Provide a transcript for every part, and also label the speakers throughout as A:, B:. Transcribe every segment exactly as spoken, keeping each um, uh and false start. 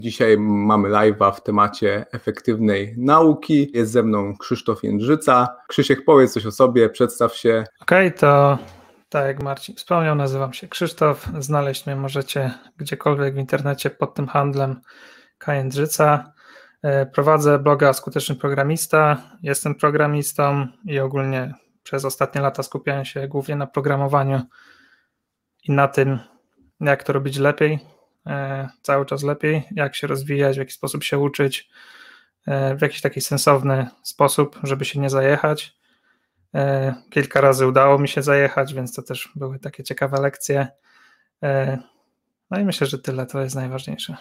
A: Dzisiaj mamy live'a w temacie efektywnej nauki. Jest ze mną Krzysztof Jędrzyca. Krzysiek, powiedz coś o sobie, przedstaw się.
B: Okej, okay, to tak jak Marcin wspomniał, nazywam się Krzysztof. Znaleźć mnie możecie gdziekolwiek w internecie pod tym handlem K. Jędrzyca. Prowadzę bloga Skuteczny Programista. Jestem programistą i ogólnie przez ostatnie lata skupiałem się głównie na programowaniu i na tym, jak to robić lepiej, cały czas lepiej, jak się rozwijać, w jaki sposób się uczyć, w jakiś taki sensowny sposób, żeby się nie zajechać. Kilka razy udało mi się zajechać, więc to też były takie ciekawe lekcje. No i myślę, że tyle, to jest najważniejsze.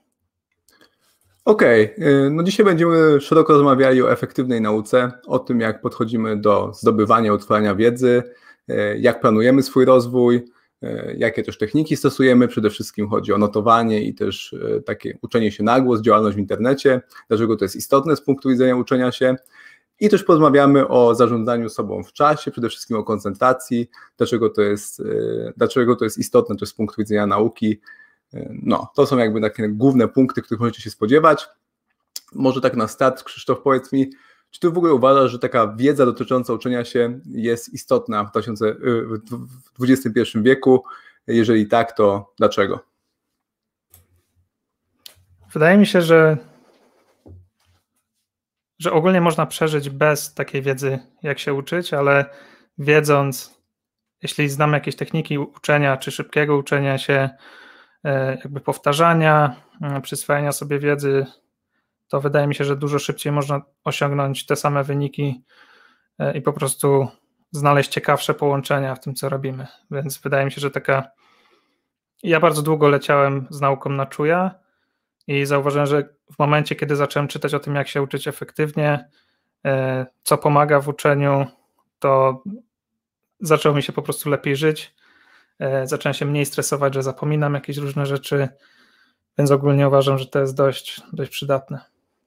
A: Okej, okay. No dzisiaj będziemy szeroko rozmawiali o efektywnej nauce, o tym, jak podchodzimy do zdobywania, utwarzania wiedzy, jak planujemy swój rozwój, jakie też techniki stosujemy. Przede wszystkim chodzi o notowanie i też takie uczenie się na głos, działalność w internecie, dlaczego to jest istotne z punktu widzenia uczenia się. I też porozmawiamy o zarządzaniu sobą w czasie, przede wszystkim o koncentracji, dlaczego to jest, dlaczego to jest istotne też z punktu widzenia nauki. No, to są jakby takie główne punkty, których możecie się spodziewać. Może tak na start, Krzysztof, powiedz mi, czy ty w ogóle uważasz, że taka wiedza dotycząca uczenia się jest istotna w dwudziestym pierwszym wieku? Jeżeli tak, to dlaczego?
B: Wydaje mi się, że, że ogólnie można przeżyć bez takiej wiedzy, jak się uczyć, ale wiedząc, jeśli znamy jakieś techniki uczenia, czy szybkiego uczenia się, jakby powtarzania, przyswajania sobie wiedzy, to wydaje mi się, że dużo szybciej można osiągnąć te same wyniki i po prostu znaleźć ciekawsze połączenia w tym, co robimy. Więc wydaje mi się, że taka... Ja bardzo długo leciałem z nauką na czuja i zauważyłem, że w momencie, kiedy zacząłem czytać o tym, jak się uczyć efektywnie, co pomaga w uczeniu, to zaczęło mi się po prostu lepiej żyć. Zacząłem się mniej stresować, że zapominam jakieś różne rzeczy, więc ogólnie uważam, że to jest dość, dość przydatne.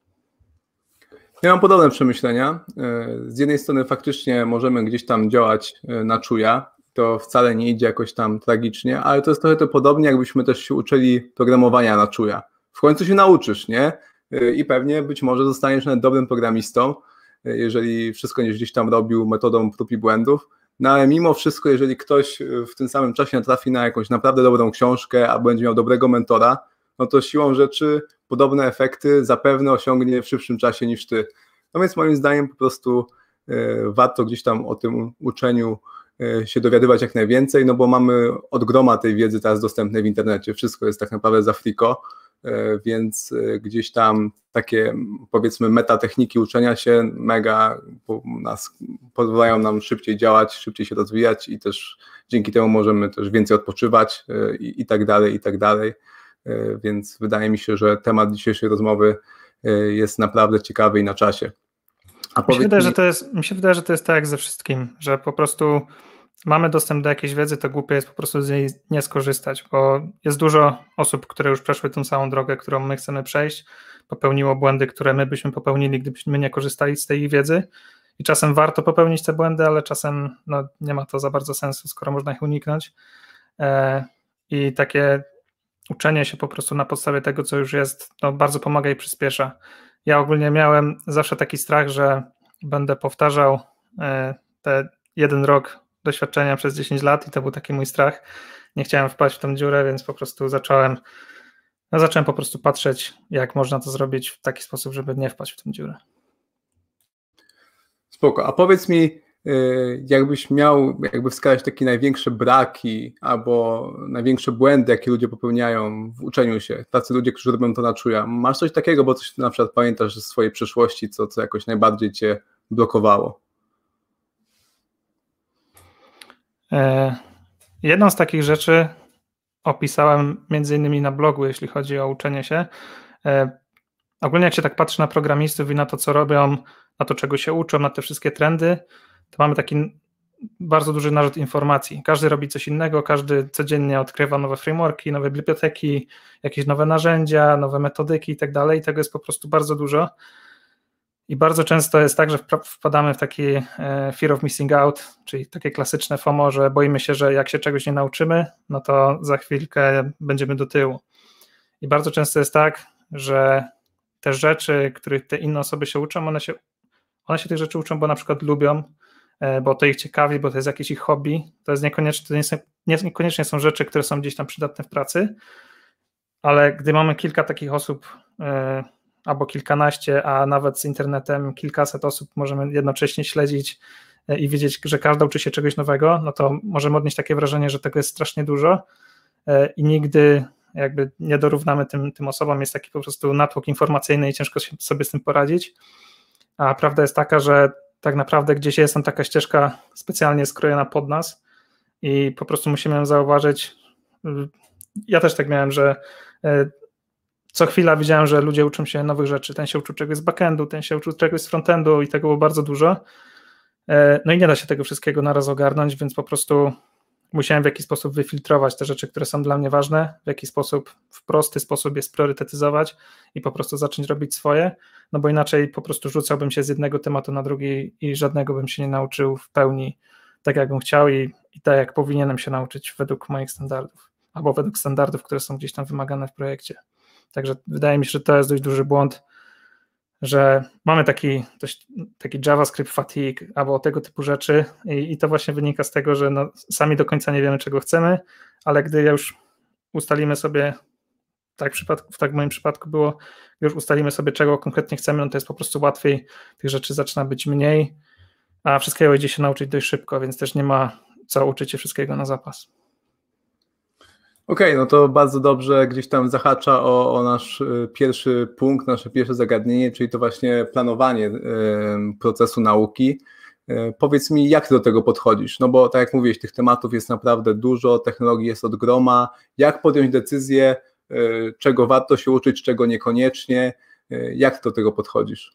A: Ja mam podobne przemyślenia. Z jednej strony faktycznie możemy gdzieś tam działać na czuja, to wcale nie idzie jakoś tam tragicznie, ale to jest trochę to podobnie, jakbyśmy też się uczyli programowania na czuja. W końcu się nauczysz, nie? I pewnie być może zostaniesz nawet dobrym programistą, jeżeli wszystko nie gdzieś tam robił metodą prób i błędów. No ale mimo wszystko, jeżeli ktoś w tym samym czasie natrafi na jakąś naprawdę dobrą książkę albo będzie miał dobrego mentora, no to siłą rzeczy podobne efekty zapewne osiągnie w szybszym czasie niż ty. No więc moim zdaniem po prostu y, warto gdzieś tam o tym uczeniu y, się dowiadywać jak najwięcej, no bo mamy od groma tej wiedzy teraz dostępnej w internecie. Wszystko jest tak naprawdę za friko, y, więc y, gdzieś tam takie powiedzmy metatechniki uczenia się mega po, nas, pozwalają nam szybciej działać, szybciej się rozwijać i też dzięki temu możemy też więcej odpoczywać y, i, i tak dalej, i tak dalej. Więc wydaje mi się, że temat dzisiejszej rozmowy jest naprawdę ciekawy i na czasie.
B: A mi, się wydaje, mi... że to jest, mi się wydaje, że to jest tak jak ze wszystkim, że po prostu mamy dostęp do jakiejś wiedzy, to głupie jest po prostu z niej nie skorzystać, bo jest dużo osób, które już przeszły tą samą drogę, którą my chcemy przejść, popełniło błędy, które my byśmy popełnili, gdybyśmy nie korzystali z tej wiedzy i czasem warto popełnić te błędy, ale czasem no, nie ma to za bardzo sensu, skoro można ich uniknąć. I takie uczenie się po prostu na podstawie tego, co już jest, no bardzo pomaga i przyspiesza. Ja ogólnie miałem zawsze taki strach, że będę powtarzał te jeden rok doświadczenia przez dziesięć lat i to był taki mój strach. Nie chciałem wpaść w tą dziurę, więc po prostu zacząłem, no zacząłem po prostu patrzeć, jak można to zrobić w taki sposób, żeby nie wpaść w tę dziurę.
A: Spoko. A powiedz mi, jakbyś miał jakby wskazać takie największe braki albo największe błędy, jakie ludzie popełniają w uczeniu się, tacy ludzie, którzy robią to na czuja. Masz coś takiego, bo coś na przykład pamiętasz ze swojej przeszłości, co, co jakoś najbardziej cię blokowało?
B: Jedną z takich rzeczy opisałem między innymi na blogu, jeśli chodzi o uczenie się. Ogólnie jak się tak patrzy na programistów i na to, co robią, na to, czego się uczą, na te wszystkie trendy, to mamy taki bardzo duży narzut informacji. Każdy robi coś innego, każdy codziennie odkrywa nowe frameworki, nowe biblioteki, jakieś nowe narzędzia, nowe metodyki i tak dalej. I tego jest po prostu bardzo dużo. I bardzo często jest tak, że wpadamy w taki fear of missing out, czyli takie klasyczne FOMO, że boimy się, że jak się czegoś nie nauczymy, no to za chwilkę będziemy do tyłu. I bardzo często jest tak, że te rzeczy, których te inne osoby się uczą, one się, one się tych rzeczy uczą, bo na przykład lubią, bo to ich ciekawi, bo to jest jakieś ich hobby. To jest niekoniecznie, to nie są, niekoniecznie są rzeczy, które są gdzieś tam przydatne w pracy, ale gdy mamy kilka takich osób, albo kilkanaście, a nawet z internetem kilkaset osób możemy jednocześnie śledzić i wiedzieć, że każda uczy się czegoś nowego, no to możemy odnieść takie wrażenie, że tego jest strasznie dużo i nigdy jakby nie dorównamy tym, tym osobom. Jest taki po prostu natłok informacyjny i ciężko sobie z tym poradzić. A prawda jest taka, że tak naprawdę gdzieś jest tam taka ścieżka specjalnie skrojona pod nas i po prostu musimy ją zauważyć. Ja też tak miałem, że co chwila widziałem, że ludzie uczą się nowych rzeczy. Ten się uczył czegoś z backendu, ten się uczył czegoś z frontendu i tego było bardzo dużo. No i nie da się tego wszystkiego naraz ogarnąć, więc po prostu musiałem w jakiś sposób wyfiltrować te rzeczy, które są dla mnie ważne, w jakiś sposób, w prosty sposób je spriorytetyzować i po prostu zacząć robić swoje, no bo inaczej po prostu rzucałbym się z jednego tematu na drugi i żadnego bym się nie nauczył w pełni tak, jak bym chciał i, i tak, jak powinienem się nauczyć według moich standardów, albo według standardów, które są gdzieś tam wymagane w projekcie. Także wydaje mi się, że to jest dość duży błąd, że mamy taki, dość, taki JavaScript fatigue albo tego typu rzeczy i, i to właśnie wynika z tego, że no, sami do końca nie wiemy, czego chcemy, ale gdy już ustalimy sobie, tak w, przypadku, tak w moim przypadku było, już ustalimy sobie, czego konkretnie chcemy, no to jest po prostu łatwiej, tych rzeczy zaczyna być mniej, a wszystkiego idzie się nauczyć dość szybko, więc też nie ma co uczyć się wszystkiego na zapas.
A: Okej, okay, no to bardzo dobrze gdzieś tam zahacza o, o nasz pierwszy punkt, nasze pierwsze zagadnienie, czyli to właśnie planowanie y, procesu nauki. Y, powiedz mi, jak ty do tego podchodzisz? No bo tak jak mówiłeś, tych tematów jest naprawdę dużo, technologii jest od groma. Jak podjąć decyzję, y, czego warto się uczyć, czego niekoniecznie? Y, jak ty do tego podchodzisz?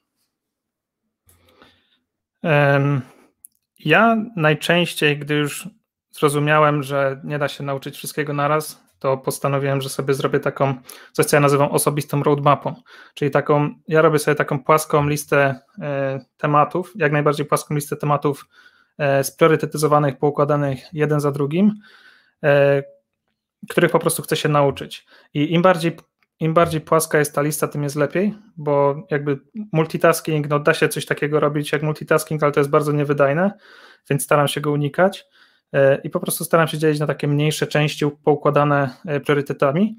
B: Um, ja najczęściej, gdy już zrozumiałem, że nie da się nauczyć wszystkiego naraz, to postanowiłem, że sobie zrobię taką, coś co ja nazywam osobistą roadmapą, czyli taką, ja robię sobie taką płaską listę e, tematów, jak najbardziej płaską listę tematów e, spriorytetyzowanych, poukładanych jeden za drugim, e, których po prostu chcę się nauczyć. I im bardziej, im bardziej płaska jest ta lista, tym jest lepiej, bo jakby multitasking, no da się coś takiego robić jak multitasking, ale to jest bardzo niewydajne, więc staram się go unikać. I po prostu staram się dzielić na takie mniejsze części poukładane priorytetami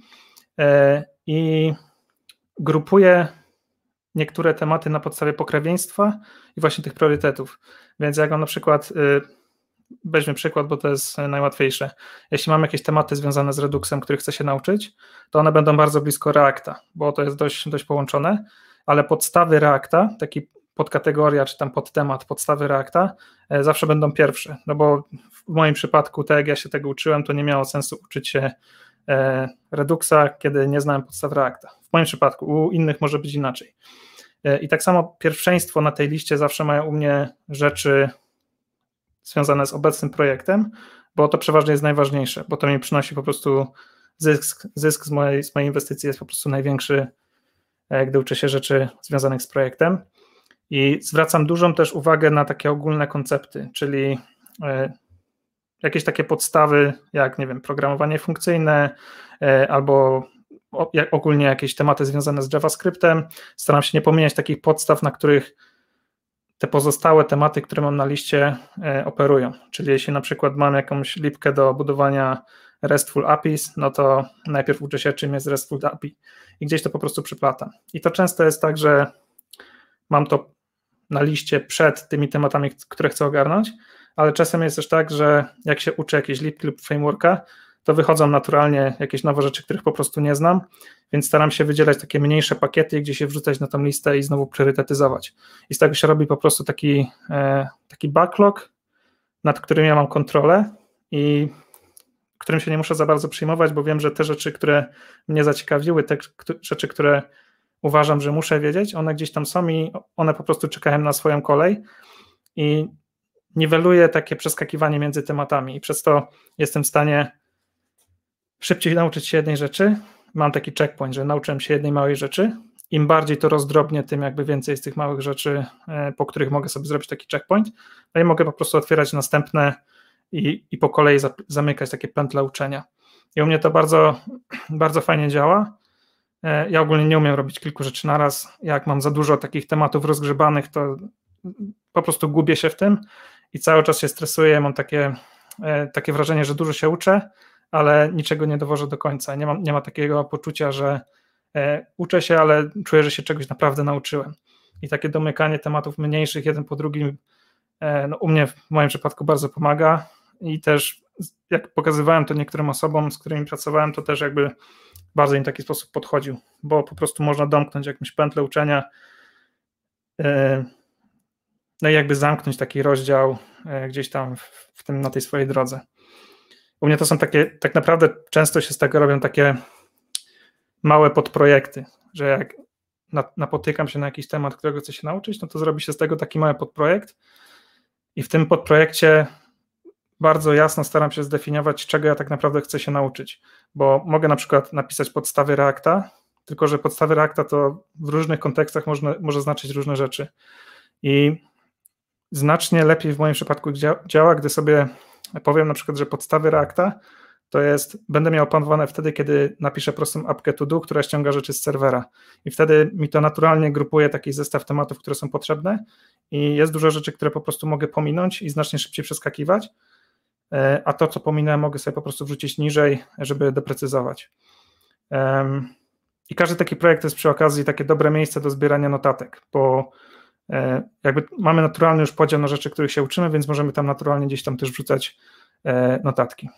B: i grupuję niektóre tematy na podstawie pokrewieństwa i właśnie tych priorytetów. Więc jak mam na przykład, weźmy przykład, bo to jest najłatwiejsze. Jeśli mam jakieś tematy związane z Reduxem, których chcę się nauczyć, to one będą bardzo blisko Reacta, bo to jest dość, dość połączone, ale podstawy Reacta, taki podkategoria czy tam podtemat, podstawy Reacta zawsze będą pierwsze, no bo w moim przypadku, tak jak ja się tego uczyłem, to nie miało sensu uczyć się Reduxa, kiedy nie znałem podstaw Reacta. W moim przypadku, u innych może być inaczej. I tak samo pierwszeństwo na tej liście zawsze mają u mnie rzeczy związane z obecnym projektem, bo to przeważnie jest najważniejsze, bo to mi przynosi po prostu zysk, zysk z mojej, z mojej inwestycji jest po prostu największy, gdy uczę się rzeczy związanych z projektem. I zwracam dużą też uwagę na takie ogólne koncepty, czyli jakieś takie podstawy, jak nie wiem, programowanie funkcyjne albo ogólnie jakieś tematy związane z JavaScriptem. Staram się nie pomijać takich podstaw, na których te pozostałe tematy, które mam na liście, operują. Czyli jeśli na przykład mam jakąś lipkę do budowania RESTful A P Is, no to najpierw uczę się, czym jest RESTful A P I i gdzieś to po prostu przyplatam. I to często jest tak, że mam to na liście przed tymi tematami, które chcę ogarnąć, ale czasem jest też tak, że jak się uczę jakiejś lipki lub frameworka, to wychodzą naturalnie jakieś nowe rzeczy, których po prostu nie znam, więc staram się wydzielać takie mniejsze pakiety, gdzie się wrzucać na tą listę i znowu priorytetyzować. I z tego się robi po prostu taki, e, taki backlog, nad którym ja mam kontrolę i którym się nie muszę za bardzo przejmować, bo wiem, że te rzeczy, które mnie zaciekawiły, te rzeczy, które uważam, że muszę wiedzieć, one gdzieś tam są i one po prostu czekają na swoją kolej i niweluję takie przeskakiwanie między tematami i przez to jestem w stanie szybciej nauczyć się jednej rzeczy. Mam taki checkpoint, że nauczyłem się jednej małej rzeczy. Im bardziej to rozdrobnię, tym jakby więcej jest tych małych rzeczy, po których mogę sobie zrobić taki checkpoint. No i mogę po prostu otwierać następne i, i po kolei zamykać takie pętle uczenia. I u mnie to bardzo, bardzo fajnie działa. Ja ogólnie nie umiem robić kilku rzeczy naraz. Jak mam za dużo takich tematów rozgrzebanych, to po prostu gubię się w tym i cały czas się stresuję. Mam takie, takie wrażenie, że dużo się uczę, ale niczego nie dowożę do końca. Nie mam, nie ma takiego poczucia, że uczę się, ale czuję, że się czegoś naprawdę nauczyłem. I takie domykanie tematów mniejszych jeden po drugim no, u mnie w moim przypadku bardzo pomaga i też jak pokazywałem to niektórym osobom, z którymi pracowałem, to też jakby bardzo im w taki sposób podchodził, bo po prostu można domknąć jakąś pętlę uczenia, no i jakby zamknąć taki rozdział gdzieś tam w, w tym, na tej swojej drodze. U mnie to są takie, tak naprawdę często się z tego robią takie małe podprojekty, że jak napotykam się na jakiś temat, którego chcę się nauczyć, no to zrobi się z tego taki mały podprojekt i w tym podprojekcie bardzo jasno staram się zdefiniować, czego ja tak naprawdę chcę się nauczyć, bo mogę na przykład napisać podstawy Reacta, tylko że podstawy Reacta to w różnych kontekstach można, może znaczyć różne rzeczy i znacznie lepiej w moim przypadku działa, gdy sobie powiem na przykład, że podstawy Reacta to jest, będę miał opanowane wtedy, kiedy napiszę prostą apkę to do, która ściąga rzeczy z serwera i wtedy mi to naturalnie grupuje taki zestaw tematów, które są potrzebne i jest dużo rzeczy, które po prostu mogę pominąć i znacznie szybciej przeskakiwać, a to, co pominąłem, mogę sobie po prostu wrzucić niżej, żeby doprecyzować. I każdy taki projekt to jest przy okazji takie dobre miejsce do zbierania notatek, bo jakby mamy naturalny już podział na rzeczy, których się uczymy, więc możemy tam naturalnie gdzieś tam też wrzucać notatki.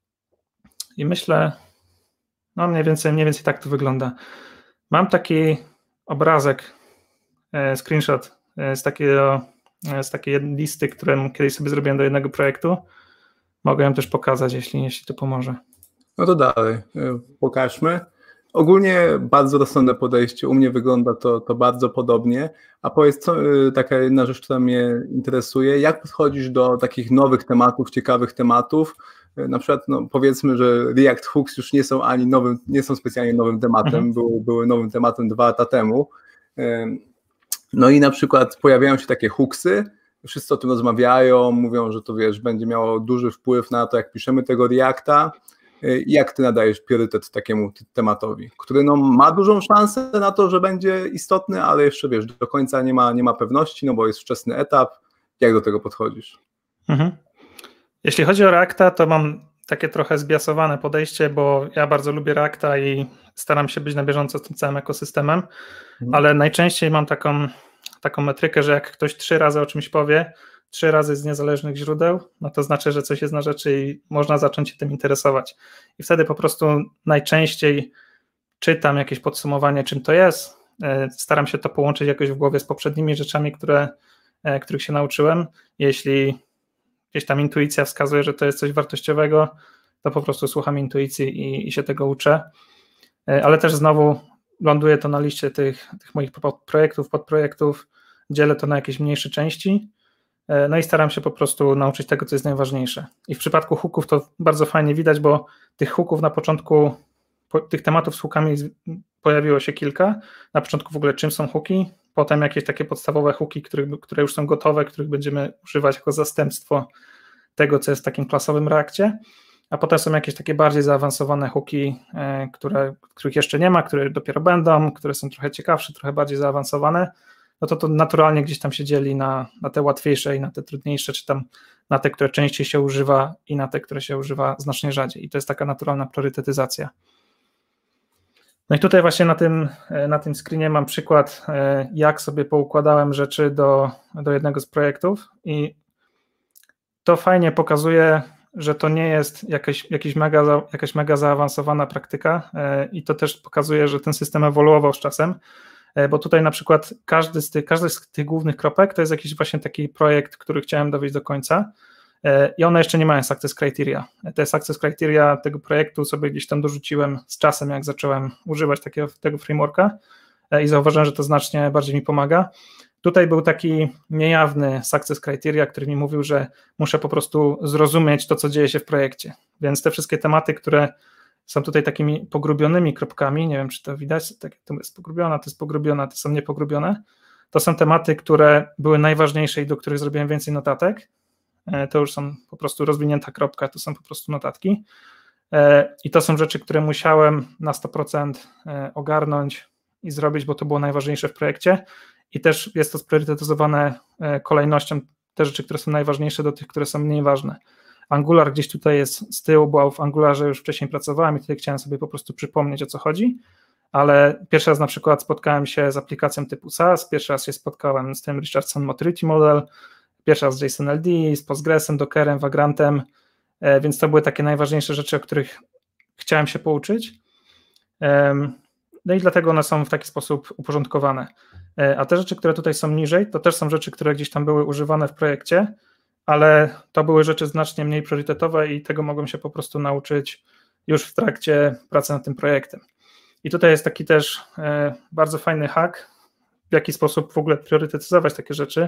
B: I myślę, no mniej więcej, mniej więcej tak to wygląda. Mam taki obrazek, screenshot z takiego, z takiej listy, którą kiedyś sobie zrobiłem do jednego projektu. Mogę ją też pokazać, jeśli, jeśli to pomoże.
A: No to dalej, pokażmy. Ogólnie bardzo rozsądne podejście, u mnie wygląda to, to bardzo podobnie, a powiedz, co, taka jedna rzecz, która mnie interesuje, jak podchodzisz do takich nowych tematów, ciekawych tematów, na przykład no, powiedzmy, że React Hooks już nie są ani nowym, nie są specjalnie nowym tematem, mhm. były, były nowym tematem dwa lata temu, no i na przykład pojawiają się takie hooksy, wszyscy o tym rozmawiają, mówią, że to wiesz, będzie miało duży wpływ na to, jak piszemy tego Reacta. Jak ty nadajesz priorytet takiemu tematowi, który no, ma dużą szansę na to, że będzie istotny, ale jeszcze wiesz, do końca nie ma, nie ma pewności, no bo jest wczesny etap. Jak do tego podchodzisz? Mhm.
B: Jeśli chodzi o Reacta, to mam takie trochę zbiasowane podejście, bo ja bardzo lubię Reacta i staram się być na bieżąco z tym całym ekosystemem, mhm. ale najczęściej mam taką, taką metrykę, że jak ktoś trzy razy o czymś powie, trzy razy z niezależnych źródeł, no to znaczy, że coś jest na rzeczy i można zacząć się tym interesować. I wtedy po prostu najczęściej czytam jakieś podsumowanie, czym to jest, staram się to połączyć jakoś w głowie z poprzednimi rzeczami, które, których się nauczyłem. Jeśli gdzieś tam intuicja wskazuje, że to jest coś wartościowego, to po prostu słucham intuicji i, i się tego uczę. Ale też znowu ląduje to na liście tych, tych moich projektów, podprojektów, dzielę to na jakieś mniejsze części. No i staram się po prostu nauczyć tego, co jest najważniejsze. I w przypadku hooków to bardzo fajnie widać, bo tych hooków na początku, tych tematów z hookami pojawiło się kilka. Na początku w ogóle czym są hooki, potem jakieś takie podstawowe hooki, które, które już są gotowe, których będziemy używać jako zastępstwo tego, co jest w takim klasowym Reakcie, a potem są jakieś takie bardziej zaawansowane hooki, które, których jeszcze nie ma, które dopiero będą, które są trochę ciekawsze, trochę bardziej zaawansowane. No to to naturalnie gdzieś tam się dzieli na, na te łatwiejsze i na te trudniejsze, czy tam na te, które częściej się używa i na te, które się używa znacznie rzadziej. I to jest taka naturalna priorytetyzacja. No i tutaj właśnie na tym, na tym screenie mam przykład, jak sobie poukładałem rzeczy do, do jednego z projektów i to fajnie pokazuje, że to nie jest jakaś, jakiś mega, jakaś mega zaawansowana praktyka i to też pokazuje, że ten system ewoluował z czasem, bo tutaj na przykład każdy z tych, każdy z tych głównych kropek to jest jakiś właśnie taki projekt, który chciałem dowieść do końca i one jeszcze nie mają success criteria. Te success criteria tego projektu sobie gdzieś tam dorzuciłem z czasem, jak zacząłem używać takiego, tego frameworka i zauważyłem, że to znacznie bardziej mi pomaga. Tutaj był taki niejawny success criteria, który mi mówił, że muszę po prostu zrozumieć to, co dzieje się w projekcie, więc te wszystkie tematy, które są tutaj takimi pogrubionymi kropkami, nie wiem, czy to widać, tak, to jest pogrubiona, to jest pogrubiona, to są niepogrubione, to są tematy, które były najważniejsze i do których zrobiłem więcej notatek, to już są po prostu rozwinięta kropka, to są po prostu notatki, I to są rzeczy, które musiałem na sto procent ogarnąć i zrobić, bo to było najważniejsze w projekcie. I też jest to spriorytetyzowane kolejnością te rzeczy, które są najważniejsze do tych, które są mniej ważne. Angular gdzieś tutaj jest z tyłu, bo w Angularze już wcześniej pracowałem i tutaj chciałem sobie po prostu przypomnieć, o co chodzi, ale pierwszy raz na przykład spotkałem się z aplikacją typu SaaS, pierwszy raz się spotkałem z tym Richardson Maturity Model, pierwszy raz z JSON-L D, z Postgresem, Dockerem, Vagrantem, więc to były takie najważniejsze rzeczy, o których chciałem się pouczyć. No i dlatego one są w taki sposób uporządkowane. A te rzeczy, które tutaj są niżej, to też są rzeczy, które gdzieś tam były używane w projekcie, ale to były rzeczy znacznie mniej priorytetowe i tego mogłem się po prostu nauczyć już w trakcie pracy nad tym projektem. I tutaj jest taki też bardzo fajny hack, w jaki sposób w ogóle priorytetyzować takie rzeczy.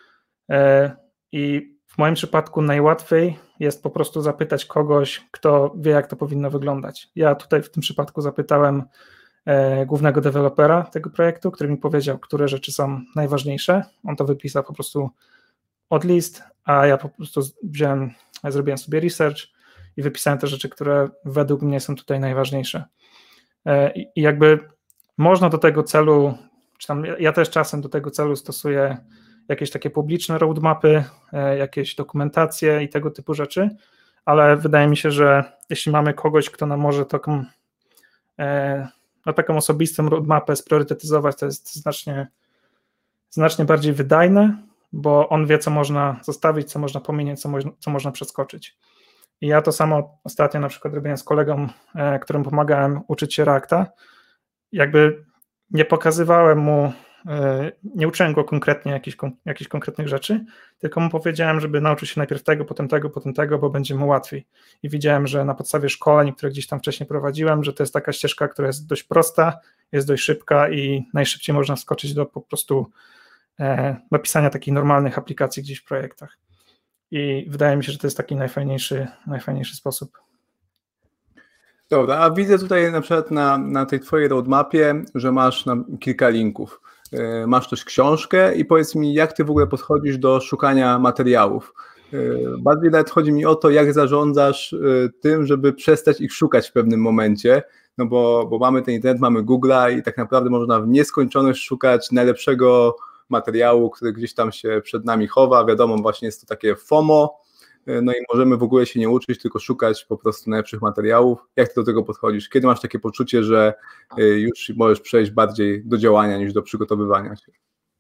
B: I w moim przypadku najłatwiej jest po prostu zapytać kogoś, kto wie, jak to powinno wyglądać. Ja tutaj w tym przypadku zapytałem głównego dewelopera tego projektu, który mi powiedział, które rzeczy są najważniejsze. On to wypisał po prostu od list, a ja po prostu wziąłem, zrobiłem sobie research i wypisałem te rzeczy, które według mnie są tutaj najważniejsze. I, i jakby można do tego celu, czy tam ja też czasem do tego celu stosuję jakieś takie publiczne roadmapy, jakieś dokumentacje i tego typu rzeczy, ale wydaje mi się, że jeśli mamy kogoś, kto nam może taką, no, taką osobistą roadmapę spriorytetyzować, to jest znacznie, znacznie bardziej wydajne, bo on wie, co można zostawić, co można pominąć, co, mo- co można przeskoczyć. I ja to samo ostatnio na przykład robiłem z kolegą, e, którym pomagałem uczyć się Reacta. Jakby nie pokazywałem mu, e, nie uczyłem go konkretnie jakichś, kon- jakichś konkretnych rzeczy, tylko mu powiedziałem, żeby nauczył się najpierw tego, potem tego, potem tego, bo będzie mu łatwiej. I widziałem, że na podstawie szkoleń, które gdzieś tam wcześniej prowadziłem, że to jest taka ścieżka, która jest dość prosta, jest dość szybka i najszybciej można wskoczyć do po prostu napisania takich normalnych aplikacji gdzieś w projektach. I wydaje mi się, że to jest taki najfajniejszy, najfajniejszy sposób.
A: Dobra, a widzę tutaj na przykład na, na tej twojej roadmapie, że masz na kilka linków. Masz też książkę i powiedz mi, jak ty w ogóle podchodzisz do szukania materiałów. Bardziej nawet chodzi mi o to, jak zarządzasz tym, żeby przestać ich szukać w pewnym momencie, no bo, bo mamy ten internet, mamy Google'a i tak naprawdę można w nieskończoność szukać najlepszego materiału, który gdzieś tam się przed nami chowa. Wiadomo, właśnie jest to takie FOMO, no i możemy w ogóle się nie uczyć, tylko szukać po prostu najlepszych materiałów. Jak ty do tego podchodzisz? Kiedy masz takie poczucie, że już możesz przejść bardziej do działania niż do przygotowywania się?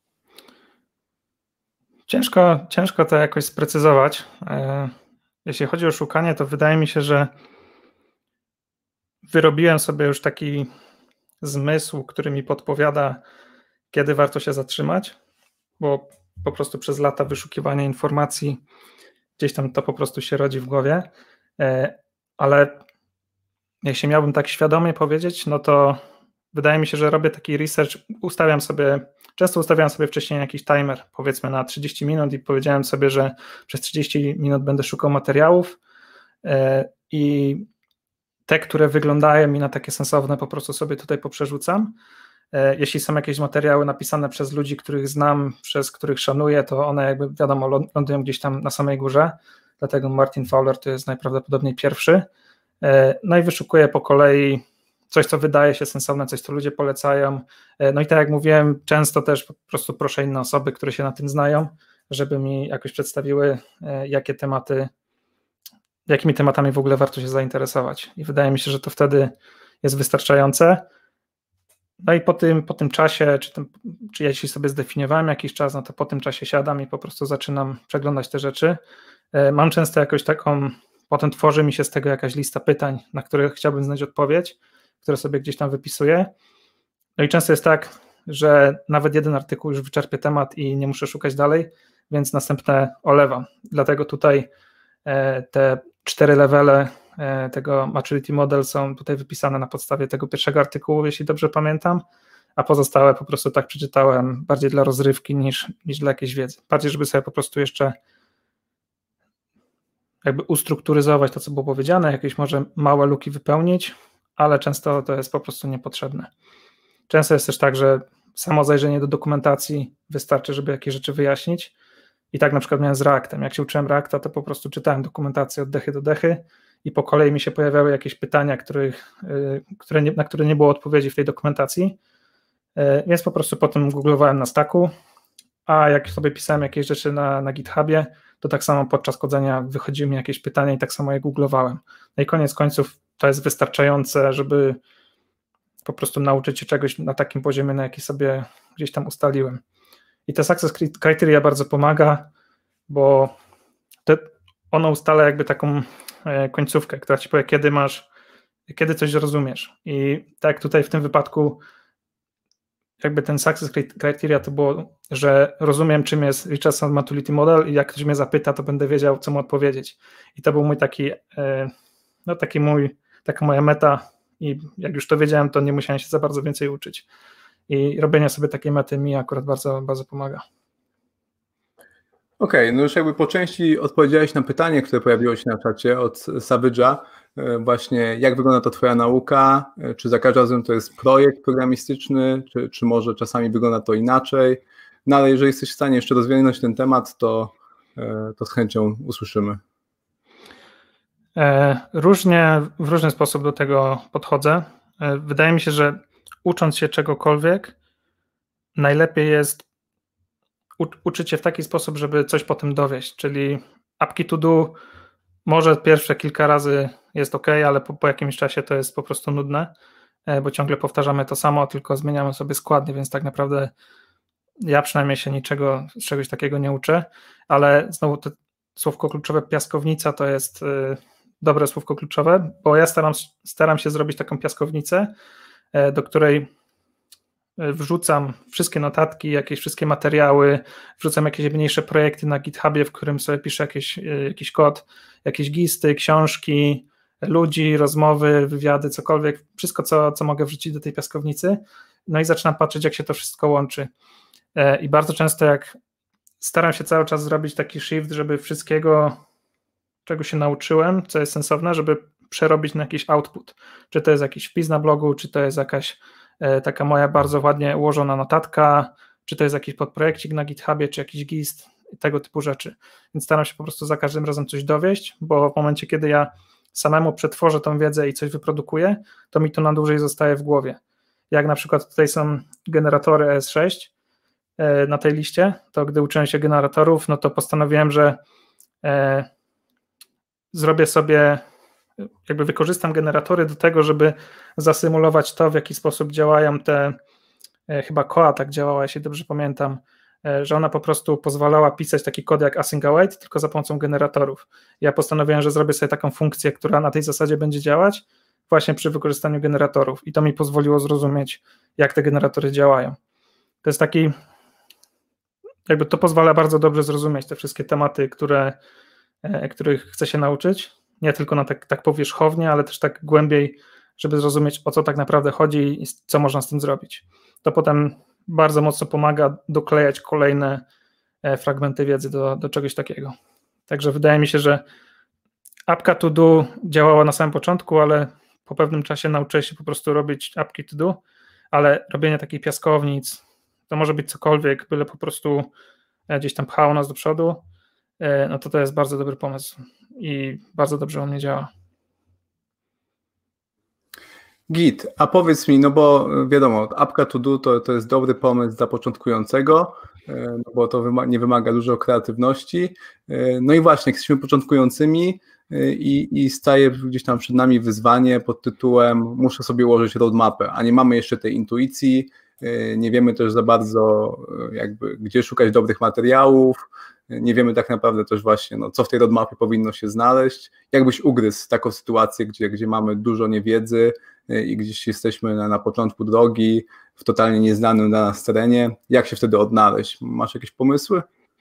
B: Ciężko, ciężko to jakoś sprecyzować. Jeśli chodzi o szukanie, to wydaje mi się, że wyrobiłem sobie już taki zmysł, który mi podpowiada, kiedy warto się zatrzymać, bo po prostu przez lata wyszukiwania informacji gdzieś tam to po prostu się rodzi w głowie, ale jeśli miałbym tak świadomie powiedzieć, no to wydaje mi się, że robię taki research, ustawiam sobie, często ustawiam sobie wcześniej jakiś timer, powiedzmy na trzydzieści minut i powiedziałem sobie, że przez trzydzieści minut będę szukał materiałów i te, które wyglądają mi na takie sensowne, po prostu sobie tutaj poprzerzucam. Jeśli są jakieś materiały napisane przez ludzi, których znam, przez których szanuję, to one jakby wiadomo lądują gdzieś tam na samej górze, dlatego Martin Fowler to jest najprawdopodobniej pierwszy. No i wyszukuję po kolei coś, co wydaje się sensowne, coś, co ludzie polecają. No i tak jak mówiłem, często też po prostu proszę inne osoby, które się na tym znają, żeby mi jakoś przedstawiły, jakie tematy, jakimi tematami w ogóle warto się zainteresować. I wydaje mi się, że to wtedy jest wystarczające. No i po tym, po tym czasie, czy, tym, czy jeśli sobie zdefiniowałem jakiś czas, no to po tym czasie siadam i po prostu zaczynam przeglądać te rzeczy. Mam często jakoś taką, potem tworzy mi się z tego jakaś lista pytań, na które chciałbym znać odpowiedź, które sobie gdzieś tam wypisuję. No i często jest tak, że nawet jeden artykuł już wyczerpie temat i nie muszę szukać dalej, więc następne olewam. Dlatego tutaj te cztery levele tego Maturity Model są tutaj wypisane na podstawie tego pierwszego artykułu, jeśli dobrze pamiętam, a pozostałe po prostu tak przeczytałem bardziej dla rozrywki niż, niż dla jakiejś wiedzy. Bardziej, żeby sobie po prostu jeszcze jakby ustrukturyzować to, co było powiedziane, jakieś może małe luki wypełnić, ale często to jest po prostu niepotrzebne. Często jest też tak, że samo zajrzenie do dokumentacji wystarczy, żeby jakieś rzeczy wyjaśnić. I tak na przykład miałem z Reactem. Jak się uczyłem Reacta, to po prostu czytałem dokumentację od dechy do dechy i po kolei mi się pojawiały jakieś pytania, których, które nie, na które nie było odpowiedzi w tej dokumentacji, więc po prostu potem googlowałem na Stacku, a jak sobie pisałem jakieś rzeczy na, na GitHubie, to tak samo podczas kodzenia wychodziły mi jakieś pytania i tak samo je googlowałem. No i koniec końców to jest wystarczające, żeby po prostu nauczyć się czegoś na takim poziomie, na jaki sobie gdzieś tam ustaliłem. I te success criteria bardzo pomaga, bo te, ono ustala jakby taką końcówkę, która ci powie, kiedy masz, kiedy coś rozumiesz. I tak tutaj w tym wypadku jakby ten success criteria to było, że rozumiem, czym jest Richardson Maturity Model i jak ktoś mnie zapyta, to będę wiedział, co mu odpowiedzieć. I to był mój taki, no taki mój, taka moja meta i jak już to wiedziałem, to nie musiałem się za bardzo więcej uczyć. I robienie sobie takiej mety mi akurat bardzo, bardzo pomaga.
A: Okej, okay, no już jakby po części odpowiedziałeś na pytanie, które pojawiło się na czacie od Savage'a, właśnie jak wygląda to twoja nauka, czy za każdym razem to jest projekt programistyczny, czy, czy może czasami wygląda to inaczej, no ale jeżeli jesteś w stanie jeszcze rozwinąć ten temat, to, to z chęcią usłyszymy.
B: Różnie, w różny sposób do tego podchodzę. Wydaje mi się, że ucząc się czegokolwiek, najlepiej jest uczyć się w taki sposób, żeby coś potem dowieść, czyli apki to do może pierwsze kilka razy jest ok, ale po, po jakimś czasie to jest po prostu nudne, bo ciągle powtarzamy to samo, tylko zmieniamy sobie składnie, więc tak naprawdę ja przynajmniej się niczego, czegoś takiego nie uczę, ale znowu to słówko kluczowe piaskownica to jest y, dobre słówko kluczowe, bo ja staram, staram się zrobić taką piaskownicę, y, do której wrzucam wszystkie notatki, jakieś wszystkie materiały, wrzucam jakieś mniejsze projekty na GitHubie, w którym sobie piszę jakieś, jakiś kod, jakieś gisty, książki, ludzi, rozmowy, wywiady, cokolwiek, wszystko, co, co mogę wrzucić do tej piaskownicy, no i zaczynam patrzeć, jak się to wszystko łączy. I bardzo często jak staram się cały czas zrobić taki shift, żeby wszystkiego, czego się nauczyłem, co jest sensowne, żeby przerobić na jakiś output. Czy to jest jakiś wpis na blogu, czy to jest jakaś taka moja bardzo ładnie ułożona notatka, czy to jest jakiś podprojekcik na GitHubie, czy jakiś gist, tego typu rzeczy. Więc staram się po prostu za każdym razem coś dowieść, bo w momencie, kiedy ja samemu przetworzę tą wiedzę i coś wyprodukuję, to mi to na dłużej zostaje w głowie. Jak na przykład tutaj są generatory E S sześć na tej liście, to gdy uczyłem się generatorów, no to postanowiłem, że e, zrobię sobie, jakby wykorzystam generatory do tego, żeby zasymulować to, w jaki sposób działają te, e, chyba Koa tak działała, jeśli dobrze pamiętam, e, że ona po prostu pozwalała pisać taki kod jak async await, tylko za pomocą generatorów. Ja postanowiłem, że zrobię sobie taką funkcję, która na tej zasadzie będzie działać właśnie przy wykorzystaniu generatorów i to mi pozwoliło zrozumieć, jak te generatory działają. To jest taki, jakby to pozwala bardzo dobrze zrozumieć te wszystkie tematy, które, e, których chcę się nauczyć, nie tylko na tak, tak powierzchownie, ale też tak głębiej, żeby zrozumieć, o co tak naprawdę chodzi i co można z tym zrobić. To potem bardzo mocno pomaga doklejać kolejne fragmenty wiedzy do, do czegoś takiego. Także wydaje mi się, że apka to do działała na samym początku, ale po pewnym czasie nauczyłem się po prostu robić apki to do, ale robienie takich piaskownic, to może być cokolwiek, byle po prostu gdzieś tam pchało nas do przodu, no to to jest bardzo dobry pomysł i bardzo dobrze on mnie działa.
A: Git, a powiedz mi, no bo wiadomo, apka to do to, to jest dobry pomysł dla początkującego, no bo to wyma- nie wymaga dużo kreatywności. No i właśnie, jesteśmy początkującymi i, i staje gdzieś tam przed nami wyzwanie pod tytułem muszę sobie ułożyć roadmapę, a nie mamy jeszcze tej intuicji, nie wiemy też za bardzo jakby gdzie szukać dobrych materiałów, nie wiemy tak naprawdę też właśnie, no, co w tej roadmapie powinno się znaleźć. Jakbyś ugryzł taką sytuację, gdzie, gdzie mamy dużo niewiedzy i gdzieś jesteśmy na, na początku drogi, w totalnie nieznanym dla nas terenie, jak się wtedy odnaleźć? Masz jakieś pomysły?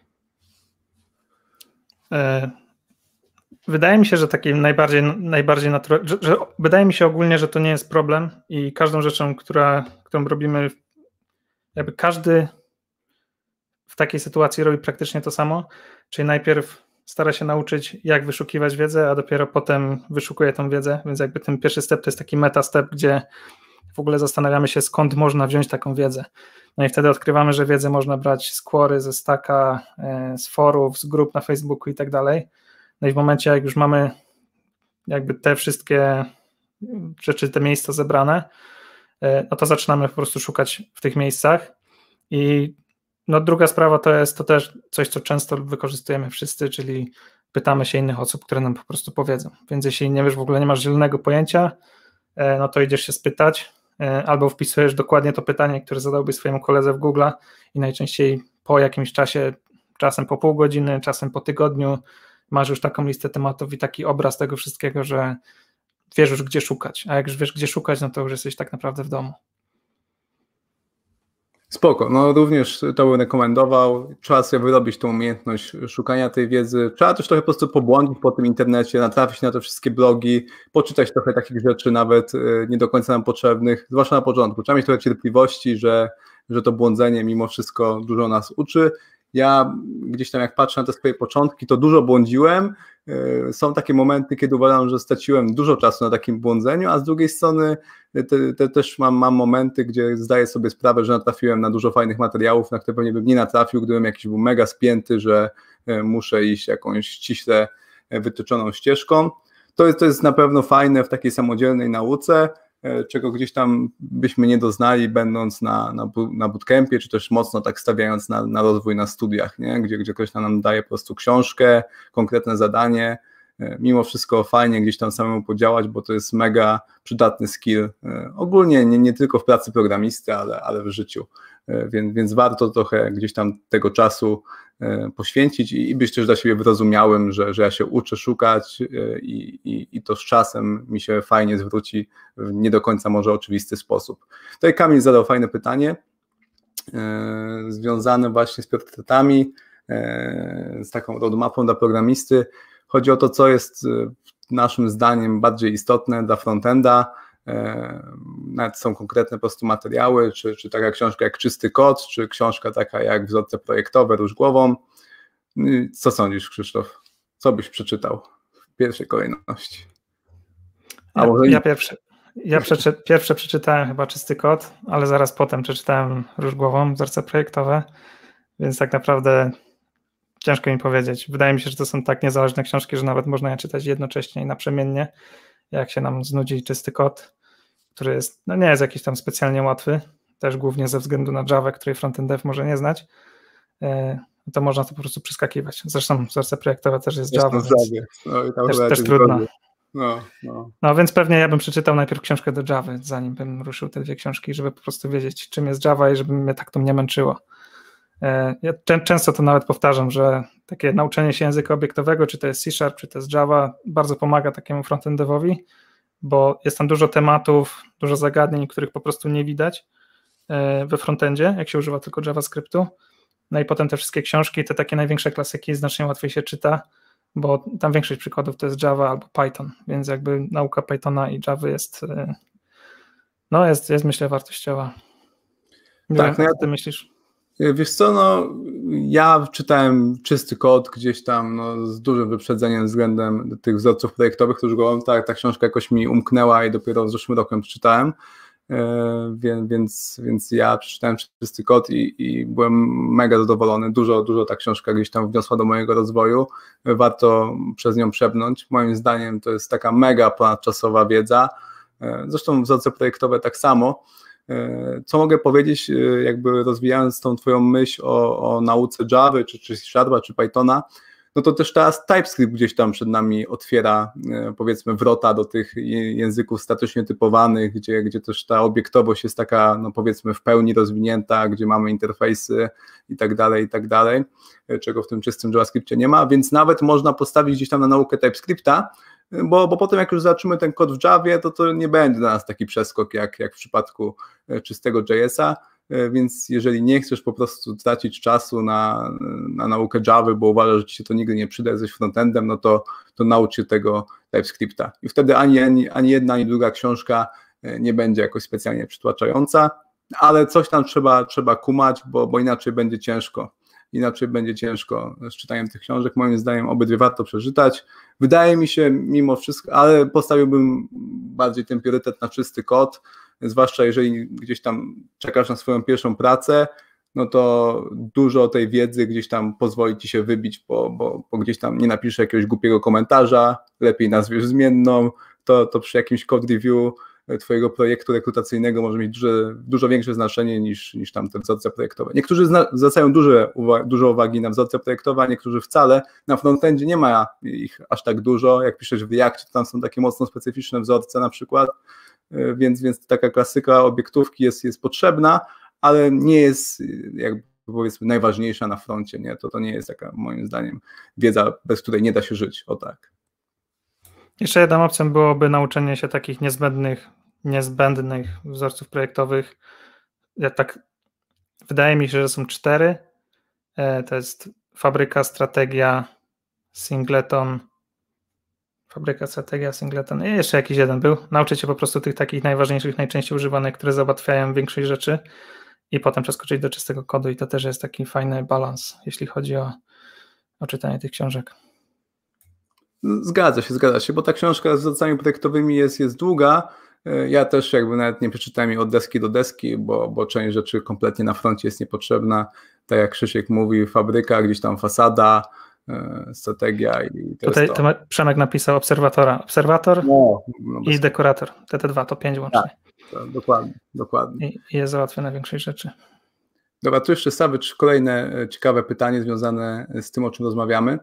B: Wydaje mi się, że takim najbardziej, najbardziej naturalnym, że, że wydaje mi się ogólnie, że to nie jest problem i każdą rzeczą, która, którą robimy, jakby każdy w takiej sytuacji robi praktycznie to samo, czyli najpierw stara się nauczyć, jak wyszukiwać wiedzę, a dopiero potem wyszukuje tą wiedzę, więc jakby ten pierwszy step to jest taki meta step, gdzie w ogóle zastanawiamy się, skąd można wziąć taką wiedzę. No i wtedy odkrywamy, że wiedzę można brać z Quory, ze Stacka, z forów, z grup na Facebooku i tak dalej. No i w momencie, jak już mamy jakby te wszystkie rzeczy, te miejsca zebrane, no to zaczynamy po prostu szukać w tych miejscach. I no druga sprawa to jest to też coś, co często wykorzystujemy wszyscy, czyli pytamy się innych osób, które nam po prostu powiedzą. Więc jeśli nie wiesz, w ogóle nie masz zielonego pojęcia, no to idziesz się spytać, albo wpisujesz dokładnie to pytanie, które zadałbyś swojemu koledze w Google i najczęściej po jakimś czasie, czasem po pół godziny, czasem po tygodniu masz już taką listę tematów i taki obraz tego wszystkiego, że wiesz już, gdzie szukać, a jak już wiesz, gdzie szukać, no to już jesteś tak naprawdę w domu.
A: Spoko, no również to bym rekomendował. Trzeba sobie wyrobić tą umiejętność szukania tej wiedzy. Trzeba też trochę po prostu pobłądzić po tym internecie, natrafić na te wszystkie blogi, poczytać trochę takich rzeczy nawet nie do końca nam potrzebnych, zwłaszcza na początku. Trzeba mieć trochę cierpliwości, że, że to błądzenie mimo wszystko dużo nas uczy. Ja gdzieś tam jak patrzę na te swoje początki, to dużo błądziłem. Są takie momenty, kiedy uważam, że straciłem dużo czasu na takim błądzeniu, a z drugiej strony te, te też mam, mam momenty, gdzie zdaję sobie sprawę, że natrafiłem na dużo fajnych materiałów, na które pewnie bym nie natrafił, gdybym jakiś był mega spięty, że muszę iść jakąś ściśle wytyczoną ścieżką. To jest, to jest na pewno fajne w takiej samodzielnej nauce, czego gdzieś tam byśmy nie doznali, będąc na, na, na bootcampie, czy też mocno tak stawiając na, na rozwój na studiach, nie? Gdzie, gdzie ktoś nam daje po prostu książkę, konkretne zadanie, mimo wszystko fajnie gdzieś tam samemu podziałać, bo to jest mega przydatny skill, ogólnie nie, nie tylko w pracy programisty, ale, ale w życiu, więc, więc warto trochę gdzieś tam tego czasu poświęcić i, i być też dla siebie wyrozumiałym, że, że ja się uczę szukać i, i, i to z czasem mi się fajnie zwróci w nie do końca może oczywisty sposób. Tutaj Kamil zadał fajne pytanie związane właśnie z priorytetami, z taką roadmapą dla programisty. Chodzi o to, co jest naszym zdaniem bardziej istotne dla frontenda. Nawet są konkretne po prostu materiały, czy, czy taka książka jak Czysty Kod, czy książka taka jak Wzorce projektowe, Rusz głową. Co sądzisz, Krzysztof? Co byś przeczytał w pierwszej kolejności?
B: A ja, może... ja, pierwszy, ja przeczy, pierwsze przeczytałem chyba Czysty Kod, ale zaraz potem przeczytałem Rusz głową, Wzorce projektowe, więc tak naprawdę ciężko mi powiedzieć. Wydaje mi się, że to są tak niezależne książki, że nawet można je czytać jednocześnie i naprzemiennie. Jak się nam znudzi Czysty Kod, który jest, no nie jest jakiś tam specjalnie łatwy, też głównie ze względu na Java, której frontend dev może nie znać, to można to po prostu przeskakiwać. Zresztą wzorce projektowe też jest Java, więc no i tam też, też trudno. No, no. no więc pewnie ja bym przeczytał najpierw książkę do Java, zanim bym ruszył te dwie książki, żeby po prostu wiedzieć, czym jest Java i żeby mnie tak to nie męczyło. Ja często to nawet powtarzam, że takie nauczenie się języka obiektowego, czy to jest C Sharp, czy to jest Java, bardzo pomaga takiemu frontendowi, bo jest tam dużo tematów, dużo zagadnień, których po prostu nie widać we frontendzie, jak się używa tylko JavaScriptu. No i potem te wszystkie książki, te takie największe klasyki znacznie łatwiej się czyta, bo tam większość przykładów to jest Java albo Python, więc jakby nauka Pythona i Java jest, no jest, jest myślę wartościowa. Nie tak, wiem, no ja... ty myślisz?
A: Wiesz co, no ja czytałem Czysty Kod gdzieś tam no, z dużym wyprzedzeniem względem tych wzorców projektowych, którzy go tak, ta książka jakoś mi umknęła i dopiero w zeszłym roku przeczytałem, więc, więc, więc ja przeczytałem Czysty Kod i, i byłem mega zadowolony, dużo, dużo ta książka gdzieś tam wniosła do mojego rozwoju, warto przez nią przebnąć, moim zdaniem to jest taka mega ponadczasowa wiedza, zresztą wzorce projektowe tak samo. Co mogę powiedzieć, jakby rozwijając tą twoją myśl o, o nauce Java, czy, czy C-Sharpa, czy Pythona, no to też teraz TypeScript gdzieś tam przed nami otwiera, powiedzmy, wrota do tych języków statycznie typowanych, gdzie, gdzie też ta obiektowość jest taka, no powiedzmy, w pełni rozwinięta, gdzie mamy interfejsy i tak dalej, i tak dalej, czego w tym czystym JavaScriptie nie ma, więc nawet można postawić gdzieś tam na naukę TypeScripta, Bo, bo potem jak już zobaczymy ten kod w Javie, to to nie będzie dla nas taki przeskok jak, jak w przypadku czystego J S-a, więc jeżeli nie chcesz po prostu tracić czasu na, na naukę Javy, bo uważasz, że ci się to nigdy nie przyda, jesteś frontendem, no to, to naucz się tego TypeScripta. I wtedy ani, ani, ani jedna, ani druga książka nie będzie jakoś specjalnie przytłaczająca, ale coś tam trzeba, trzeba kumać, bo, bo inaczej będzie ciężko. Inaczej będzie ciężko z czytaniem tych książek. Moim zdaniem obydwie warto przeczytać. Wydaje mi się mimo wszystko, ale postawiłbym bardziej ten priorytet na Czysty Kod, zwłaszcza jeżeli gdzieś tam czekasz na swoją pierwszą pracę, no to dużo tej wiedzy gdzieś tam pozwoli ci się wybić, bo, bo, bo gdzieś tam nie napiszesz jakiegoś głupiego komentarza, lepiej nazwiesz zmienną, to, to przy jakimś code review twojego projektu rekrutacyjnego może mieć duże, dużo większe znaczenie niż, niż tam te wzorce projektowe. Niektórzy zna, zwracają duże, uwa dużo uwagi na wzorce projektowe, a niektórzy wcale. Na frontendzie nie ma ich aż tak dużo. Jak piszesz w Reactie, to tam są takie mocno specyficzne wzorce na przykład, więc, więc taka klasyka obiektówki jest, jest potrzebna, ale nie jest jakby powiedzmy najważniejsza na froncie. Nie? To, to nie jest taka moim zdaniem wiedza, bez której nie da się żyć. O tak.
B: Jeszcze jedną opcją byłoby nauczenie się takich niezbędnych, niezbędnych wzorców projektowych. Ja tak, wydaje mi się, że są cztery. To jest fabryka, strategia, singleton, fabryka, strategia, singleton i jeszcze jakiś jeden był. Nauczyć się po prostu tych takich najważniejszych, najczęściej używanych, które załatwiają większość rzeczy i potem przeskoczyć do czystego kodu i to też jest taki fajny balans, jeśli chodzi o, o czytanie tych książek.
A: Zgadza się, zgadza się, bo ta książka z wzorcami projektowymi jest, jest długa. Ja też jakby nawet nie przeczytałem jej od deski do deski, bo, bo część rzeczy kompletnie na froncie jest niepotrzebna. Tak jak Krzysiek mówi, fabryka, gdzieś tam fasada, strategia i to
B: Tutaj
A: jest to.
B: Przemek napisał obserwatora. Obserwator
A: no, no
B: i dekorator. Te, te dwa, to pięć łącznie.
A: Tak, to, dokładnie, dokładnie.
B: I, I jest załatwione większość rzeczy.
A: Dobra, tu jeszcze Savage, kolejne ciekawe pytanie związane z tym, o czym rozmawiamy.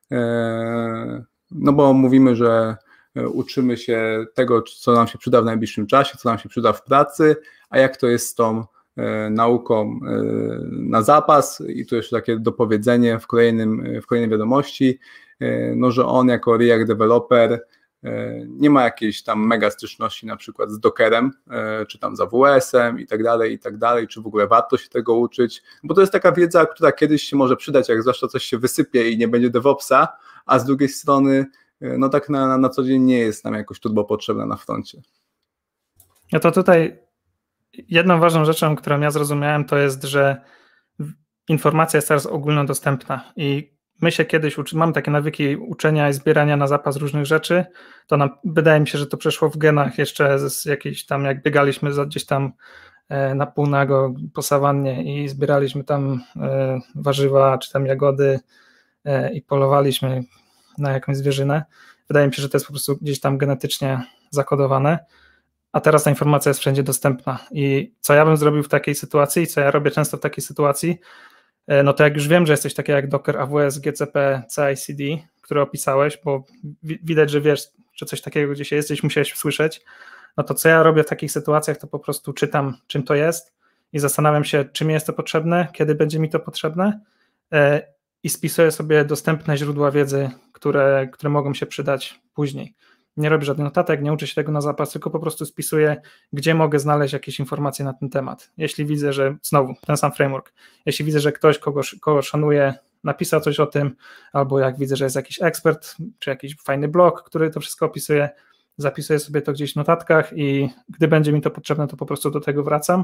A: No bo mówimy, że uczymy się tego, co nam się przyda w najbliższym czasie, co nam się przyda w pracy, a jak to jest z tą nauką na zapas. I tu jeszcze takie dopowiedzenie w, kolejnym, w kolejnej wiadomości, no, że on jako React developer nie ma jakiejś tam mega styczności na przykład z Dockerem, czy tam z A W S-em i tak dalej, i tak dalej, czy w ogóle warto się tego uczyć, bo to jest taka wiedza, która kiedyś się może przydać, jak zwłaszcza coś się wysypie i nie będzie DevOpsa, a z drugiej strony no tak na, na co dzień nie jest nam jakoś turbo potrzebna na froncie.
B: No to tutaj jedną ważną rzeczą, którą ja zrozumiałem, to jest, że informacja jest teraz ogólnodostępna i my się kiedyś uczymy, mamy takie nawyki uczenia i zbierania na zapas różnych rzeczy, to nam, wydaje mi się, że to przeszło w genach jeszcze z jakiejś tam, jak biegaliśmy za gdzieś tam na półnago po sawannie i zbieraliśmy tam warzywa czy tam jagody i polowaliśmy na jakąś zwierzynę. Wydaje mi się, że to jest po prostu gdzieś tam genetycznie zakodowane, a teraz ta informacja jest wszędzie dostępna i co ja bym zrobił w takiej sytuacji, co ja robię często w takiej sytuacji, no to jak już wiem, że jest coś takiego jak Docker, A W S, G C P, C I C D, które opisałeś, bo widać, że wiesz, że coś takiego gdzieś jest, gdzieś musiałeś słyszeć, no to co ja robię w takich sytuacjach, to po prostu czytam, czym to jest i zastanawiam się, czy mi jest to potrzebne, kiedy będzie mi to potrzebne i spisuję sobie dostępne źródła wiedzy, które, które mogą się przydać później. Nie robię żadnych notatek, nie uczę się tego na zapas, tylko po prostu spisuję, gdzie mogę znaleźć jakieś informacje na ten temat. Jeśli widzę, że, znowu, ten sam framework, jeśli widzę, że ktoś, kogo, kogo szanuję, napisał coś o tym, albo jak widzę, że jest jakiś ekspert, czy jakiś fajny blog, który to wszystko opisuje, zapisuję sobie to gdzieś w notatkach i gdy będzie mi to potrzebne, to po prostu do tego wracam.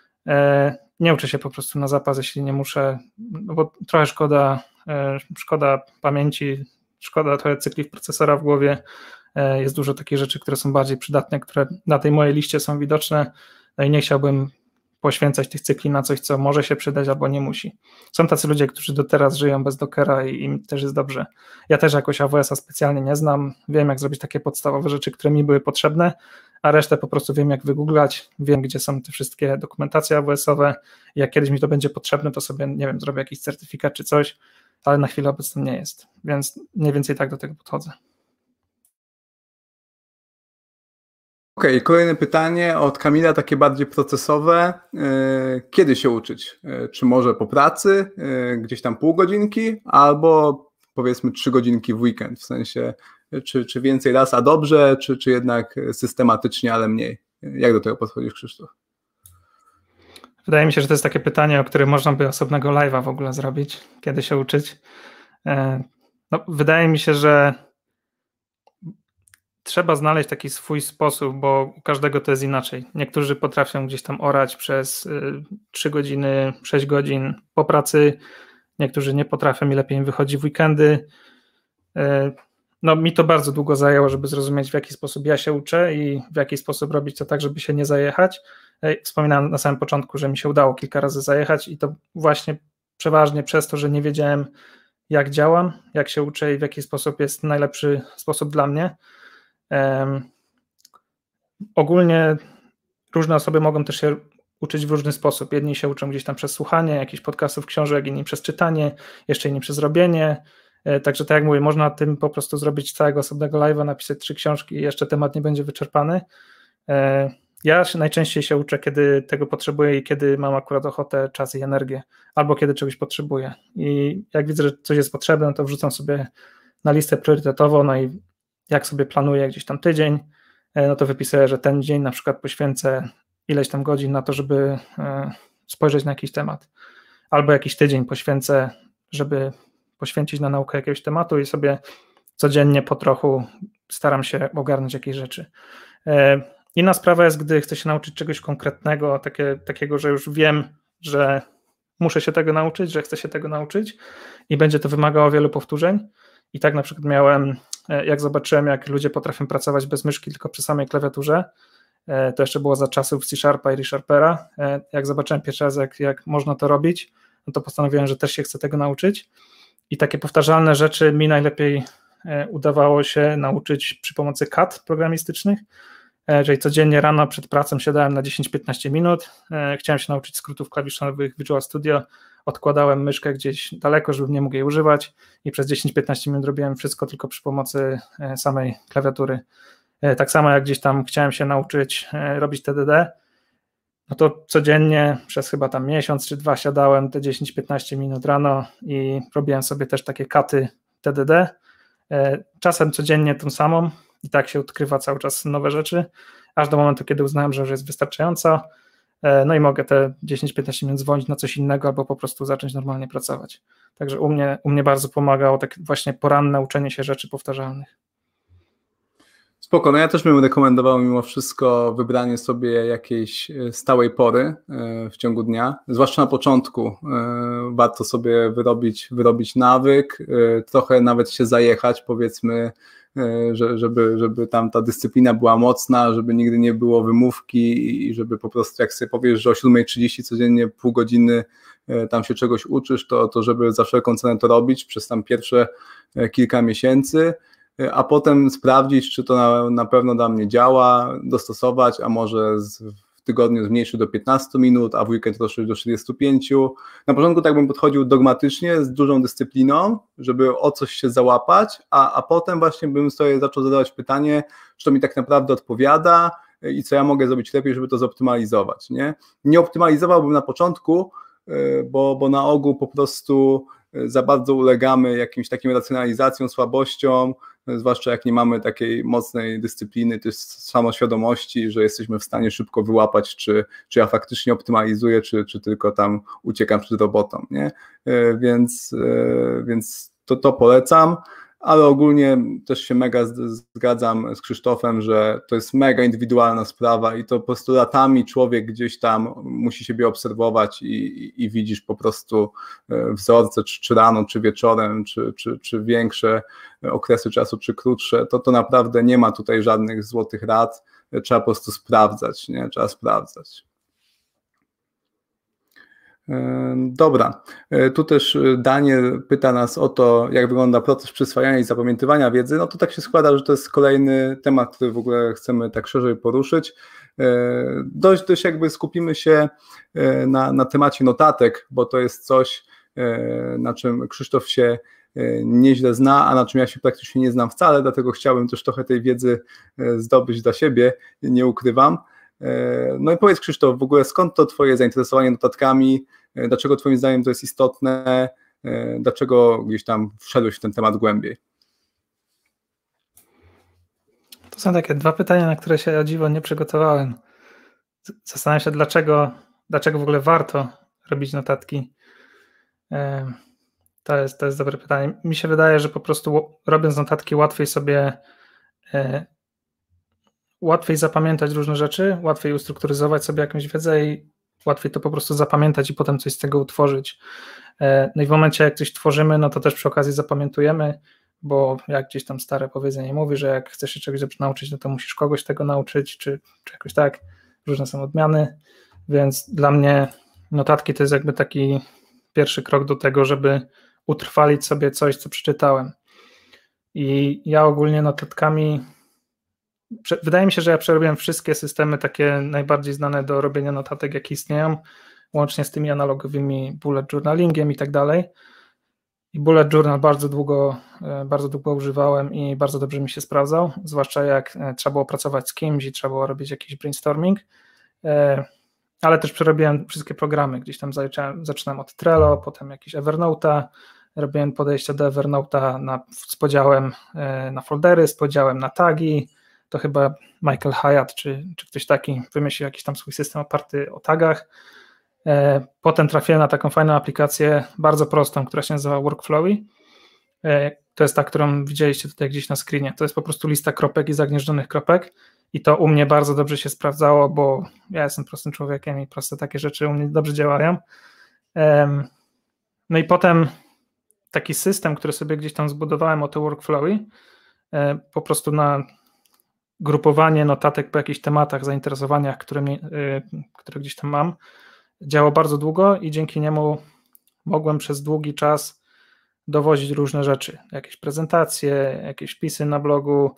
B: Nie uczę się po prostu na zapas, jeśli nie muszę, no bo trochę szkoda, szkoda pamięci, szkoda trochę cykli procesora w głowie. Jest dużo takich rzeczy, które są bardziej przydatne, które na tej mojej liście są widoczne, no i nie chciałbym poświęcać tych cykli na coś, co może się przydać albo nie musi. Są tacy ludzie, którzy do teraz żyją bez Dockera i im też jest dobrze. Ja też jakoś A W S-a specjalnie nie znam, wiem jak zrobić takie podstawowe rzeczy, które mi były potrzebne, a resztę po prostu wiem jak wygooglać, wiem gdzie są te wszystkie dokumentacje A W S-owe i jak kiedyś mi to będzie potrzebne, to sobie, nie wiem, zrobię jakiś certyfikat czy coś, ale na chwilę obecną nie jest, więc mniej więcej tak do tego podchodzę.
A: Okej, okay, kolejne pytanie od Kamila, takie bardziej procesowe. Kiedy się uczyć? Czy może po pracy, gdzieś tam pół godzinki, albo powiedzmy trzy godzinki w weekend, w sensie czy, czy więcej raz, a dobrze, czy, czy jednak systematycznie, ale mniej? Jak do tego podchodzisz, Krzysztof?
B: Wydaje mi się, że to jest takie pytanie, o którym można by osobnego live'a w ogóle zrobić, kiedy się uczyć. No, wydaje mi się, że trzeba znaleźć taki swój sposób, bo u każdego to jest inaczej. Niektórzy potrafią gdzieś tam orać przez trzy godziny, sześć godzin po pracy, niektórzy nie potrafią i lepiej im wychodzi w weekendy. no mi to bardzo długo zajęło, żeby zrozumieć, w jaki sposób ja się uczę i w jaki sposób robić to tak, żeby się nie zajechać. Wspominałem na samym początku, że mi się udało kilka razy zajechać i to właśnie przeważnie przez to, że nie wiedziałem, jak działam, jak się uczę i w jaki sposób jest najlepszy sposób dla mnie. Um, ogólnie różne osoby mogą też się uczyć w różny sposób. Jedni się uczą gdzieś tam przez słuchanie jakichś podcastów, książek, inni przez czytanie, jeszcze inni przez robienie. Także tak jak mówię, można tym po prostu zrobić całego osobnego live'a, napisać trzy książki i jeszcze temat nie będzie wyczerpany. Ja najczęściej się uczę, kiedy tego potrzebuję i kiedy mam akurat ochotę, czas i energię, albo kiedy czegoś potrzebuję. I jak widzę, że coś jest potrzebne, to wrzucam sobie na listę priorytetową, no i jak sobie planuję gdzieś tam tydzień, no to wypisuję, że ten dzień na przykład poświęcę ileś tam godzin na to, żeby spojrzeć na jakiś temat, albo jakiś tydzień poświęcę, żeby poświęcić na naukę jakiegoś tematu i sobie codziennie po trochu staram się ogarnąć jakieś rzeczy. Inna sprawa jest, gdy chcę się nauczyć czegoś konkretnego, takie, takiego, że już wiem, że muszę się tego nauczyć, że chcę się tego nauczyć i będzie to wymagało wielu powtórzeń. I tak na przykład miałem, jak zobaczyłem, jak ludzie potrafią pracować bez myszki, tylko przy samej klawiaturze, to jeszcze było za czasów C-Sharpa i ReSharpera. Jak zobaczyłem pierwszy raz, jak, jak można to robić, no to postanowiłem, że też się chcę tego nauczyć. I takie powtarzalne rzeczy mi najlepiej udawało się nauczyć przy pomocy K A T programistycznych, czyli codziennie rano przed pracą siadałem na dziesięć piętnaście minut, chciałem się nauczyć skrótów klawiszowych Visual Studio, odkładałem myszkę gdzieś daleko, żebym nie mógł jej używać i przez dziesięć piętnaście minut robiłem wszystko tylko przy pomocy samej klawiatury. Tak samo jak gdzieś tam chciałem się nauczyć robić T D D, no to codziennie przez chyba tam miesiąc czy dwa siadałem te dziesięć piętnaście minut rano i robiłem sobie też takie katy T D D, czasem codziennie tą samą i tak się odkrywa cały czas nowe rzeczy, aż do momentu, kiedy uznałem, że już jest wystarczająco, no i mogę te dziesięć piętnaście minut zwolnić na coś innego albo po prostu zacząć normalnie pracować. Także u mnie, u mnie bardzo pomagało tak właśnie poranne uczenie się rzeczy powtarzalnych.
A: Spoko, no ja też bym rekomendował mimo wszystko wybranie sobie jakiejś stałej pory w ciągu dnia, zwłaszcza na początku. Warto sobie wyrobić, wyrobić nawyk, trochę nawet się zajechać, powiedzmy, że, żeby, żeby tam ta dyscyplina była mocna, żeby nigdy nie było wymówki i żeby po prostu jak sobie powiesz, że o siódma trzydzieści codziennie pół godziny tam się czegoś uczysz, to, to żeby za wszelką cenę to robić przez tam pierwsze kilka miesięcy, a potem sprawdzić, czy to na, na pewno dla mnie działa, dostosować, a może z, w tygodniu zmniejszyć do piętnastu minut, a w weekend rozszerzyć do czterdziestu pięciu. Na początku tak bym podchodził dogmatycznie, z dużą dyscypliną, żeby o coś się załapać, a, a potem właśnie bym sobie zaczął zadawać pytanie, czy to mi tak naprawdę odpowiada i co ja mogę zrobić lepiej, żeby to zoptymalizować. Nie, nie optymalizowałbym na początku, bo, bo na ogół po prostu za bardzo ulegamy jakimś takim racjonalizacjom, słabościom, zwłaszcza jak nie mamy takiej mocnej dyscypliny, to jest samoświadomości, że jesteśmy w stanie szybko wyłapać, czy, czy ja faktycznie optymalizuję, czy, czy tylko tam uciekam przed robotą, nie? Więc, więc to, to polecam, ale ogólnie też się mega zgadzam z Krzysztofem, że to jest mega indywidualna sprawa i to po prostu latami człowiek gdzieś tam musi siebie obserwować i, i, i widzisz po prostu wzorce, czy, czy rano, czy wieczorem, czy, czy, czy większe okresy czasu, czy krótsze, to, to naprawdę nie ma tutaj żadnych złotych rad, trzeba po prostu sprawdzać, nie? Trzeba sprawdzać. Dobra, tu też Daniel pyta nas o to, jak wygląda proces przyswajania i zapamiętywania wiedzy. No to tak się składa, że to jest kolejny temat, który w ogóle chcemy tak szerzej poruszyć. Dość, dość jakby skupimy się na, na temacie notatek, bo to jest coś, na czym Krzysztof się nieźle zna, a na czym ja się praktycznie nie znam wcale, dlatego chciałbym też trochę tej wiedzy zdobyć dla siebie, nie ukrywam. No i powiedz, Krzysztof, w ogóle skąd to twoje zainteresowanie notatkami, dlaczego twoim zdaniem to jest istotne, dlaczego gdzieś tam wszedłeś w ten temat głębiej?
B: To są takie dwa pytania, na które się o dziwo nie przygotowałem. Zastanawiam się, dlaczego, dlaczego w ogóle warto robić notatki. To jest, to jest dobre pytanie. Mi się wydaje, że po prostu robiąc notatki łatwiej sobie łatwiej zapamiętać różne rzeczy, łatwiej ustrukturyzować sobie jakąś wiedzę i łatwiej to po prostu zapamiętać i potem coś z tego utworzyć. No i w momencie, jak coś tworzymy, no to też przy okazji zapamiętujemy, bo jak gdzieś tam stare powiedzenie mówi, że jak chcesz się czegoś nauczyć, no to musisz kogoś tego nauczyć, czy, czy jakoś tak, różne są odmiany, więc dla mnie notatki to jest jakby taki pierwszy krok do tego, żeby utrwalić sobie coś, co przeczytałem. I ja ogólnie notatkami, wydaje mi się, że ja przerobiłem wszystkie systemy takie najbardziej znane do robienia notatek, jakie istnieją, łącznie z tymi analogowymi bullet journalingiem i tak dalej. I bullet journal bardzo długo, bardzo długo używałem i bardzo dobrze mi się sprawdzał, zwłaszcza jak trzeba było pracować z kimś i trzeba było robić jakiś brainstorming, ale też przerobiłem wszystkie programy, gdzieś tam zacząłem, zaczynałem od Trello, potem jakiś Evernote'a, robiłem podejście do Evernote'a na, z podziałem na foldery, z podziałem na tagi, to chyba Michael Hyatt czy, czy ktoś taki wymyślił jakiś tam swój system oparty o tagach. Potem trafiłem na taką fajną aplikację, bardzo prostą, która się nazywa Workflowy. To jest ta, którą widzieliście tutaj gdzieś na screenie. To jest po prostu lista kropek i zagnieżdżonych kropek i to u mnie bardzo dobrze się sprawdzało, bo ja jestem prostym człowiekiem i proste takie rzeczy u mnie dobrze działają. No i potem taki system, który sobie gdzieś tam zbudowałem o te Workflowy, po prostu na grupowanie notatek po jakichś tematach, zainteresowaniach, które, mi, które gdzieś tam mam, działał bardzo długo i dzięki niemu mogłem przez długi czas dowozić różne rzeczy, jakieś prezentacje, jakieś wpisy na blogu,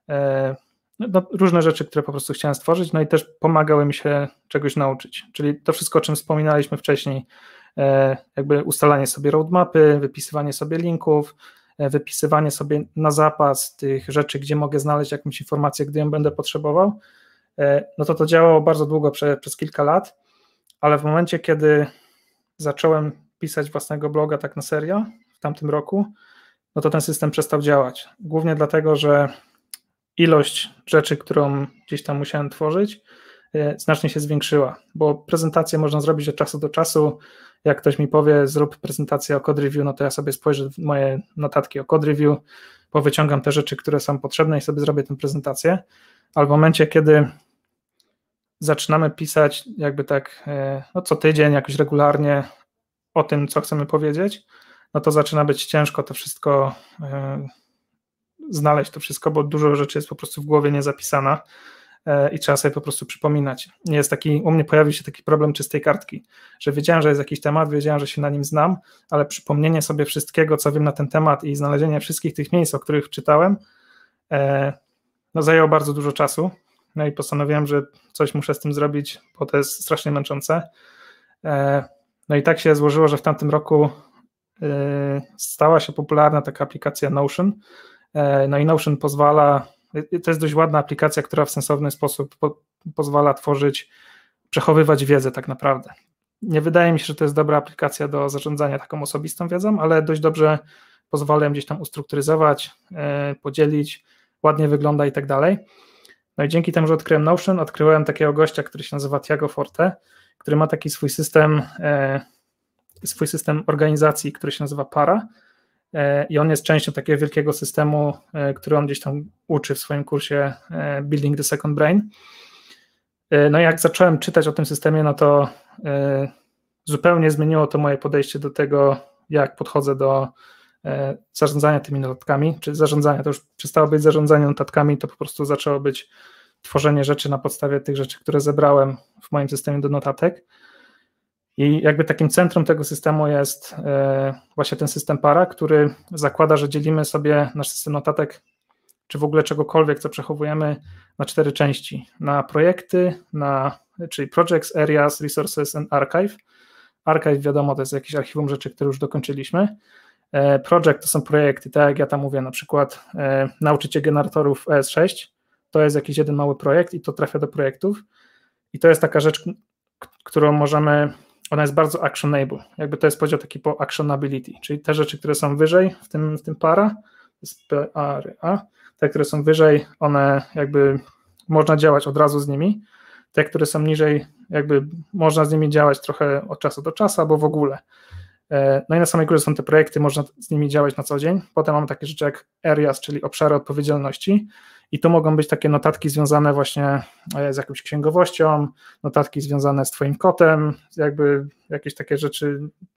B: no, różne rzeczy, które po prostu chciałem stworzyć, no i też pomagały mi się czegoś nauczyć, czyli to wszystko, o czym wspominaliśmy wcześniej, jakby ustalanie sobie roadmapy, wypisywanie sobie linków, wypisywanie sobie na zapas tych rzeczy, gdzie mogę znaleźć jakąś informację, gdy ją będę potrzebował, no to to działało bardzo długo, przez, przez kilka lat, ale w momencie, kiedy zacząłem pisać własnego bloga tak na serio w tamtym roku, no to ten system przestał działać. Głównie dlatego, że ilość rzeczy, którą gdzieś tam musiałem tworzyć, znacznie się zwiększyła, bo prezentację można zrobić od czasu do czasu. Jak ktoś mi powie, zrób prezentację o code review, no to ja sobie spojrzę w moje notatki o code review, powyciągam te rzeczy, które są potrzebne i sobie zrobię tę prezentację, ale w momencie, kiedy zaczynamy pisać jakby tak no co tydzień, jakoś regularnie o tym, co chcemy powiedzieć, no to zaczyna być ciężko to wszystko znaleźć, to wszystko, bo dużo rzeczy jest po prostu w głowie niezapisana i trzeba sobie po prostu przypominać. Jest taki, u mnie pojawił się taki problem czystej kartki, że wiedziałem, że jest jakiś temat, wiedziałem, że się na nim znam, ale przypomnienie sobie wszystkiego, co wiem na ten temat i znalezienie wszystkich tych miejsc, o których czytałem, no zajęło bardzo dużo czasu. No i postanowiłem, że coś muszę z tym zrobić, bo to jest strasznie męczące. No i tak się złożyło, że w tamtym roku stała się popularna taka aplikacja Notion. No i Notion pozwala, to jest dość ładna aplikacja, która w sensowny sposób po, pozwala tworzyć, przechowywać wiedzę tak naprawdę. Nie wydaje mi się, że to jest dobra aplikacja do zarządzania taką osobistą wiedzą, ale dość dobrze pozwala ją gdzieś tam ustrukturyzować, podzielić, ładnie wygląda i tak dalej. No i dzięki temu, że odkryłem Notion, odkryłem takiego gościa, który się nazywa Tiago Forte, który ma taki swój system, swój system organizacji, który się nazywa Para i on jest częścią takiego wielkiego systemu, który on gdzieś tam uczy w swoim kursie Building the Second Brain. No i jak zacząłem czytać o tym systemie, no to zupełnie zmieniło to moje podejście do tego, jak podchodzę do zarządzania tymi notatkami, czy zarządzania, to już przestało być zarządzanie notatkami, to po prostu zaczęło być tworzenie rzeczy na podstawie tych rzeczy, które zebrałem w moim systemie do notatek. I jakby takim centrum tego systemu jest właśnie ten system Para, który zakłada, że dzielimy sobie nasz system notatek, czy w ogóle czegokolwiek, co przechowujemy, na cztery części. Na projekty, na, czyli projects, areas, resources and archive. Archive, wiadomo, to jest jakieś archiwum rzeczy, które już dokończyliśmy. Project to są projekty, tak jak ja tam mówię, na przykład e, nauczycie generatorów E S sześć, to jest jakiś jeden mały projekt i to trafia do projektów i to jest taka rzecz, k- którą możemy, ona jest bardzo actionable, jakby to jest podział taki po actionability, czyli te rzeczy, które są wyżej w tym, w tym para, to jest P A R A, te, które są wyżej, one jakby można działać od razu z nimi, te, które są niżej, jakby można z nimi działać trochę od czasu do czasu, albo w ogóle. No i na samej górze są te projekty, można z nimi działać na co dzień. Potem mamy takie rzeczy jak areas, czyli obszary odpowiedzialności i tu mogą być takie notatki związane właśnie z jakąś księgowością, notatki związane z twoim kotem, jakby jakieś takie rzeczy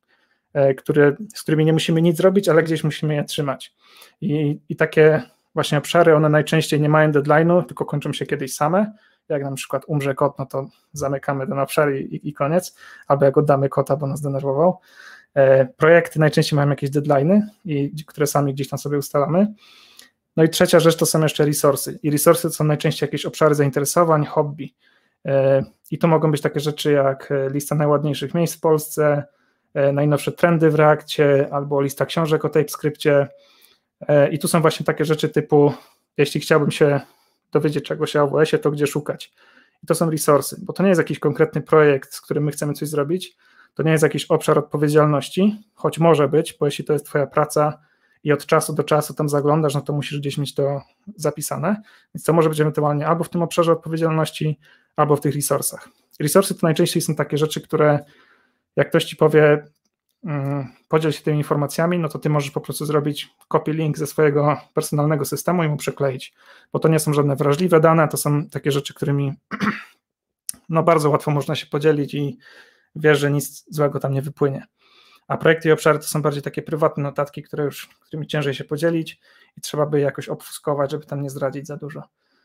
B: które, z którymi nie musimy nic zrobić, ale gdzieś musimy je trzymać. I, i takie właśnie obszary, one najczęściej nie mają deadline'u, tylko kończą się kiedyś same. Jak na przykład umrze kot, no to zamykamy ten obszar i, i koniec, albo jak oddamy kota, bo nas denerwował. E, projekty najczęściej mają jakieś deadline'y, i, które sami gdzieś tam sobie ustalamy. No i trzecia rzecz to są jeszcze resursy. I resursy to są najczęściej jakieś obszary zainteresowań, hobby. E, I to mogą być takie rzeczy jak lista najładniejszych miejsc w Polsce, e, najnowsze trendy w Reakcie, albo lista książek o TypeScriptie. E, I tu są właśnie takie rzeczy typu, jeśli chciałbym się dowiedzieć czegoś o A W S-ie, to gdzie szukać. I to są resursy, bo to nie jest jakiś konkretny projekt, z którym my chcemy coś zrobić, to nie jest jakiś obszar odpowiedzialności, choć może być, bo jeśli to jest twoja praca i od czasu do czasu tam zaglądasz, no to musisz gdzieś mieć to zapisane, więc to może być ewentualnie albo w tym obszarze odpowiedzialności, albo w tych resursach. Resursy to najczęściej są takie rzeczy, które jak ktoś ci powie, podziel się tymi informacjami, no to ty możesz po prostu zrobić copy link ze swojego personalnego systemu i mu przykleić, bo to nie są żadne wrażliwe dane, to są takie rzeczy, którymi no bardzo łatwo można się podzielić i wiesz, że nic złego tam nie wypłynie. A projekty i obszary to są bardziej takie prywatne notatki, które już, którymi ciężej się podzielić i trzeba by je jakoś obfuskować, żeby tam nie zdradzić za dużo.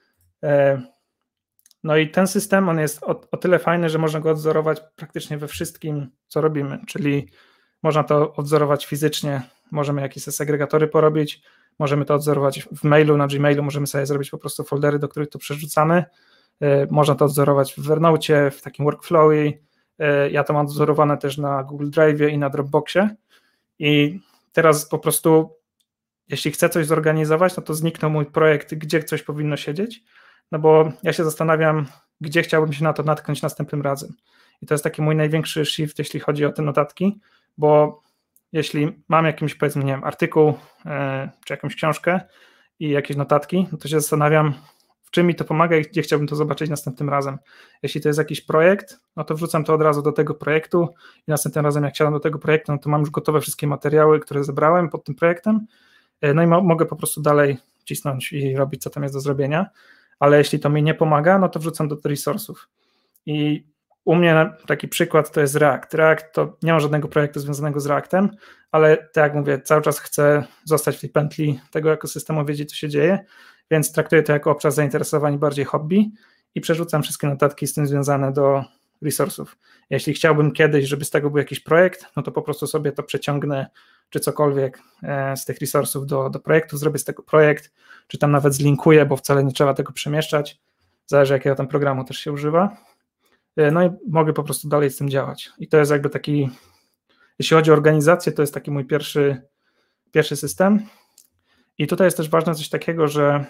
B: No i ten system, on jest o, o tyle fajny, że można go odwzorować praktycznie we wszystkim, co robimy, czyli można to odwzorować fizycznie, możemy jakieś segregatory porobić, możemy to odwzorować w mailu, na Gmailu, możemy sobie zrobić po prostu foldery, do których to przerzucamy, można to odwzorować w Evernote, w takim workflowie, ja to mam odwzorowane też na Google Drive i na Dropboxie i teraz po prostu jeśli chcę coś zorganizować, no to zniknął mój projekt, gdzie coś powinno siedzieć, no bo ja się zastanawiam, gdzie chciałbym się na to natknąć następnym razem. I to jest taki mój największy shift, jeśli chodzi o te notatki, bo jeśli mam jakiś, powiedzmy, nie wiem, artykuł e, czy jakąś książkę i jakieś notatki, no to się zastanawiam, w czym mi to pomaga i gdzie chciałbym to zobaczyć następnym razem. Jeśli to jest jakiś projekt, no to wrzucam to od razu do tego projektu i następnym razem jak siadam do tego projektu, no to mam już gotowe wszystkie materiały, które zebrałem pod tym projektem, e, no i mo- mogę po prostu dalej cisnąć i robić, co tam jest do zrobienia. Ale jeśli to mi nie pomaga, no to wrzucam do resursów. I u mnie taki przykład to jest React. React to nie ma żadnego projektu związanego z Reactem, ale tak jak mówię, cały czas chcę zostać w tej pętli tego ekosystemu, wiedzieć, co się dzieje, więc traktuję to jako obszar zainteresowań bardziej hobby i przerzucam wszystkie notatki z tym związane do resursów. Jeśli chciałbym kiedyś, żeby z tego był jakiś projekt, no to po prostu sobie to przeciągnę, czy cokolwiek z tych resursów do, do projektu, zrobię z tego projekt, czy tam nawet zlinkuję, bo wcale nie trzeba tego przemieszczać, zależy jakiego tam programu też się używa. No i mogę po prostu dalej z tym działać. I to jest jakby taki, jeśli chodzi o organizację, to jest taki mój pierwszy, pierwszy system. I tutaj jest też ważne coś takiego, że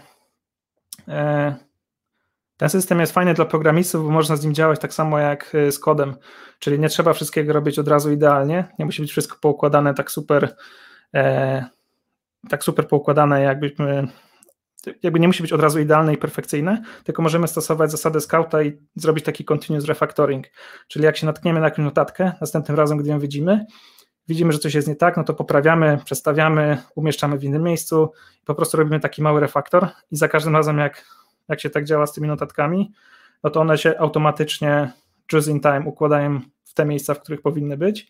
B: ten system jest fajny dla programistów, bo można z nim działać tak samo jak z kodem, czyli nie trzeba wszystkiego robić od razu idealnie, nie musi być wszystko poukładane tak super, e, tak super poukładane, jakbyśmy, jakby nie musi być od razu idealne i perfekcyjne, tylko możemy stosować zasadę Scouta i zrobić taki continuous refactoring, czyli jak się natkniemy na jakąś notatkę, następnym razem, gdy ją widzimy, widzimy, że coś jest nie tak, no to poprawiamy, przestawiamy, umieszczamy w innym miejscu, po prostu robimy taki mały refaktor i za każdym razem jak jak się tak działa z tymi notatkami, no to one się automatycznie just in time układają w te miejsca, w których powinny być.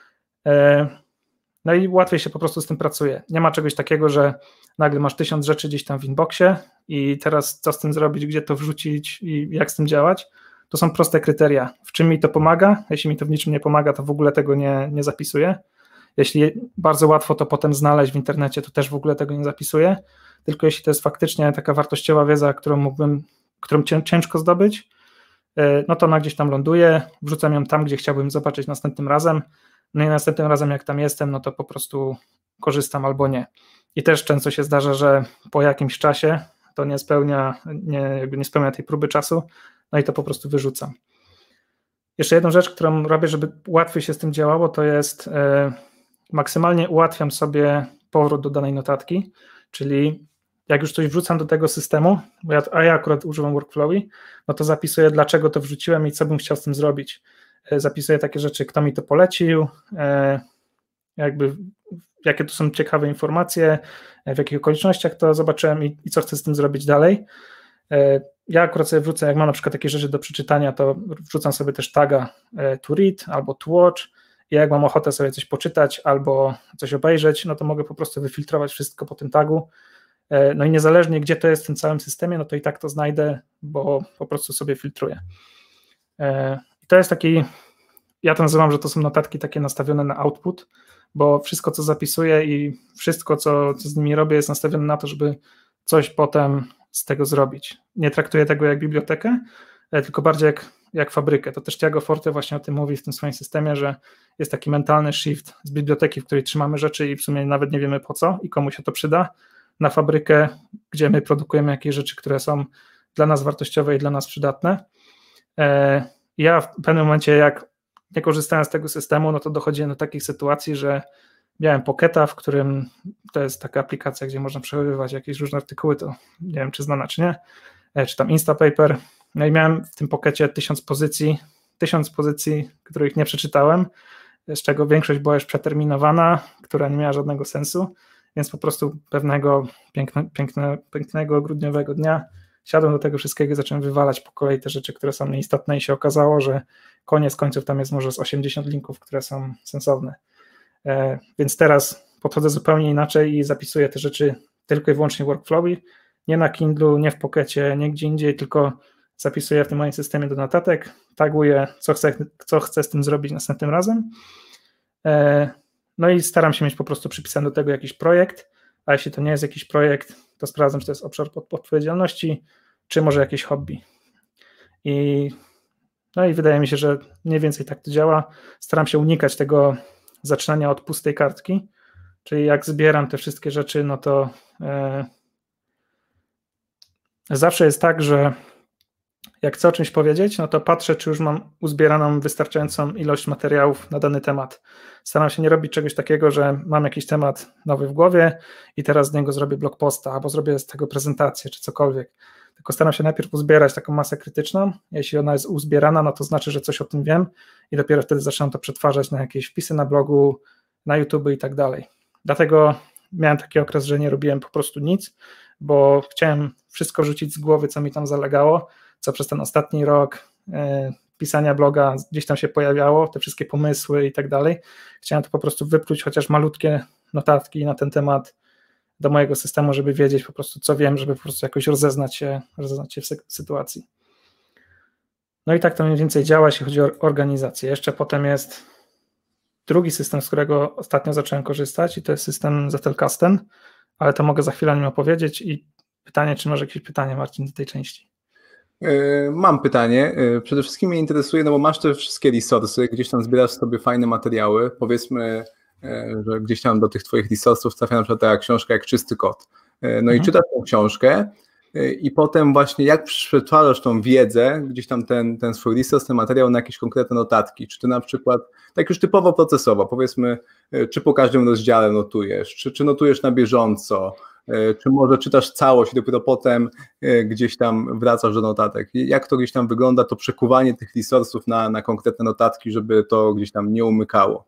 B: No i łatwiej się po prostu z tym pracuje. Nie ma czegoś takiego, że nagle masz tysiąc rzeczy gdzieś tam w inboxie i teraz co z tym zrobić, gdzie to wrzucić i jak z tym działać. To są proste kryteria. W czym mi to pomaga? Jeśli mi to w niczym nie pomaga, to w ogóle tego nie, nie zapisuję. Jeśli bardzo łatwo to potem znaleźć w internecie, to też w ogóle tego nie zapisuję. Tylko jeśli to jest faktycznie taka wartościowa wiedza, którą mógłbym, którą ciężko zdobyć, no to ona gdzieś tam ląduje, wrzucam ją tam, gdzie chciałbym zobaczyć następnym razem, no i następnym razem jak tam jestem, no to po prostu korzystam albo nie. I też często się zdarza, że po jakimś czasie to nie spełnia, nie, jakby nie spełnia tej próby czasu, no i to po prostu wyrzucam. Jeszcze jedną rzecz, którą robię, żeby łatwiej się z tym działało, to jest e, maksymalnie ułatwiam sobie powrót do danej notatki, czyli jak już coś wrzucam do tego systemu, bo ja, a ja akurat używam workflowi, no to zapisuję, dlaczego to wrzuciłem i co bym chciał z tym zrobić. Zapisuję takie rzeczy, kto mi to polecił, jakby jakie to są ciekawe informacje, w jakich okolicznościach to zobaczyłem i, i co chcę z tym zrobić dalej. Ja akurat sobie wrzucę, jak mam na przykład takie rzeczy do przeczytania, to wrzucam sobie też taga to read albo to watch i jak mam ochotę sobie coś poczytać albo coś obejrzeć, no to mogę po prostu wyfiltrować wszystko po tym tagu. No i niezależnie gdzie to jest w tym całym systemie, no to i tak to znajdę, bo po prostu sobie filtruję. I to jest taki, ja to nazywam, że to są notatki takie nastawione na output, bo wszystko co zapisuję i wszystko co, co z nimi robię jest nastawione na to, żeby coś potem z tego zrobić. Nie traktuję tego jak bibliotekę, tylko bardziej jak, jak fabrykę. To też Tiago Forte właśnie o tym mówi w tym swoim systemie, że jest taki mentalny shift z biblioteki, w której trzymamy rzeczy i w sumie nawet nie wiemy po co i komu się to przyda, na fabrykę, gdzie my produkujemy jakieś rzeczy, które są dla nas wartościowe i dla nas przydatne. Ja w pewnym momencie, jak nie korzystałem z tego systemu, no to dochodziłem do takich sytuacji, że miałem Pocketa, w którym to jest taka aplikacja, gdzie można przechowywać jakieś różne artykuły, to nie wiem, czy znana, czy nie, czy tam Instapaper. No i miałem w tym Pockecie tysiąc pozycji, tysiąc pozycji, których nie przeczytałem, z czego większość była już przeterminowana, która nie miała żadnego sensu, więc po prostu pewnego piękne, piękne, pięknego grudniowego dnia siadłem do tego wszystkiego i zacząłem wywalać po kolei te rzeczy, które są nieistotne i się okazało, że koniec końców tam jest może z osiemdziesiąt linków, które są sensowne. E, więc teraz podchodzę zupełnie inaczej i zapisuję te rzeczy tylko i wyłącznie w workflowie, nie na Kindlu, nie w Pockecie, nie gdzie indziej, tylko zapisuję w tym moim systemie do notatek, taguję, co chcę, co chcę z tym zrobić następnym razem. E, no i staram się mieć po prostu przypisany do tego jakiś projekt, a jeśli to nie jest jakiś projekt, to sprawdzam, czy to jest obszar odpowiedzialności, czy może jakieś hobby. I, no i wydaje mi się, że mniej więcej tak to działa. Staram się unikać tego zaczynania od pustej kartki, czyli jak zbieram te wszystkie rzeczy, no to e, zawsze jest tak, że jak chcę o czymś powiedzieć, no to patrzę, czy już mam uzbieraną wystarczającą ilość materiałów na dany temat. Staram się nie robić czegoś takiego, że mam jakiś temat nowy w głowie i teraz z niego zrobię blog posta albo zrobię z tego prezentację czy cokolwiek. Tylko staram się najpierw uzbierać taką masę krytyczną. Jeśli ona jest uzbierana, no to znaczy, że coś o tym wiem i dopiero wtedy zaczynam to przetwarzać na jakieś wpisy na blogu, na YouTube i tak dalej. Dlatego miałem taki okres, że nie robiłem po prostu nic, bo chciałem wszystko rzucić z głowy, co mi tam zalegało, co przez ten ostatni rok e, pisania bloga gdzieś tam się pojawiało, te wszystkie pomysły i tak dalej. Chciałem to po prostu wypluć, chociaż malutkie notatki na ten temat do mojego systemu, żeby wiedzieć po prostu, co wiem, żeby po prostu jakoś rozeznać się, rozeznać się w sytuacji. No i tak to mniej więcej działa, jeśli chodzi o organizację. Jeszcze potem jest drugi system, z którego ostatnio zacząłem korzystać i to jest system Zettelkasten, ale to mogę za chwilę o nim opowiedzieć i pytanie, czy masz jakieś pytanie, Marcin, do tej części?
A: Mam pytanie. Przede wszystkim mnie interesuje, no bo masz te wszystkie resursy, gdzieś tam zbierasz sobie fajne materiały, powiedzmy, że gdzieś tam do tych twoich resursów trafia na przykład taka książka jak Czysty Kod. No mhm. i czytasz tą książkę i potem właśnie jak przetwarzasz tą wiedzę, gdzieś tam ten, ten swój resource, ten materiał na jakieś konkretne notatki, czy ty na przykład tak już typowo procesowo, powiedzmy, czy po każdym rozdziale notujesz, czy, czy notujesz na bieżąco, czy może czytasz całość i dopiero potem gdzieś tam wracasz do notatek. Jak to gdzieś tam wygląda, to przekuwanie tych resursów na, na konkretne notatki, żeby to gdzieś tam nie umykało?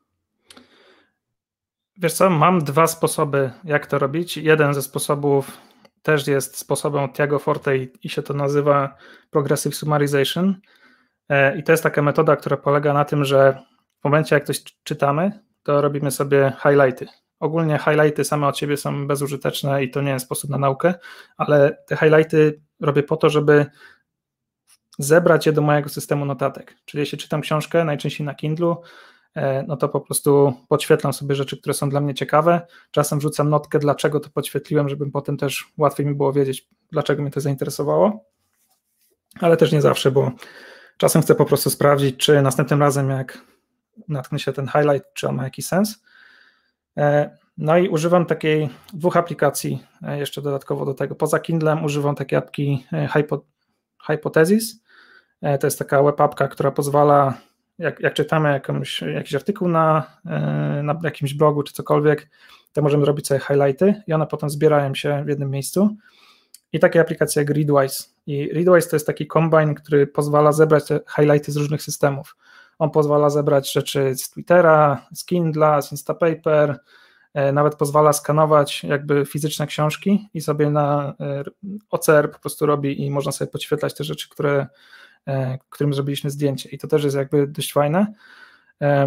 B: Wiesz co, mam dwa sposoby, jak to robić. Jeden ze sposobów też jest sposobem Tiago Forte i się to nazywa Progressive Summarization. I to jest taka metoda, która polega na tym, że w momencie, jak coś czytamy, to robimy sobie highlighty. Ogólnie highlighty same od siebie są bezużyteczne i to nie jest sposób na naukę, ale te highlighty robię po to, żeby zebrać je do mojego systemu notatek. Czyli jeśli czytam książkę, najczęściej na Kindlu, no to po prostu podświetlam sobie rzeczy, które są dla mnie ciekawe. Czasem wrzucam notkę, dlaczego to podświetliłem, żeby potem też łatwiej mi było wiedzieć, dlaczego mnie to zainteresowało. Ale też nie zawsze, bo czasem chcę po prostu sprawdzić, czy następnym razem, jak natknę się ten highlight, czy on ma jakiś sens. No i używam takiej dwóch aplikacji jeszcze dodatkowo do tego. Poza Kindlem używam takiej apki Hypothesis. To jest taka web apka, która pozwala, jak, jak czytamy jakąś, jakiś artykuł na, na jakimś blogu czy cokolwiek, to możemy robić sobie highlighty i one potem zbierają się w jednym miejscu. I takie aplikacje jak Readwise. I Readwise to jest taki kombine, który pozwala zebrać te highlighty z różnych systemów. On pozwala zebrać rzeczy z Twittera, z Kindla, z Instapaper, nawet pozwala skanować jakby fizyczne książki i sobie na O C R po prostu robi i można sobie podświetlać te rzeczy, które, którym zrobiliśmy zdjęcie i to też jest jakby dość fajne.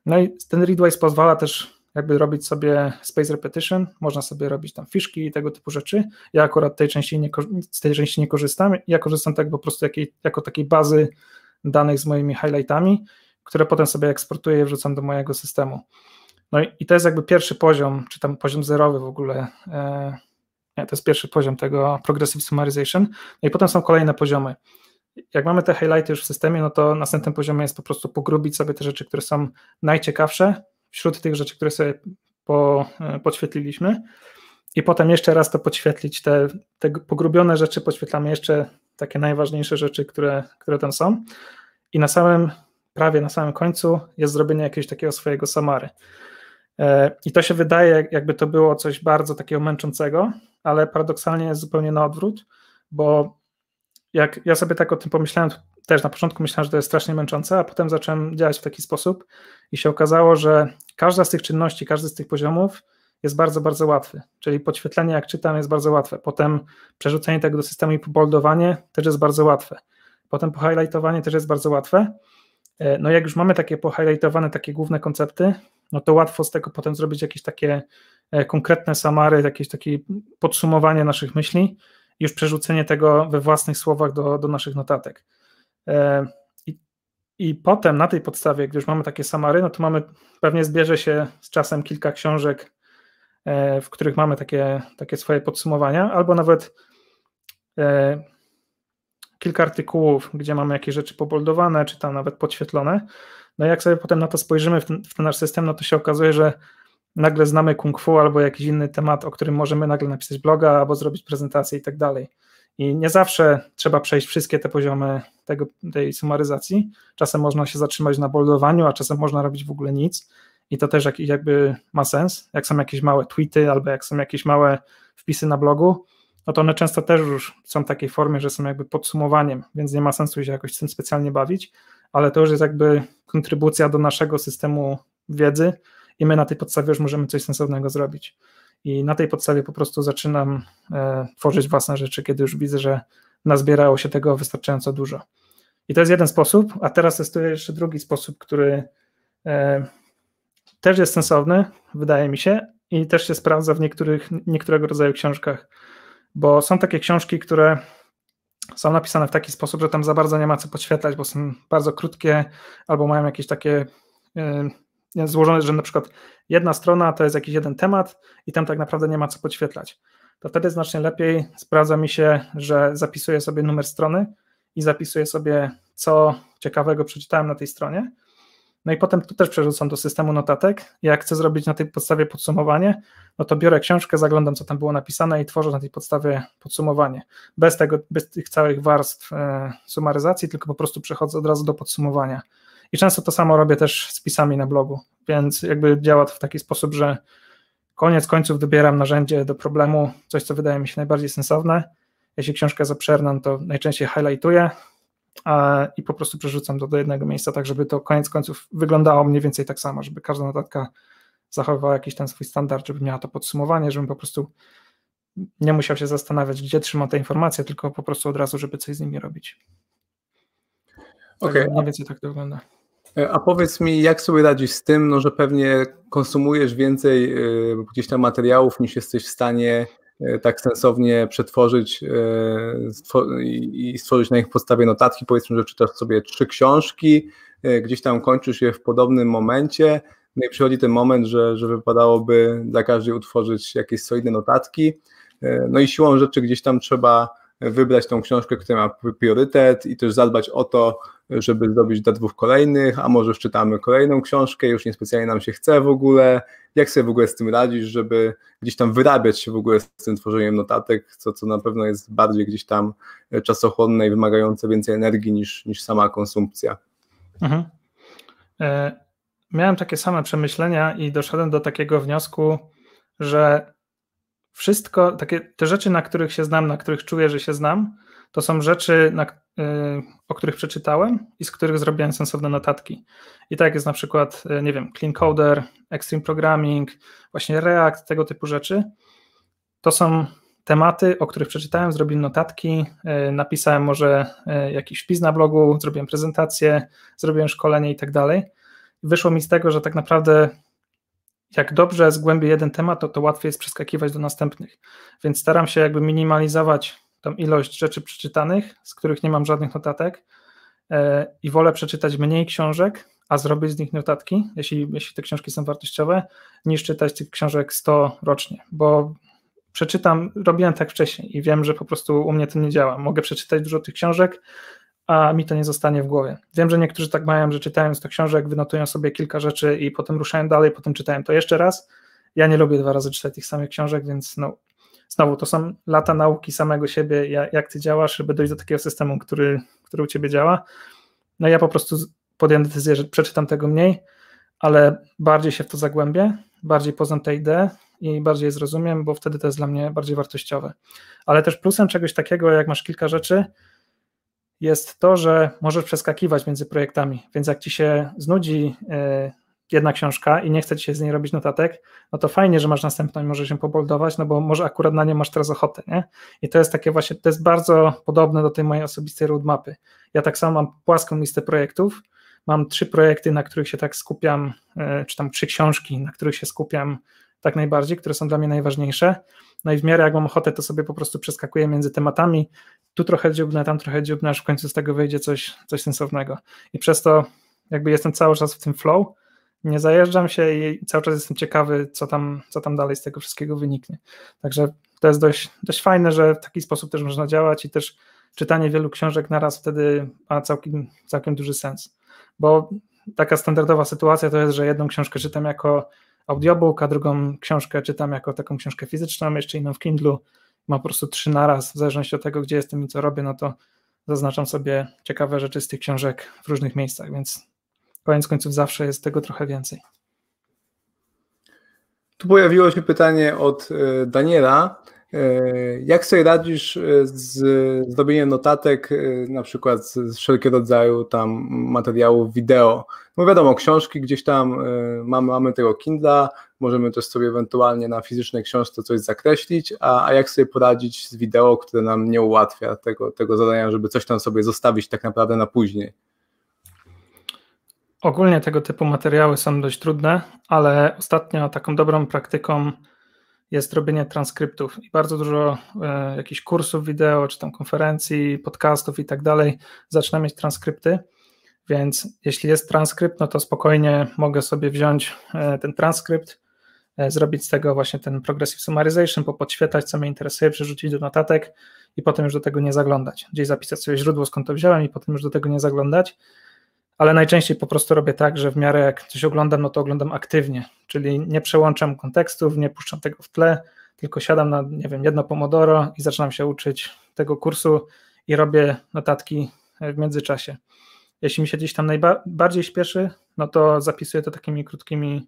B: No i ten Readwise pozwala też jakby robić sobie space repetition, można sobie robić tam fiszki i tego typu rzeczy. Ja akurat tej części nie, z tej części nie korzystam, ja korzystam tak po prostu jakiej, jako takiej bazy danych z moimi highlightami, które potem sobie eksportuję i wrzucam do mojego systemu. No i, i to jest jakby pierwszy poziom, czy tam poziom zerowy w ogóle, e, nie, to jest pierwszy poziom tego progressive summarization, no i potem są kolejne poziomy. Jak mamy te highlighty już w systemie, no to następnym poziomem jest po prostu pogrubić sobie te rzeczy, które są najciekawsze wśród tych rzeczy, które sobie po, podświetliliśmy i potem jeszcze raz to podświetlić, te, te pogrubione rzeczy podświetlamy jeszcze takie najważniejsze rzeczy, które, które tam są i na samym, prawie na samym końcu jest zrobienie jakiegoś takiego swojego summary. I to się wydaje, jakby to było coś bardzo takiego męczącego, ale paradoksalnie jest zupełnie na odwrót, bo jak ja sobie tak o tym pomyślałem, też na początku myślałem, że to jest strasznie męczące, a potem zacząłem działać w taki sposób i się okazało, że każda z tych czynności, każdy z tych poziomów jest bardzo, bardzo łatwy, czyli podświetlenie, jak czytam, jest bardzo łatwe, potem przerzucenie tego do systemu i poboldowanie też jest bardzo łatwe, potem pohighlightowanie też jest bardzo łatwe. No jak już mamy takie pohighlightowane, takie główne koncepty, no to łatwo z tego potem zrobić jakieś takie konkretne summary, jakieś takie podsumowanie naszych myśli, już przerzucenie tego we własnych słowach do, do naszych notatek. I, I potem na tej podstawie, gdy już mamy takie summary, no to mamy, pewnie zbierze się z czasem kilka książek, w których mamy takie, takie swoje podsumowania, albo nawet kilka artykułów, gdzie mamy jakieś rzeczy poboldowane, czy tam nawet podświetlone. No i jak sobie potem na to spojrzymy w ten, w ten nasz system, no to się okazuje, że nagle znamy kung fu albo jakiś inny temat, o którym możemy nagle napisać bloga albo zrobić prezentację i tak dalej. I nie zawsze trzeba przejść wszystkie te poziomy tego, tej sumaryzacji. Czasem można się zatrzymać na boldowaniu, a czasem można robić w ogóle nic. I to też jakby ma sens. Jak są jakieś małe tweety albo jak są jakieś małe wpisy na blogu, no to one często też już są w takiej formie, że są jakby podsumowaniem, więc nie ma sensu się jakoś z tym specjalnie bawić, ale to już jest jakby kontrybucja do naszego systemu wiedzy i my na tej podstawie już możemy coś sensownego zrobić. I na tej podstawie po prostu zaczynam e, tworzyć własne rzeczy, kiedy już widzę, że nazbierało się tego wystarczająco dużo. I to jest jeden sposób, a teraz testuję jeszcze drugi sposób, który e, też jest sensowny, wydaje mi się, i też się sprawdza w niektórych, niektórego rodzaju książkach, bo są takie książki, które są napisane w taki sposób, że tam za bardzo nie ma co podświetlać, bo są bardzo krótkie albo mają jakieś takie e, złożone, że na przykład jedna strona to jest jakiś jeden temat i tam tak naprawdę nie ma co podświetlać. To wtedy znacznie lepiej sprawdza mi się, że zapisuję sobie numer strony i zapisuję sobie, co ciekawego przeczytałem na tej stronie. No i potem tu też przerzucam do systemu notatek. Jak chcę zrobić na tej podstawie podsumowanie, no to biorę książkę, zaglądam, co tam było napisane i tworzę na tej podstawie podsumowanie. Bez tego, bez tych całych warstw e, sumaryzacji, tylko po prostu przechodzę od razu do podsumowania. I często to samo robię też z pisami na blogu, więc jakby działa to w taki sposób, że koniec końców dobieram narzędzie do problemu, coś, co wydaje mi się najbardziej sensowne. Jeśli książka jest obszerna, to najczęściej highlightuję a, i po prostu przerzucam to do jednego miejsca, tak żeby to koniec końców wyglądało mniej więcej tak samo, żeby każda notatka zachowywała jakiś ten swój standard, żeby miała to podsumowanie, żebym po prostu nie musiał się zastanawiać, gdzie trzymam te informacje, tylko po prostu od razu, żeby coś z nimi robić.
A: Okej.
B: Tak, mniej więcej tak to wygląda.
A: A powiedz mi, jak sobie radzisz z tym, no, że pewnie konsumujesz więcej y, gdzieś tam materiałów, niż jesteś w stanie y, tak sensownie przetworzyć y, stwor- i stworzyć na ich podstawie notatki. Powiedzmy, że czytasz sobie trzy książki, y, gdzieś tam kończysz je w podobnym momencie, no i przychodzi ten moment, że, że wypadałoby dla każdej utworzyć jakieś solidne notatki, y, no i siłą rzeczy gdzieś tam trzeba wybrać tą książkę, która ma priorytet i też zadbać o to, żeby zrobić dla dwóch kolejnych, a może wczytamy kolejną książkę, już niespecjalnie nam się chce w ogóle. Jak sobie w ogóle z tym radzisz, żeby gdzieś tam wyrabiać się w ogóle z tym tworzeniem notatek, co, co na pewno jest bardziej gdzieś tam czasochłonne i wymagające więcej energii niż, niż sama konsumpcja?
B: Mhm. E, miałem takie same przemyślenia i doszedłem do takiego wniosku, że wszystko, takie te rzeczy, na których się znam, na których czuję, że się znam, to są rzeczy, na, y, o których przeczytałem i z których zrobiłem sensowne notatki. I tak jest na przykład, y, nie wiem, Clean Coder, Extreme Programming, właśnie React, tego typu rzeczy. To są tematy, o których przeczytałem, zrobiłem notatki, y, napisałem może y, jakiś wpis na blogu, zrobiłem prezentację, zrobiłem szkolenie i tak dalej. wyszło mi z tego, że tak naprawdę jak dobrze zgłębię jeden temat, to, to łatwiej jest przeskakiwać do następnych. Więc staram się jakby minimalizować tą ilość rzeczy przeczytanych, z których nie mam żadnych notatek yy, i wolę przeczytać mniej książek, a zrobić z nich notatki, jeśli, jeśli te książki są wartościowe, niż czytać tych książek sto rocznie, bo przeczytam, robiłem tak wcześniej i wiem, że po prostu u mnie to nie działa. Mogę przeczytać dużo tych książek, a mi to nie zostanie w głowie. Wiem, że niektórzy tak mają, że czytają sto książek, wynotują sobie kilka rzeczy i potem ruszają dalej, potem czytają to jeszcze raz. Ja nie lubię dwa razy czytać tych samych książek, więc no, znowu to są lata nauki samego siebie, jak ty działasz, żeby dojść do takiego systemu, który, który u ciebie działa. No ja po prostu podjąłem decyzję, że przeczytam tego mniej, ale bardziej się w to zagłębię, bardziej poznam tę ideę i bardziej je zrozumiem, bo wtedy to jest dla mnie bardziej wartościowe. Ale też plusem czegoś takiego, jak masz kilka rzeczy, jest to, że możesz przeskakiwać między projektami, więc jak ci się znudzi jedna książka i nie chce ci się z niej robić notatek, no to fajnie, że masz następną i możesz się poboldować, no bo może akurat na nie masz teraz ochotę, nie? I to jest takie właśnie, to jest bardzo podobne do tej mojej osobistej roadmapy. Ja tak samo mam płaską listę projektów, mam trzy projekty, na których się tak skupiam, czy tam trzy książki, na których się skupiam tak najbardziej, które są dla mnie najważniejsze. No i w miarę jak mam ochotę, to sobie po prostu przeskakuję między tematami, tu trochę dziubnę, tam trochę dziubnę, aż w końcu z tego wyjdzie coś, coś sensownego. I przez to jakby jestem cały czas w tym flow, nie zajeżdżam się i cały czas jestem ciekawy, co tam, co tam dalej z tego wszystkiego wyniknie. Także to jest dość, dość fajne, że w taki sposób też można działać i też czytanie wielu książek naraz wtedy ma całkiem, całkiem duży sens. Bo taka standardowa sytuacja to jest, że jedną książkę czytam jako audiobook, a drugą książkę czytam jako taką książkę fizyczną, jeszcze inną w Kindlu. Mam po prostu trzy naraz, w zależności od tego, gdzie jestem i co robię, no to zaznaczam sobie ciekawe rzeczy z tych książek w różnych miejscach, więc koniec końców zawsze jest tego trochę więcej.
A: Tu pojawiło się pytanie od Daniela. Jak sobie radzisz z zrobieniem notatek, na przykład z wszelkiego rodzaju tam materiałów wideo? No wiadomo, książki gdzieś tam mamy, mamy tego Kindla, możemy też sobie ewentualnie na fizycznej książce coś zakreślić, a, a jak sobie poradzić z wideo, które nam nie ułatwia tego, tego zadania, żeby coś tam sobie zostawić tak naprawdę na później?
B: Ogólnie tego typu materiały są dość trudne, ale ostatnio taką dobrą praktyką jest robienie transkryptów i bardzo dużo e, jakichś kursów wideo, czy tam konferencji, podcastów i tak dalej zaczyna mieć transkrypty, więc jeśli jest transkrypt, no to spokojnie mogę sobie wziąć e, ten transkrypt, e, zrobić z tego właśnie ten progressive summarization, popodświetlać, co mnie interesuje, przerzucić do notatek i potem już do tego nie zaglądać. Gdzieś zapisać sobie źródło, skąd to wziąłem i potem już do tego nie zaglądać. Ale najczęściej po prostu robię tak, że w miarę jak coś oglądam, no to oglądam aktywnie, czyli nie przełączam kontekstów, nie puszczam tego w tle, tylko siadam na, nie wiem, jedno pomodoro i zaczynam się uczyć tego kursu i robię notatki w międzyczasie. Jeśli mi się gdzieś tam najbardziej śpieszy, no to zapisuję to takimi krótkimi,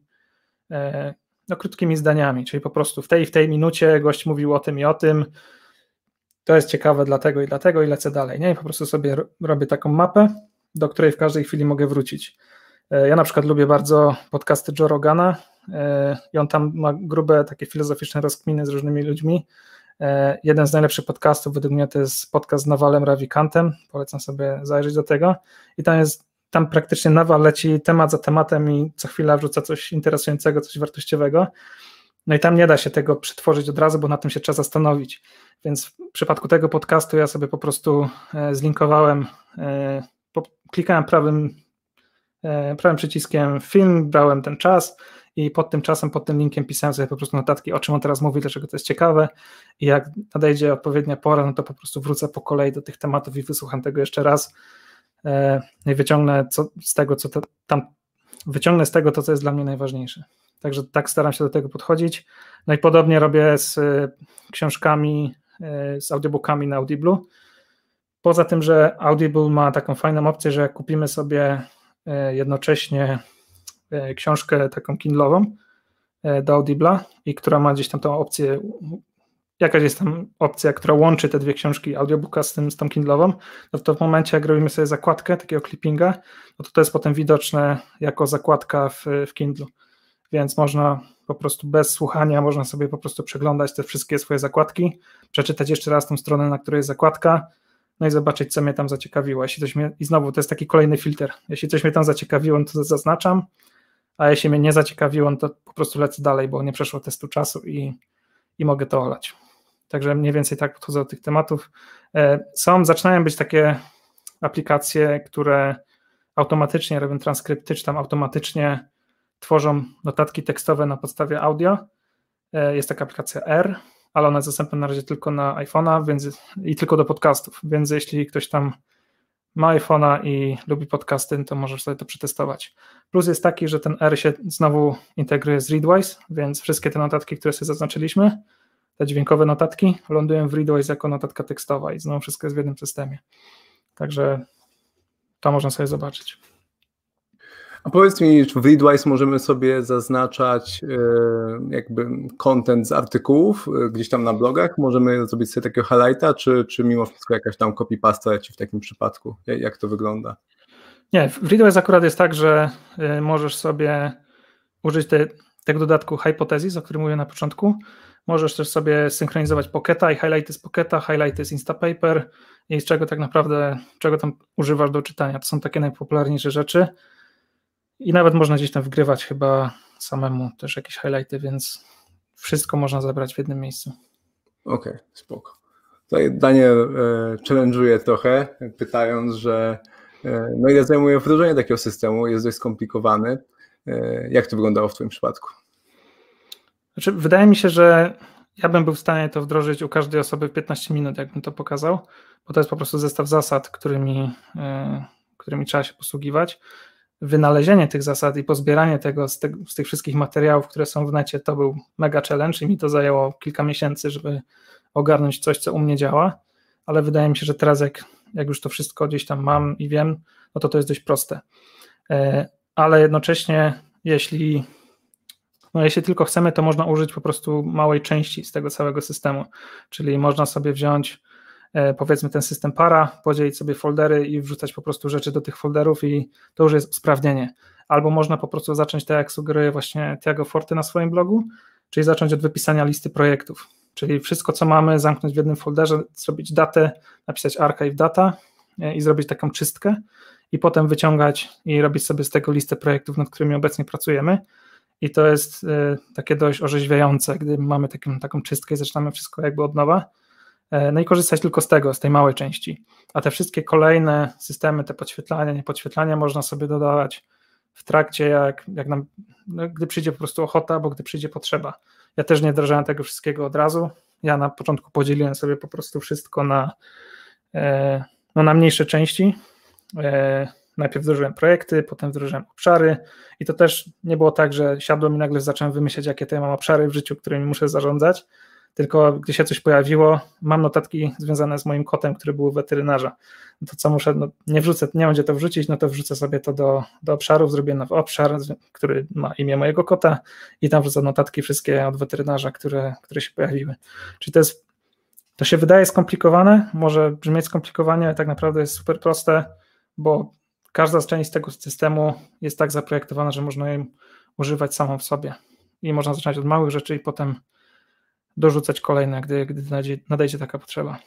B: no krótkimi zdaniami, czyli po prostu w tej i w tej minucie gość mówił o tym i o tym, to jest ciekawe dlatego i dlatego i lecę dalej, nie? I po prostu sobie robię taką mapę, do której w każdej chwili mogę wrócić. Ja na przykład lubię bardzo podcasty Joe Rogana i on tam ma grube takie filozoficzne rozkminy z różnymi ludźmi. Jeden z najlepszych podcastów według mnie to jest podcast z Nawalem Ravikantem, polecam sobie zajrzeć do tego i tam jest, tam praktycznie Nawal leci temat za tematem i co chwila wrzuca coś interesującego, coś wartościowego. No i tam nie da się tego przetworzyć od razu, bo na tym się trzeba zastanowić. Więc w przypadku tego podcastu ja sobie po prostu zlinkowałem, klikałem prawym, prawym przyciskiem film, brałem ten czas i pod tym czasem, pod tym linkiem pisałem sobie po prostu notatki, o czym on teraz mówi, dlaczego to jest ciekawe i jak nadejdzie odpowiednia pora, no to po prostu wrócę po kolei do tych tematów i wysłucham tego jeszcze raz i wyciągnę co, z tego, co to, tam wyciągnę z tego to, co jest dla mnie najważniejsze. Także tak staram się do tego podchodzić. No i podobnie robię z książkami, z audiobookami na Audible. Poza tym, że Audible ma taką fajną opcję, że jak kupimy sobie jednocześnie książkę taką Kindlową do Audible'a i która ma gdzieś tam tą opcję, jakaś jest tam opcja, która łączy te dwie książki audiobooka z, tym, z tą Kindlową, no to w momencie, jak robimy sobie zakładkę, takiego clippinga, no to to jest potem widoczne jako zakładka w, w Kindlu, więc można po prostu bez słuchania, można sobie po prostu przeglądać te wszystkie swoje zakładki, przeczytać jeszcze raz tą stronę, na której jest zakładka, no i zobaczyć, co mnie tam zaciekawiło. Jeśli coś mnie, i znowu to jest taki kolejny filtr. Jeśli coś mnie tam zaciekawiło, no to zaznaczam, a jeśli mnie nie zaciekawiło, no to po prostu lecę dalej, bo nie przeszło testu czasu i, i mogę to olać. Także mniej więcej tak podchodzę do tych tematów. Są, zaczynają być takie aplikacje, które automatycznie robią transkrypty, czy tam automatycznie tworzą notatki tekstowe na podstawie audio. Jest taka aplikacja R, ale ona jest dostępna na razie tylko na iPhone'a, więc i tylko do podcastów, więc jeśli ktoś tam ma iPhone'a i lubi podcasty, to możesz sobie to przetestować. Plus jest taki, że ten R się znowu integruje z Readwise, więc wszystkie te notatki, które sobie zaznaczyliśmy, te dźwiękowe notatki, lądują w Readwise jako notatka tekstowa i znowu wszystko jest w jednym systemie. Także to można sobie zobaczyć.
A: A powiedz mi, czy w Readwise możemy sobie zaznaczać jakby content z artykułów gdzieś tam na blogach? Możemy zrobić sobie takiego highlighta, czy, czy mimo wszystko jakaś tam copy-pasta leci w takim przypadku? Jak to wygląda?
B: Nie, w Readwise akurat jest tak, że możesz sobie użyć te, tego dodatku Hypothesis, o którym mówię na początku. Możesz też sobie synchronizować Pocketa i highlighty z Pocketa, highlighty z Instapaper i z czego tak naprawdę, czego tam używasz do czytania. To są takie najpopularniejsze rzeczy. I nawet można gdzieś tam wgrywać chyba samemu też jakieś highlighty, więc wszystko można zebrać w jednym miejscu.
A: Okej, okay, spoko. Tutaj Daniel e, challenge'uje trochę, pytając, że e, no ile zajmuje wdrożenie takiego systemu, jest dość skomplikowany. E, jak to wyglądało w twoim przypadku?
B: Znaczy, wydaje mi się, że ja bym był w stanie to wdrożyć u każdej osoby w piętnaście minut, jakbym to pokazał, bo to jest po prostu zestaw zasad, którymi, e, którymi trzeba się posługiwać. Wynalezienie tych zasad i pozbieranie tego z, te, z tych wszystkich materiałów, które są w necie, to był mega challenge i mi to zajęło kilka miesięcy, żeby ogarnąć coś, co u mnie działa, ale wydaje mi się, że teraz jak, jak już to wszystko gdzieś tam mam i wiem, no to to jest dość proste. Ale jednocześnie, jeśli, no jeśli tylko chcemy, to można użyć po prostu małej części z tego całego systemu, czyli można sobie wziąć powiedzmy ten system para, podzielić sobie foldery i wrzucać po prostu rzeczy do tych folderów i to już jest usprawnienie. Albo można po prostu zacząć tak jak sugeruje właśnie Tiago Forte na swoim blogu, czyli zacząć od wypisania listy projektów, czyli wszystko co mamy zamknąć w jednym folderze, zrobić datę, napisać archive data i zrobić taką czystkę i potem wyciągać i robić sobie z tego listę projektów, nad którymi obecnie pracujemy i to jest takie dość orzeźwiające, gdy mamy taką, taką czystkę i zaczynamy wszystko jakby od nowa. No i korzystać tylko z tego, z tej małej części. A te wszystkie kolejne systemy, te podświetlania, niepodświetlania można sobie dodawać w trakcie, jak, jak nam, no, gdy przyjdzie po prostu ochota, bo gdy przyjdzie potrzeba. Ja też nie wdrażałem tego wszystkiego od razu. Ja na początku podzieliłem sobie po prostu wszystko na, e, no, na mniejsze części. E, najpierw wdrożyłem projekty, potem wdrożyłem obszary i to też nie było tak, że siadłem i nagle zacząłem wymyślać, jakie to ja mam obszary w życiu, którymi muszę zarządzać. Tylko gdy się coś pojawiło, mam notatki związane z moim kotem, który był weterynarza. No to co muszę, no nie wrzucę, nie mam gdzie to wrzucić, no to wrzucę sobie to do, do obszarów, zrobię nowy obszar, który ma imię mojego kota i tam wrzucę notatki wszystkie od weterynarza, które, które się pojawiły. Czyli to jest, to się wydaje skomplikowane, może brzmieć skomplikowanie, ale tak naprawdę jest super proste, bo każda z części tego systemu jest tak zaprojektowana, że można jej używać samą w sobie i można zaczynać od małych rzeczy i potem dorzucać kolejne, gdy, gdy nadejdzie, nadejdzie taka potrzeba.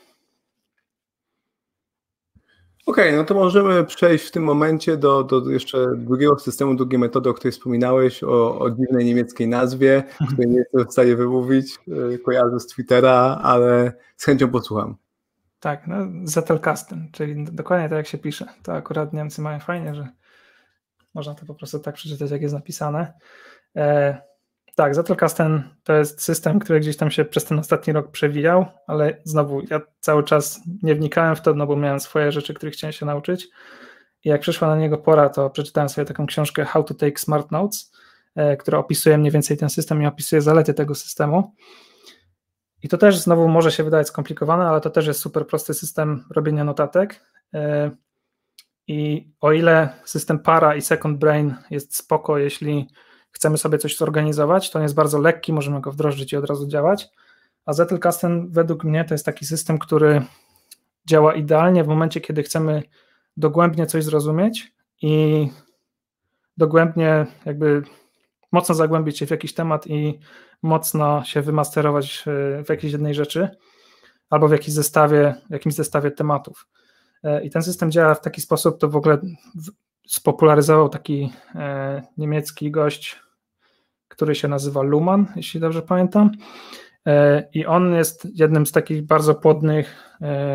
A: Okej, okay, no to możemy przejść w tym momencie do, do jeszcze drugiego systemu, drugiej metody, o której wspominałeś, o, o dziwnej niemieckiej nazwie, której nie jestem w stanie wymówić, kojarzę z Twittera, ale z chęcią posłucham.
B: Tak, no Zettelkasten, czyli dokładnie tak jak się pisze. To akurat Niemcy mają fajnie, że można to po prostu tak przeczytać, jak jest napisane. E, Tak, Zettelkasten to jest system, który gdzieś tam się przez ten ostatni rok przewijał, ale znowu ja cały czas nie wnikałem w to, no bo miałem swoje rzeczy, których chciałem się nauczyć i jak przyszła na niego pora, to przeczytałem sobie taką książkę How to Take Smart Notes, e, która opisuje mniej więcej ten system i opisuje zalety tego systemu i to też znowu może się wydawać skomplikowane, ale to też jest super prosty system robienia notatek e, i o ile system para i Second Brain jest spoko, jeśli chcemy sobie coś zorganizować, to on jest bardzo lekki, możemy go wdrożyć i od razu działać, a Zettelkasten według mnie to jest taki system, który działa idealnie w momencie, kiedy chcemy dogłębnie coś zrozumieć i dogłębnie jakby mocno zagłębić się w jakiś temat i mocno się wymasterować w jakiejś jednej rzeczy albo w jakimś zestawie, w jakimś zestawie tematów. I ten system działa w taki sposób, to w ogóle spopularyzował taki niemiecki gość, który się nazywa Luhmann, jeśli dobrze pamiętam. I on jest jednym z takich bardzo płodnych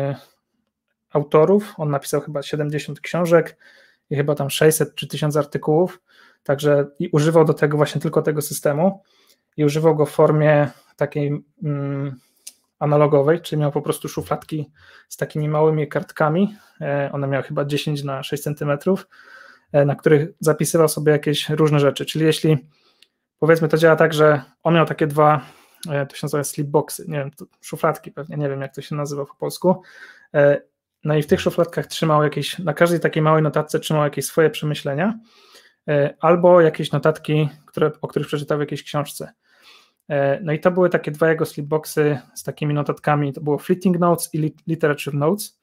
B: autorów. On napisał chyba siedemdziesiąt książek i chyba tam sześćset czy tysiąc artykułów, także i używał do tego właśnie tylko tego systemu i używał go w formie takiej mm, analogowej, czyli miał po prostu szufladki z takimi małymi kartkami, one miały chyba dziesięć na sześć centymetrów, na których zapisywał sobie jakieś różne rzeczy, czyli jeśli powiedzmy to działa tak, że on miał takie dwa, to się nazywa slipboxy, nie wiem, szufladki pewnie, nie wiem jak to się nazywa po polsku, no i w tych szufladkach trzymał jakieś, na każdej takiej małej notatce trzymał jakieś swoje przemyślenia albo jakieś notatki, które, o których przeczytał w jakiejś książce. No i to były takie dwa jego slipboxy z takimi notatkami, to było Fleeting Notes i Literature Notes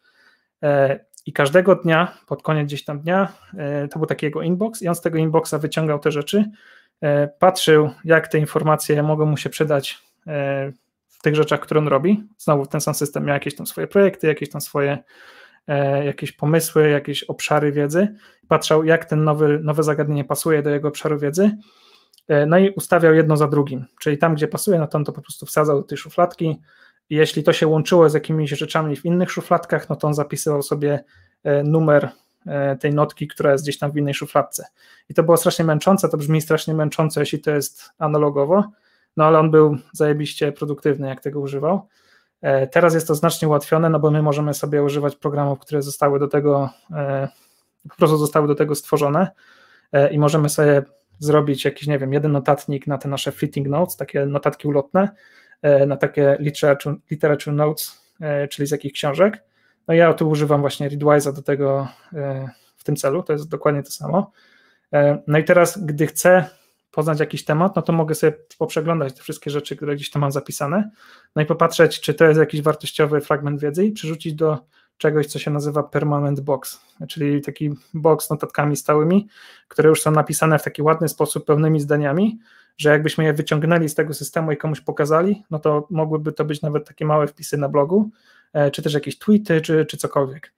B: i każdego dnia, pod koniec gdzieś tam dnia, to był taki jego inbox i on z tego inboxa wyciągał te rzeczy, patrzył jak te informacje mogą mu się przydać w tych rzeczach, które on robi, znowu ten sam system miał jakieś tam swoje projekty, jakieś tam swoje jakieś pomysły, jakieś obszary wiedzy, patrzał jak ten nowy, nowe zagadnienie pasuje do jego obszaru wiedzy, no i ustawiał jedno za drugim, czyli tam gdzie pasuje, no to on to po prostu wsadzał do tej szufladki i jeśli to się łączyło z jakimiś rzeczami w innych szufladkach, no to on zapisywał sobie numer tej notki, która jest gdzieś tam w innej szufladce. I to było strasznie męczące, to brzmi strasznie męczące, jeśli to jest analogowo, no ale on był zajebiście produktywny, jak tego używał. Teraz jest to znacznie ułatwione, no bo my możemy sobie używać programów, które zostały do tego, po prostu zostały do tego stworzone i możemy sobie zrobić jakiś, nie wiem, jeden notatnik na te nasze fleeting notes, takie notatki ulotne, na takie literature, literature notes, czyli z jakich książek. No ja tu używam właśnie Readwise'a do tego w tym celu, to jest dokładnie to samo. No i teraz, gdy chcę poznać jakiś temat, no to mogę sobie poprzeglądać te wszystkie rzeczy, które gdzieś tam mam zapisane, no i popatrzeć, czy to jest jakiś wartościowy fragment wiedzy i przerzucić do czegoś, co się nazywa permanent box, czyli taki box z notatkami stałymi, które już są napisane w taki ładny sposób, pełnymi zdaniami, że jakbyśmy je wyciągnęli z tego systemu i komuś pokazali, no to mogłyby to być nawet takie małe wpisy na blogu, czy też jakieś tweety, czy, czy cokolwiek.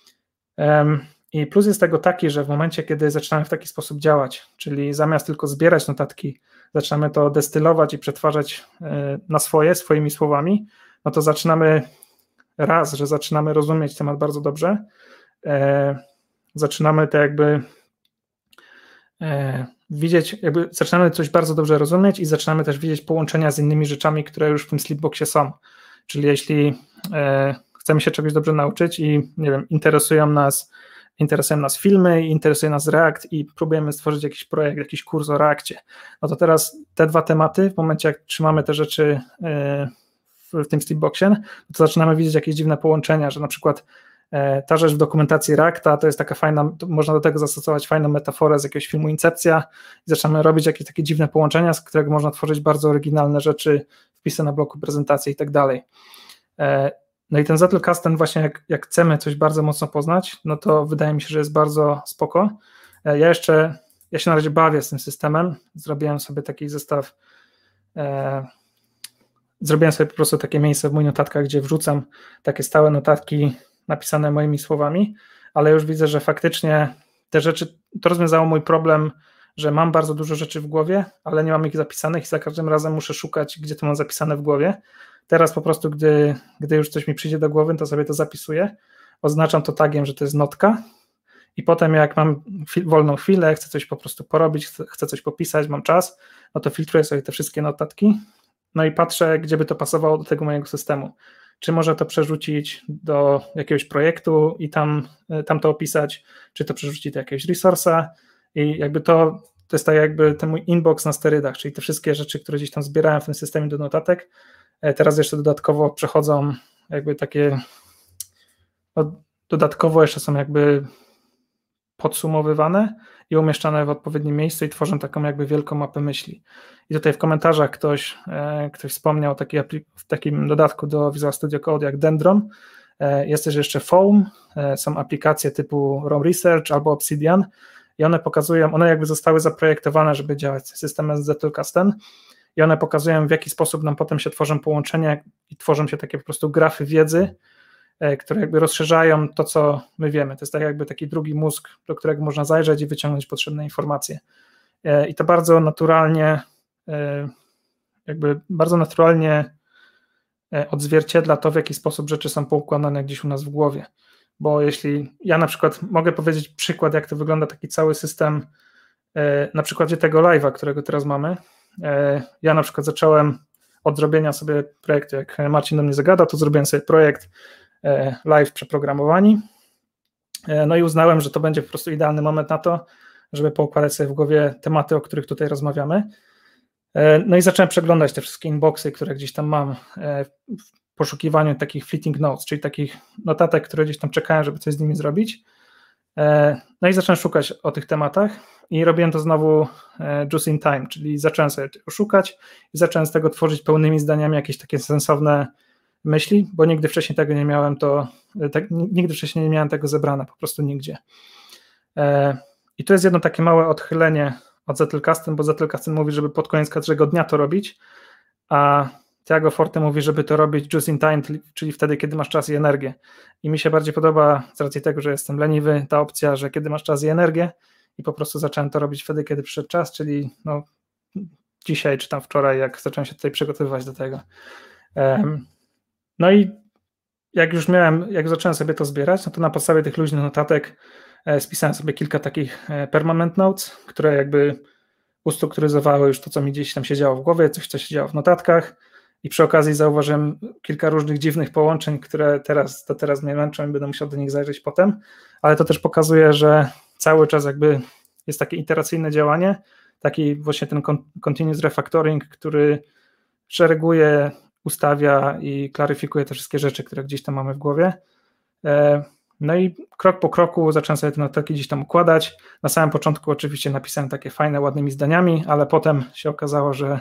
B: I plus jest tego taki, że w momencie, kiedy zaczynamy w taki sposób działać, czyli zamiast tylko zbierać notatki, zaczynamy to destylować i przetwarzać na swoje, swoimi słowami, no to zaczynamy raz, że zaczynamy rozumieć temat bardzo dobrze, zaczynamy to jakby widzieć, jakby zaczynamy coś bardzo dobrze rozumieć i zaczynamy też widzieć połączenia z innymi rzeczami, które już w tym slipboxie są. Czyli jeśli chcemy się czegoś dobrze nauczyć i nie wiem, interesują nas interesują nas filmy, interesuje nas React i próbujemy stworzyć jakiś projekt, jakiś kurs o Reakcie, no to teraz te dwa tematy, w momencie jak trzymamy te rzeczy w tym slipboxie, to zaczynamy widzieć jakieś dziwne połączenia, że na przykład ta rzecz w dokumentacji Reacta to jest taka fajna, można do tego zastosować fajną metaforę z jakiegoś filmu Incepcja i zaczynamy robić jakieś takie dziwne połączenia, z którego można tworzyć bardzo oryginalne rzeczy, wpisy na bloku, prezentacje i tak dalej. No i ten Zettelkasten ten właśnie jak, jak chcemy coś bardzo mocno poznać, no to wydaje mi się, że jest bardzo spoko. Ja jeszcze, ja się na razie bawię z tym systemem, zrobiłem sobie taki zestaw, e, zrobiłem sobie po prostu takie miejsce w moich notatkach, gdzie wrzucam takie stałe notatki napisane moimi słowami, ale już widzę, że faktycznie te rzeczy, to rozwiązało mój problem, że mam bardzo dużo rzeczy w głowie, ale nie mam ich zapisanych i za każdym razem muszę szukać, gdzie to mam zapisane w głowie. Teraz po prostu, gdy, gdy już coś mi przyjdzie do głowy, to sobie to zapisuję, oznaczam to tagiem, że to jest notka i potem jak mam chwil, wolną chwilę, chcę coś po prostu porobić, chcę, chcę coś popisać, mam czas, no to filtruję sobie te wszystkie notatki, no i patrzę, gdzie by to pasowało do tego mojego systemu. Czy może to przerzucić do jakiegoś projektu i tam, tam to opisać, czy to przerzucić do jakiegoś resource'a i jakby to, to jest tak jakby ten mój inbox na sterydach, czyli te wszystkie rzeczy, które gdzieś tam zbierałem w tym systemie do notatek, teraz jeszcze dodatkowo przechodzą jakby takie, no dodatkowo jeszcze są jakby podsumowywane i umieszczane w odpowiednim miejscu i tworzą taką jakby wielką mapę myśli. I tutaj w komentarzach ktoś, ktoś wspomniał taki, w takim dodatku do Visual Studio Code jak Dendron, jest też jeszcze Foam, są aplikacje typu Rom Research albo Obsidian i one pokazują, one jakby zostały zaprojektowane, żeby działać z systemem Zettelkasten i one pokazują, w jaki sposób nam potem się tworzą połączenia i tworzą się takie po prostu grafy wiedzy, które jakby rozszerzają to, co my wiemy. To jest tak jakby taki drugi mózg, do którego można zajrzeć i wyciągnąć potrzebne informacje. I to bardzo naturalnie, jakby bardzo naturalnie odzwierciedla to, w jaki sposób rzeczy są poukładane gdzieś u nas w głowie. Bo jeśli ja na przykład mogę powiedzieć przykład, jak to wygląda taki cały system na przykładzie tego live'a, którego teraz mamy. Ja na przykład zacząłem od zrobienia sobie projektu, jak Marcin do mnie zagadał, to zrobiłem sobie projekt live przeprogramowani. No i uznałem, że to będzie po prostu idealny moment na to, żeby poukładać sobie w głowie tematy, o których tutaj rozmawiamy. No i zacząłem przeglądać te wszystkie inboxy, które gdzieś tam mam w poszukiwaniu takich fleeting notes, czyli takich notatek, które gdzieś tam czekają, żeby coś z nimi zrobić. No i zacząłem szukać o tych tematach i robiłem to znowu just in time, czyli zacząłem sobie tego szukać i zacząłem z tego tworzyć pełnymi zdaniami jakieś takie sensowne myśli, bo nigdy wcześniej tego nie miałem, to tak, nigdy wcześniej nie miałem tego zebrane, po prostu nigdzie. I tu jest jedno takie małe odchylenie od Zettelkasten, bo Zettelkasten mówi, żeby pod koniec każdego dnia to robić, a Tiago Forte mówi, żeby to robić just in time, czyli wtedy, kiedy masz czas i energię. I mi się bardziej podoba, z racji tego, że jestem leniwy, ta opcja, że kiedy masz czas i energię i po prostu zacząłem to robić wtedy, kiedy przyszedł czas, czyli no, dzisiaj czy tam wczoraj, jak zacząłem się tutaj przygotowywać do tego. Um, no i jak już miałem, jak zacząłem sobie to zbierać, no to na podstawie tych luźnych notatek e, spisałem sobie kilka takich e, permanent notes, które jakby ustrukturyzowały już to, co mi gdzieś tam się działo w głowie, coś, co się działo w notatkach. I przy okazji zauważyłem kilka różnych dziwnych połączeń, które teraz, to teraz mnie męczą i będę musiał do nich zajrzeć potem, ale to też pokazuje, że cały czas jakby jest takie iteracyjne działanie, taki właśnie ten continuous refactoring, który szereguje, ustawia i klaryfikuje te wszystkie rzeczy, które gdzieś tam mamy w głowie. No i krok po kroku zacząłem sobie te notatki gdzieś tam układać. Na samym początku oczywiście napisałem takie fajne, ładnymi zdaniami, ale potem się okazało, że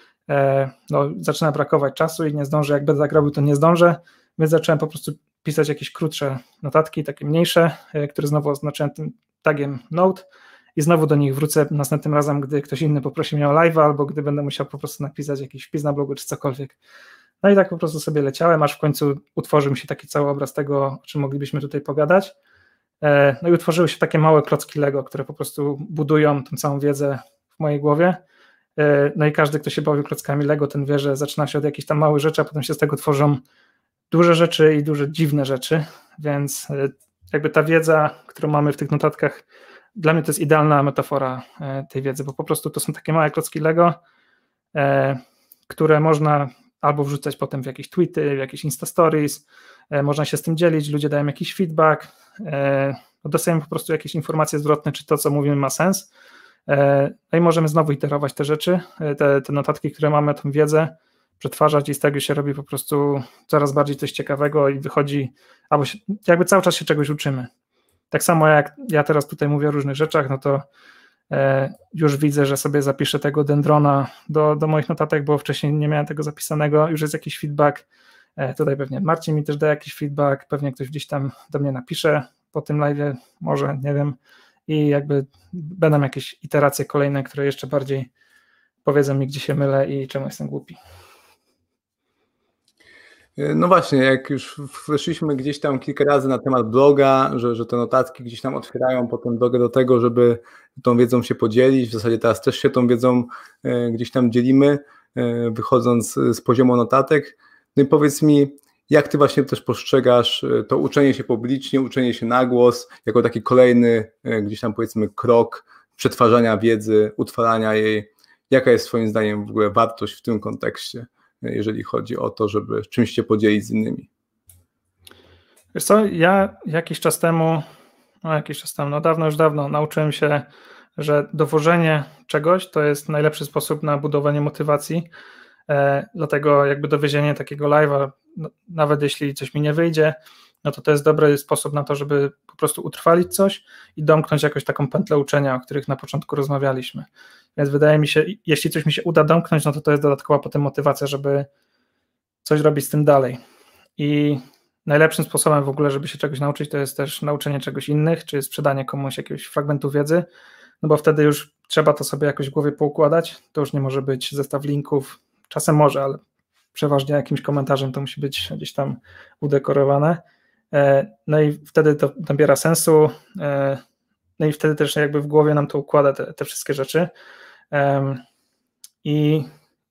B: no, zaczyna brakować czasu i nie zdążę, jak będę tak robił, to nie zdążę, więc zacząłem po prostu pisać jakieś krótsze notatki, takie mniejsze, które znowu oznaczyłem tym tagiem note i znowu do nich wrócę następnym razem, gdy ktoś inny poprosi mnie o live'a albo gdy będę musiał po prostu napisać jakiś wpis na blogu czy cokolwiek. No i tak po prostu sobie leciałem, aż w końcu utworzył mi się taki cały obraz tego, o czym moglibyśmy tutaj pogadać. No i utworzyły się takie małe klocki Lego, które po prostu budują tę całą wiedzę w mojej głowie. No i każdy, kto się bawił klockami Lego, ten wie, że zaczyna się od jakichś tam małych rzeczy, a potem się z tego tworzą duże rzeczy i duże dziwne rzeczy, więc jakby ta wiedza, którą mamy w tych notatkach, dla mnie to jest idealna metafora tej wiedzy, bo po prostu to są takie małe klocki Lego, które można albo wrzucać potem w jakieś tweety, w jakieś Insta Stories, można się z tym dzielić, ludzie dają jakiś feedback, dostajemy po prostu jakieś informacje zwrotne, czy to, co mówimy, ma sens. No i możemy znowu iterować te rzeczy, te, te notatki, które mamy, tą wiedzę, przetwarzać i z tego się robi po prostu coraz bardziej coś ciekawego i wychodzi, albo się, jakby cały czas się czegoś uczymy. Tak samo jak ja teraz tutaj mówię o różnych rzeczach, no to e, już widzę, że sobie zapiszę tego dendrona do, do moich notatek, bo wcześniej nie miałem tego zapisanego, już jest jakiś feedback, e, tutaj pewnie Marcin mi też da jakiś feedback, pewnie ktoś gdzieś tam do mnie napisze po tym live'ie, może, nie wiem, i jakby będą jakieś iteracje kolejne, które jeszcze bardziej powiedzą mi, gdzie się mylę i czemu jestem głupi.
A: No właśnie, jak już weszliśmy gdzieś tam kilka razy na temat bloga, że, że te notatki gdzieś tam otwierają potem drogę do tego, żeby tą wiedzą się podzielić, w zasadzie teraz też się tą wiedzą gdzieś tam dzielimy, wychodząc z poziomu notatek. No i powiedz mi, jak ty właśnie też postrzegasz to uczenie się publicznie, uczenie się na głos, jako taki kolejny gdzieś tam powiedzmy krok przetwarzania wiedzy, utwarania jej. Jaka jest twoim zdaniem w ogóle wartość w tym kontekście, jeżeli chodzi o to, żeby czymś się podzielić z innymi?
B: Wiesz co, ja jakiś czas temu, no jakiś czas temu, no dawno już dawno nauczyłem się, że dowożenie czegoś to jest najlepszy sposób na budowanie motywacji, e, dlatego jakby dowiezienie takiego live'a, no, nawet jeśli coś mi nie wyjdzie, no to to jest dobry sposób na to, żeby po prostu utrwalić coś i domknąć jakąś taką pętlę uczenia, o których na początku rozmawialiśmy. Więc wydaje mi się, jeśli coś mi się uda domknąć, no to to jest dodatkowa potem motywacja, żeby coś robić z tym dalej. I najlepszym sposobem w ogóle, żeby się czegoś nauczyć, to jest też nauczenie czegoś innych, czy sprzedanie komuś jakiegoś fragmentu wiedzy, no bo wtedy już trzeba to sobie jakoś w głowie poukładać, to już nie może być zestaw linków, czasem może, ale przeważnie jakimś komentarzem to musi być gdzieś tam udekorowane. No i wtedy to nabiera sensu, no i wtedy też jakby w głowie nam to układa te, te wszystkie rzeczy. I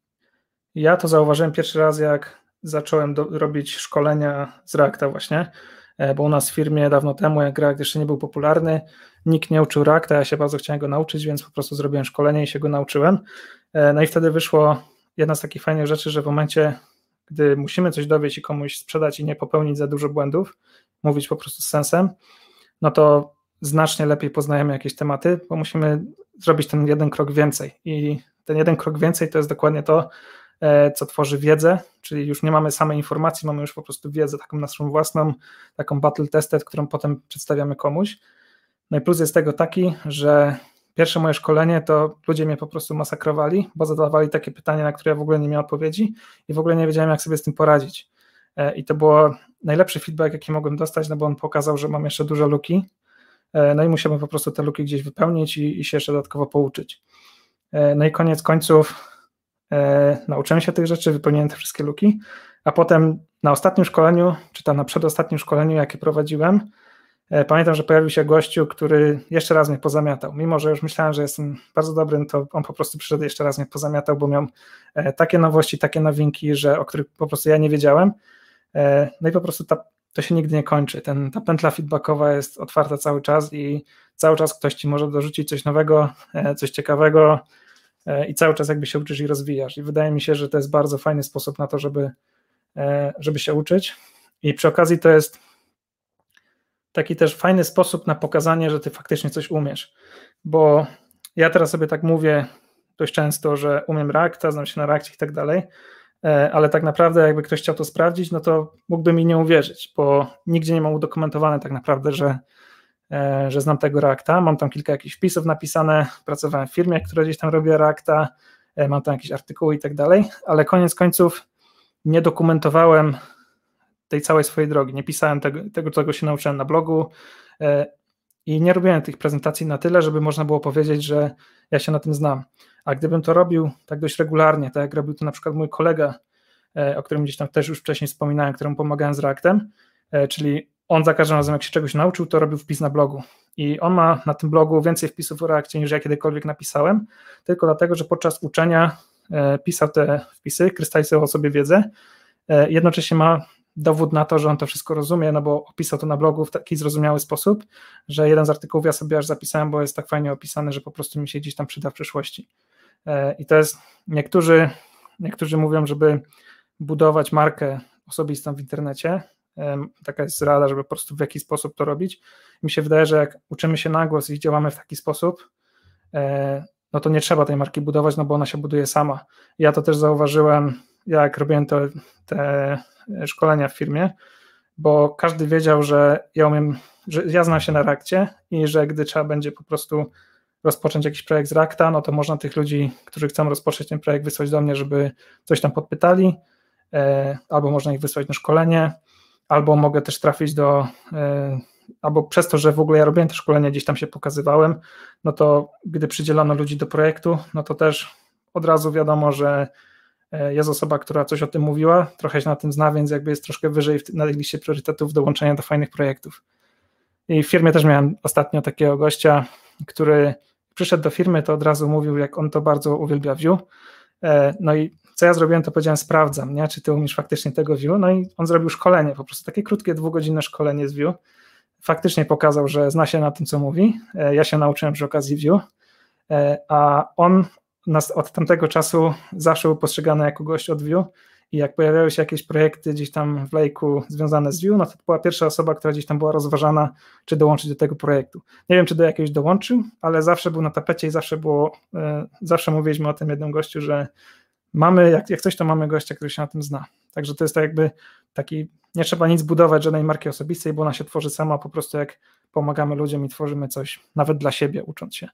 B: ja to zauważyłem pierwszy raz, jak zacząłem do, robić szkolenia z Reacta właśnie, bo u nas w firmie dawno temu, jak React jeszcze nie był popularny, nikt nie uczył Reacta, ja się bardzo chciałem go nauczyć, więc po prostu zrobiłem szkolenie i się go nauczyłem. No i wtedy wyszło jedna z takich fajnych rzeczy, że w momencie, gdy musimy coś dowieść i komuś sprzedać i nie popełnić za dużo błędów, mówić po prostu z sensem, no to znacznie lepiej poznajemy jakieś tematy, bo musimy zrobić ten jeden krok więcej i ten jeden krok więcej to jest dokładnie to, co tworzy wiedzę, czyli już nie mamy samej informacji, mamy już po prostu wiedzę taką naszą własną, taką battle tested, którą potem przedstawiamy komuś. No i plus jest tego taki, że pierwsze moje szkolenie to ludzie mnie po prostu masakrowali, bo zadawali takie pytania, na które ja w ogóle nie miałem odpowiedzi i w ogóle nie wiedziałem, jak sobie z tym poradzić. I to było najlepszy feedback, jaki mogłem dostać, no bo on pokazał, że mam jeszcze duże luki, no i musiałem po prostu te luki gdzieś wypełnić i, i się jeszcze dodatkowo pouczyć. No i koniec końców e, nauczyłem się tych rzeczy, wypełniłem te wszystkie luki, a potem na ostatnim szkoleniu, czy tam na przedostatnim szkoleniu, jakie prowadziłem, e, pamiętam, że pojawił się gościu, który jeszcze raz mnie pozamiatał. Mimo że już myślałem, że jestem bardzo dobry, to on po prostu przyszedł jeszcze raz mnie pozamiatał, bo miał e, takie nowości, takie nowinki, że, o których po prostu ja nie wiedziałem. E, no i po prostu ta, to się nigdy nie kończy. Ten, ta pętla feedbackowa jest otwarta cały czas i cały czas ktoś ci może dorzucić coś nowego, e, coś ciekawego, i cały czas jakby się uczysz i rozwijasz. I wydaje mi się, że to jest bardzo fajny sposób na to, żeby, żeby się uczyć. I przy okazji to jest taki też fajny sposób na pokazanie, że ty faktycznie coś umiesz. Bo ja teraz sobie tak mówię dość często, że umiem Reacta, znam się na Reactie i tak dalej, ale tak naprawdę jakby ktoś chciał to sprawdzić, no to mógłby mi nie uwierzyć, bo nigdzie nie mam udokumentowane tak naprawdę, że że znam tego Reacta, mam tam kilka jakichś wpisów napisane, pracowałem w firmie, która gdzieś tam robi Reacta, mam tam jakieś artykuły i tak dalej, ale koniec końców nie dokumentowałem tej całej swojej drogi, nie pisałem tego, tego czego się nauczyłem na blogu i nie robiłem tych prezentacji na tyle, żeby można było powiedzieć, że ja się na tym znam, a gdybym to robił tak dość regularnie, tak jak robił to na przykład mój kolega, o którym gdzieś tam też już wcześniej wspominałem, któremu pomagałem z Reactem, czyli on za każdym razem, jak się czegoś nauczył, to robił wpis na blogu. I on ma na tym blogu więcej wpisów o Reactie niż ja kiedykolwiek napisałem, tylko dlatego, że podczas uczenia pisał te wpisy, krystalizował sobie wiedzę, jednocześnie ma dowód na to, że on to wszystko rozumie, no bo opisał to na blogu w taki zrozumiały sposób, że jeden z artykułów ja sobie aż zapisałem, bo jest tak fajnie opisany, że po prostu mi się gdzieś tam przyda w przyszłości. I to jest, niektórzy, niektórzy mówią, żeby budować markę osobistą w internecie, taka jest rada, żeby po prostu w jakiś sposób to robić. Mi się wydaje, że jak uczymy się na głos i działamy w taki sposób, no to nie trzeba tej marki budować, no bo ona się buduje sama. Ja to też zauważyłem, jak robiłem te, te szkolenia w firmie, bo każdy wiedział, że ja umiem, że ja znam się na Reactie i że gdy trzeba będzie po prostu rozpocząć jakiś projekt z Reacta, no to można tych ludzi, którzy chcą rozpocząć ten projekt, wysłać do mnie, żeby coś tam podpytali, albo można ich wysłać na szkolenie, albo mogę też trafić do, albo przez to, że w ogóle ja robiłem te szkolenia, gdzieś tam się pokazywałem, no to gdy przydzielono ludzi do projektu, no to też od razu wiadomo, że jest osoba, która coś o tym mówiła, trochę się na tym zna, więc jakby jest troszkę wyżej na liście priorytetów dołączenia do fajnych projektów. I w firmie też miałem ostatnio takiego gościa, który przyszedł do firmy, to od razu mówił, jak on to bardzo uwielbia Vue. No i co ja zrobiłem, to powiedziałem, sprawdzam, nie? Czy ty umiesz faktycznie tego Vue, no i on zrobił szkolenie, po prostu takie krótkie, dwugodzinne szkolenie z Vue, faktycznie pokazał, że zna się na tym, co mówi, ja się nauczyłem przy okazji Vue, a on nas od tamtego czasu zawsze był postrzegany jako gość od Vue i jak pojawiały się jakieś projekty gdzieś tam w Lake'u związane z Vue, no to była pierwsza osoba, która gdzieś tam była rozważana, czy dołączyć do tego projektu. Nie wiem, czy do jakiegoś dołączył, ale zawsze był na tapecie i zawsze było, zawsze mówiliśmy o tym jednym gościu, że mamy, jak, jak coś, to mamy gościa, który się na tym zna. Także to jest tak jakby taki, nie trzeba nic budować, żadnej marki osobistej, bo ona się tworzy sama, po prostu jak pomagamy ludziom i tworzymy coś nawet dla siebie, ucząc się.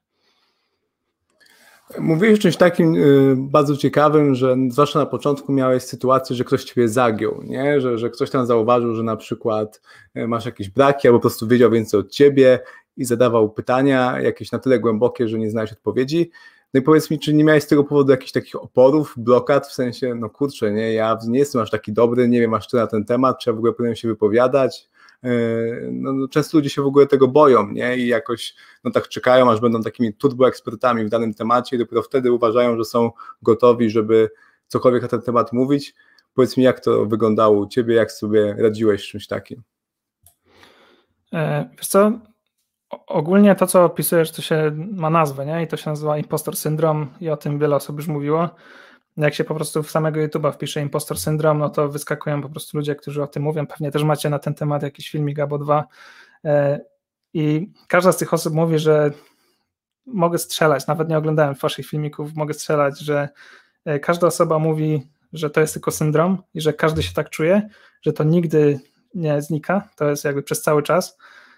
A: Mówiłeś o czymś takim y, bardzo ciekawym, że zwłaszcza na początku miałeś sytuację, że ktoś ciebie zagiął, nie? Że, że ktoś tam zauważył, że na przykład masz jakieś braki albo po prostu wiedział więcej od ciebie i zadawał pytania jakieś na tyle głębokie, że nie znałeś odpowiedzi. No i powiedz mi, czy nie miałeś z tego powodu jakichś takich oporów, blokad, w sensie, no kurczę, nie, ja nie jestem aż taki dobry, nie wiem aż tyle na ten temat, czy ja w ogóle powinienem się wypowiadać, no, no, często ludzie się w ogóle tego boją, nie? I jakoś no tak czekają, aż będą takimi turboekspertami w danym temacie i dopiero wtedy uważają, że są gotowi, żeby cokolwiek na ten temat mówić. Powiedz mi, jak to wyglądało u ciebie, jak sobie radziłeś z czymś takim?
B: Wiesz co, ogólnie to, co opisujesz, to się ma nazwę, nie? I to się nazywa impostor syndrom i o tym wiele osób już mówiło. Jak się po prostu w samego YouTube'a wpisze impostor syndrom, no to wyskakują po prostu ludzie, którzy o tym mówią. Pewnie też macie na ten temat jakiś filmik albo dwa. I każda z tych osób mówi, że mogę strzelać, nawet nie oglądałem waszych filmików, mogę strzelać, że każda osoba mówi, że to jest tylko syndrom i że każdy się tak czuje, że to nigdy nie znika, to jest jakby przez cały czas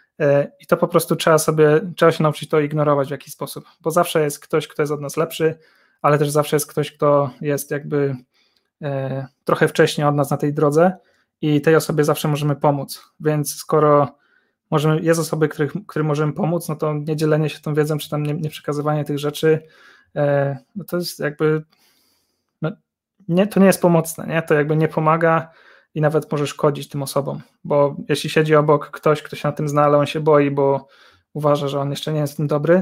B: i to po prostu trzeba sobie, trzeba się nauczyć to ignorować w jakiś sposób, bo zawsze jest ktoś, kto jest od nas lepszy, ale też zawsze jest ktoś, kto jest jakby e, trochę wcześniej od nas na tej drodze i tej osobie zawsze możemy pomóc, więc skoro możemy, jest osoby, których, którym możemy pomóc, no to nie dzielenie się tą wiedzą, czy tam nie, nie przekazywanie tych rzeczy, e, no to jest jakby no, nie, to nie jest pomocne, nie? To jakby nie pomaga i nawet może szkodzić tym osobom, bo jeśli siedzi obok ktoś, kto się na tym zna, ale on się boi, bo uważa, że on jeszcze nie jest w tym dobry,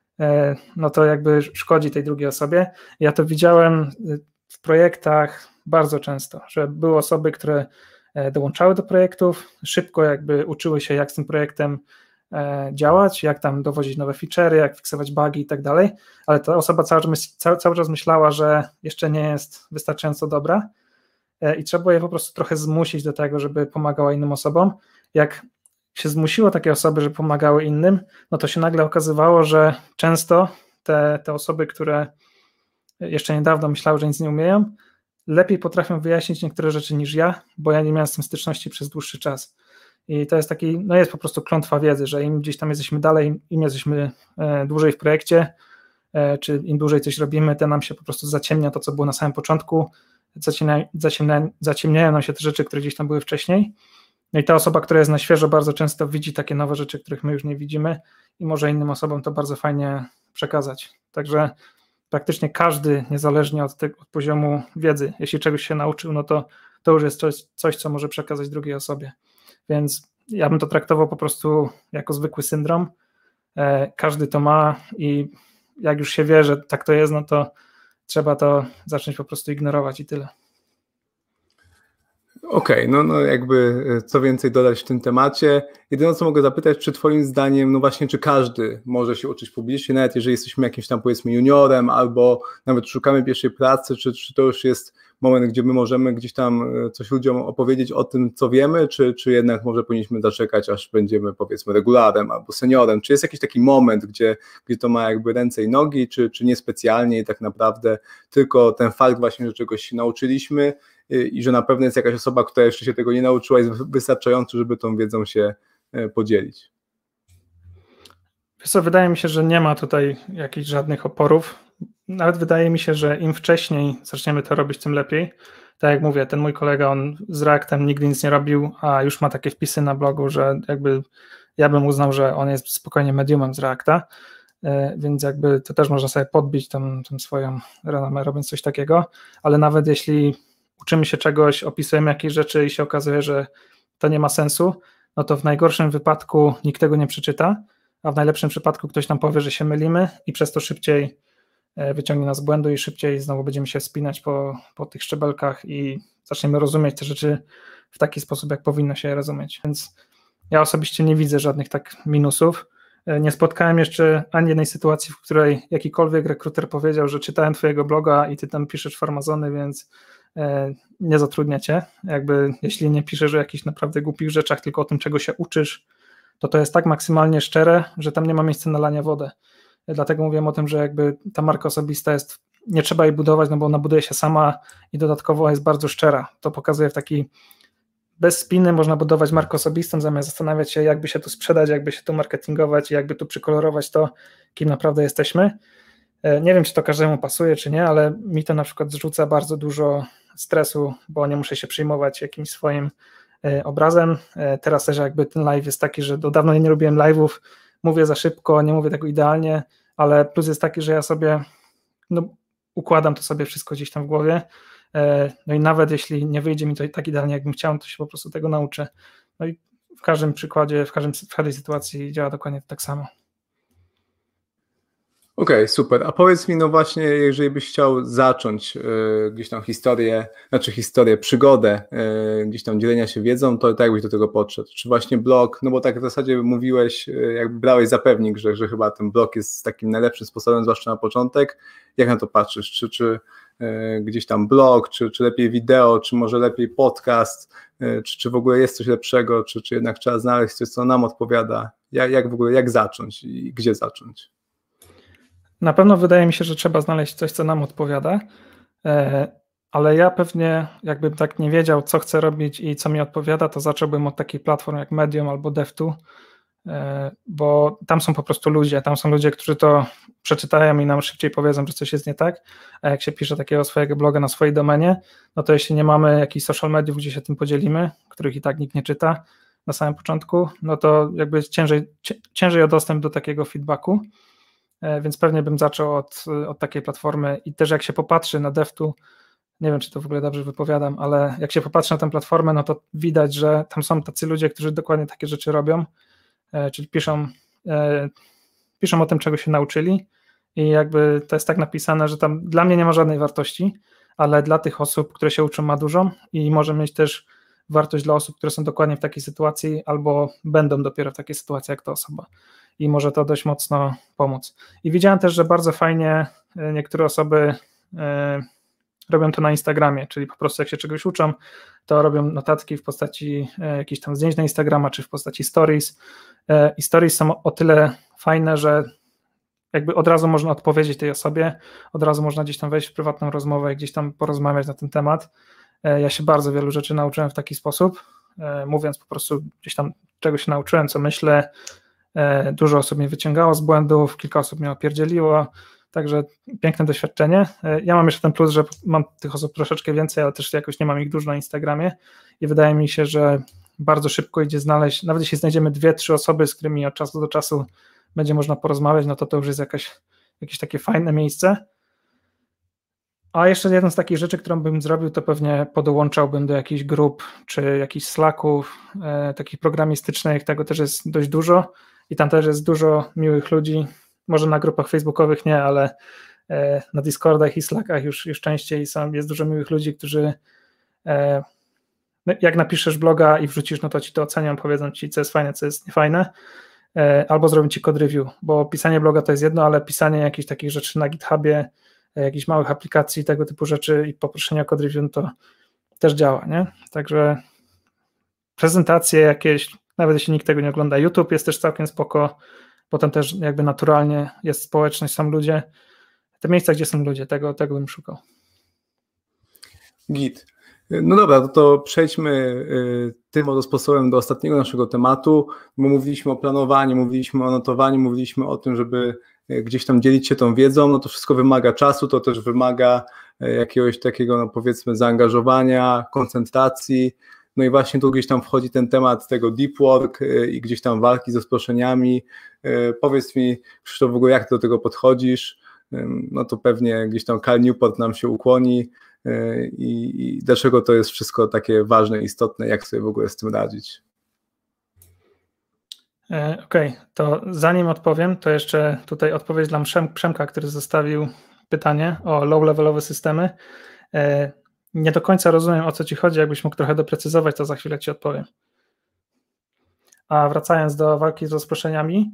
B: no to jakby szkodzi tej drugiej osobie. Ja to widziałem w projektach bardzo często, że były osoby, które dołączały do projektów, szybko jakby uczyły się, jak z tym projektem działać, jak tam dowozić nowe feature'y, jak fiksować bugi i tak dalej, ale ta osoba cały czas, cały, cały czas myślała, że jeszcze nie jest wystarczająco dobra i trzeba je po prostu trochę zmusić do tego, żeby pomagała innym osobom. Jak się zmusiło takie osoby, że pomagały innym, no to się nagle okazywało, że często te, te osoby, które jeszcze niedawno myślały, że nic nie umieją, lepiej potrafią wyjaśnić niektóre rzeczy niż ja, bo ja nie miałem z tym styczności przez dłuższy czas. I to jest taki, no jest po prostu klątwa wiedzy, że im gdzieś tam jesteśmy dalej, im jesteśmy dłużej w projekcie, czy im dłużej coś robimy, to nam się po prostu zaciemnia to, co było na samym początku, zaciemnia, zaciemnia, zaciemniają nam się te rzeczy, które gdzieś tam były wcześniej. No i ta osoba, która jest na świeżo, bardzo często widzi takie nowe rzeczy, których my już nie widzimy i może innym osobom to bardzo fajnie przekazać. Także praktycznie każdy, niezależnie od, tego, od poziomu wiedzy, jeśli czegoś się nauczył, no to to już jest coś, coś, co może przekazać drugiej osobie. Więc ja bym to traktował po prostu jako zwykły syndrom. Każdy to ma i jak już się wie, że tak to jest, no to trzeba to zacząć po prostu ignorować i tyle.
A: Okej, okay, no, no jakby co więcej dodać w tym temacie. Jedyne co mogę zapytać, czy twoim zdaniem, no właśnie, czy każdy może się uczyć publicznie, nawet jeżeli jesteśmy jakimś tam powiedzmy juniorem albo nawet szukamy pierwszej pracy, czy, czy to już jest moment, gdzie my możemy gdzieś tam coś ludziom opowiedzieć o tym, co wiemy, czy, czy jednak może powinniśmy zaczekać, aż będziemy powiedzmy regularem albo seniorem? Czy jest jakiś taki moment, gdzie, gdzie to ma jakby ręce i nogi, czy, czy niespecjalnie i tak naprawdę tylko ten fakt właśnie, że czegoś się nauczyliśmy i że na pewno jest jakaś osoba, która jeszcze się tego nie nauczyła, jest wystarczająco, żeby tą wiedzą się podzielić?
B: Wiesz co, wydaje mi się, że nie ma tutaj jakichś żadnych oporów. Nawet wydaje mi się, że im wcześniej zaczniemy to robić, tym lepiej. Tak jak mówię, ten mój kolega, on z Reactem nigdy nic nie robił, a już ma takie wpisy na blogu, że jakby ja bym uznał, że on jest spokojnie mediumem z Reacta, więc jakby to też można sobie podbić tą, tą swoją renomę, robiąc coś takiego, ale nawet jeśli uczymy się czegoś, opisujemy jakieś rzeczy i się okazuje, że to nie ma sensu, no to w najgorszym wypadku nikt tego nie przeczyta, a w najlepszym przypadku ktoś nam powie, że się mylimy i przez to szybciej wyciągnie nas z błędu i szybciej znowu będziemy się wspinać po, po tych szczebelkach i zaczniemy rozumieć te rzeczy w taki sposób, jak powinno się je rozumieć. Więc ja osobiście nie widzę żadnych tak minusów. Nie spotkałem jeszcze ani jednej sytuacji, w której jakikolwiek rekruter powiedział, że czytałem twojego bloga i ty tam piszesz farmazony, więc nie zatrudnia cię. Jakby jeśli nie piszesz o jakichś naprawdę głupich rzeczach, tylko o tym, czego się uczysz, to to jest tak maksymalnie szczere, że tam nie ma miejsca na lania wodę. Dlatego mówię o tym, że jakby ta marka osobista jest, nie trzeba jej budować, no bo ona buduje się sama i dodatkowo jest bardzo szczera. To pokazuje w taki, bez spiny można budować markę osobistą, zamiast zastanawiać się, jakby się tu sprzedać, jakby się tu marketingować, jakby tu przykolorować to, kim naprawdę jesteśmy. Nie wiem, czy to każdemu pasuje, czy nie, ale mi to na przykład zrzuca bardzo dużo stresu, bo nie muszę się przejmować jakimś swoim obrazem. Teraz też jakby ten live jest taki, że do dawno nie robiłem live'ów, mówię za szybko, nie mówię tego idealnie, ale plus jest taki, że ja sobie no, układam to sobie wszystko gdzieś tam w głowie, no i nawet jeśli nie wyjdzie mi to tak idealnie, jakbym chciał, to się po prostu tego nauczę. No i w każdym przykładzie, w, każdym, w każdej sytuacji działa dokładnie tak samo.
A: Okej, okay, super. A powiedz mi, no właśnie, jeżeli byś chciał zacząć y, gdzieś tam historię, znaczy historię, przygodę, y, gdzieś tam dzielenia się wiedzą, to jak byś do tego podszedł? Czy właśnie blog, no bo tak w zasadzie mówiłeś, y, jakby brałeś za pewnik, że, że chyba ten blog jest takim najlepszym sposobem, zwłaszcza na początek. Jak na to patrzysz? Czy, czy y, gdzieś tam blog, czy, czy lepiej wideo, czy może lepiej podcast, y, czy, czy w ogóle jest coś lepszego, czy, czy jednak trzeba znaleźć coś, co nam odpowiada? Jak, jak w ogóle, jak zacząć i gdzie zacząć?
B: Na pewno wydaje mi się, że trzeba znaleźć coś, co nam odpowiada, ale ja pewnie jakbym tak nie wiedział, co chcę robić i co mi odpowiada, to zacząłbym od takiej platform jak Medium albo dev dwa, bo tam są po prostu ludzie, tam są ludzie, którzy to przeczytają i nam szybciej powiedzą, że coś jest nie tak, a jak się pisze takiego swojego bloga na swojej domenie, no to jeśli nie mamy jakichś social mediów, gdzie się tym podzielimy, których i tak nikt nie czyta na samym początku, no to jakby ciężej, ciężej o dostęp do takiego feedbacku. Więc pewnie bym zaczął od, od takiej platformy i też jak się popatrzy na dev dwa, nie wiem, czy to w ogóle dobrze wypowiadam, ale jak się popatrzy na tę platformę, no to widać, że tam są tacy ludzie, którzy dokładnie takie rzeczy robią, czyli piszą, piszą o tym, czego się nauczyli i jakby to jest tak napisane, że tam dla mnie nie ma żadnej wartości, ale dla tych osób, które się uczą, ma dużą i może mieć też wartość dla osób, które są dokładnie w takiej sytuacji albo będą dopiero w takiej sytuacji jak ta osoba. I może to dość mocno pomóc. I widziałem też, że bardzo fajnie niektóre osoby robią to na Instagramie, czyli po prostu jak się czegoś uczą, to robią notatki w postaci jakichś tam zdjęć na Instagrama, czy w postaci stories. I stories są o tyle fajne, że jakby od razu można odpowiedzieć tej osobie, od razu można gdzieś tam wejść w prywatną rozmowę i gdzieś tam porozmawiać na ten temat. Ja się bardzo wielu rzeczy nauczyłem w taki sposób, mówiąc po prostu gdzieś tam czego się nauczyłem, co myślę. Dużo osób mnie wyciągało z błędów, kilka osób mnie opierdzieliło, także piękne doświadczenie. Ja mam jeszcze ten plus, że mam tych osób troszeczkę więcej, ale też jakoś nie mam ich dużo na Instagramie i wydaje mi się, że bardzo szybko idzie znaleźć, nawet jeśli znajdziemy dwie, trzy osoby, z którymi od czasu do czasu będzie można porozmawiać, no to to już jest jakaś, jakieś takie fajne miejsce. A jeszcze jedną z takich rzeczy, którą bym zrobił, to pewnie podłączałbym do jakichś grup, czy jakichś Slacków, e, takich programistycznych, tego też jest dość dużo i tam też jest dużo miłych ludzi, może na grupach facebookowych nie, ale e, na Discordach i Slackach już, już częściej są, jest dużo miłych ludzi, którzy e, no jak napiszesz bloga i wrzucisz, no to ci to ocenią, powiedzą ci, co jest fajne, co jest niefajne, e, albo zrobią ci code review, bo pisanie bloga to jest jedno, ale pisanie jakichś takich rzeczy na GitHubie, jakichś małych aplikacji, tego typu rzeczy i poproszenie o code review, to też działa, nie? Także prezentacje jakieś, nawet jeśli nikt tego nie ogląda, YouTube jest też całkiem spoko, potem też jakby naturalnie jest społeczność, są ludzie, te miejsca, gdzie są ludzie, tego, tego bym szukał.
A: Git. No dobra, to, to przejdźmy tym oto sposobem do ostatniego naszego tematu, bo mówiliśmy o planowaniu, mówiliśmy o notowaniu, mówiliśmy o tym, żeby gdzieś tam dzielić się tą wiedzą, no to wszystko wymaga czasu, to też wymaga jakiegoś takiego, no powiedzmy, zaangażowania, koncentracji, no i właśnie tu gdzieś tam wchodzi ten temat tego deep work i gdzieś tam walki ze sproszeniami. Powiedz mi, Krzysztof, w ogóle jak ty do tego podchodzisz? No to pewnie gdzieś tam Cal Newport nam się ukłoni i, i dlaczego to jest wszystko takie ważne, istotne, jak sobie w ogóle z tym radzić?
B: Okej, okay, to zanim odpowiem, to jeszcze tutaj odpowiedź dla Przemka, który zostawił pytanie o low-levelowe systemy. Nie do końca rozumiem, o co ci chodzi, jakbyś mógł trochę doprecyzować, to za chwilę ci odpowiem. A wracając do walki z rozproszeniami,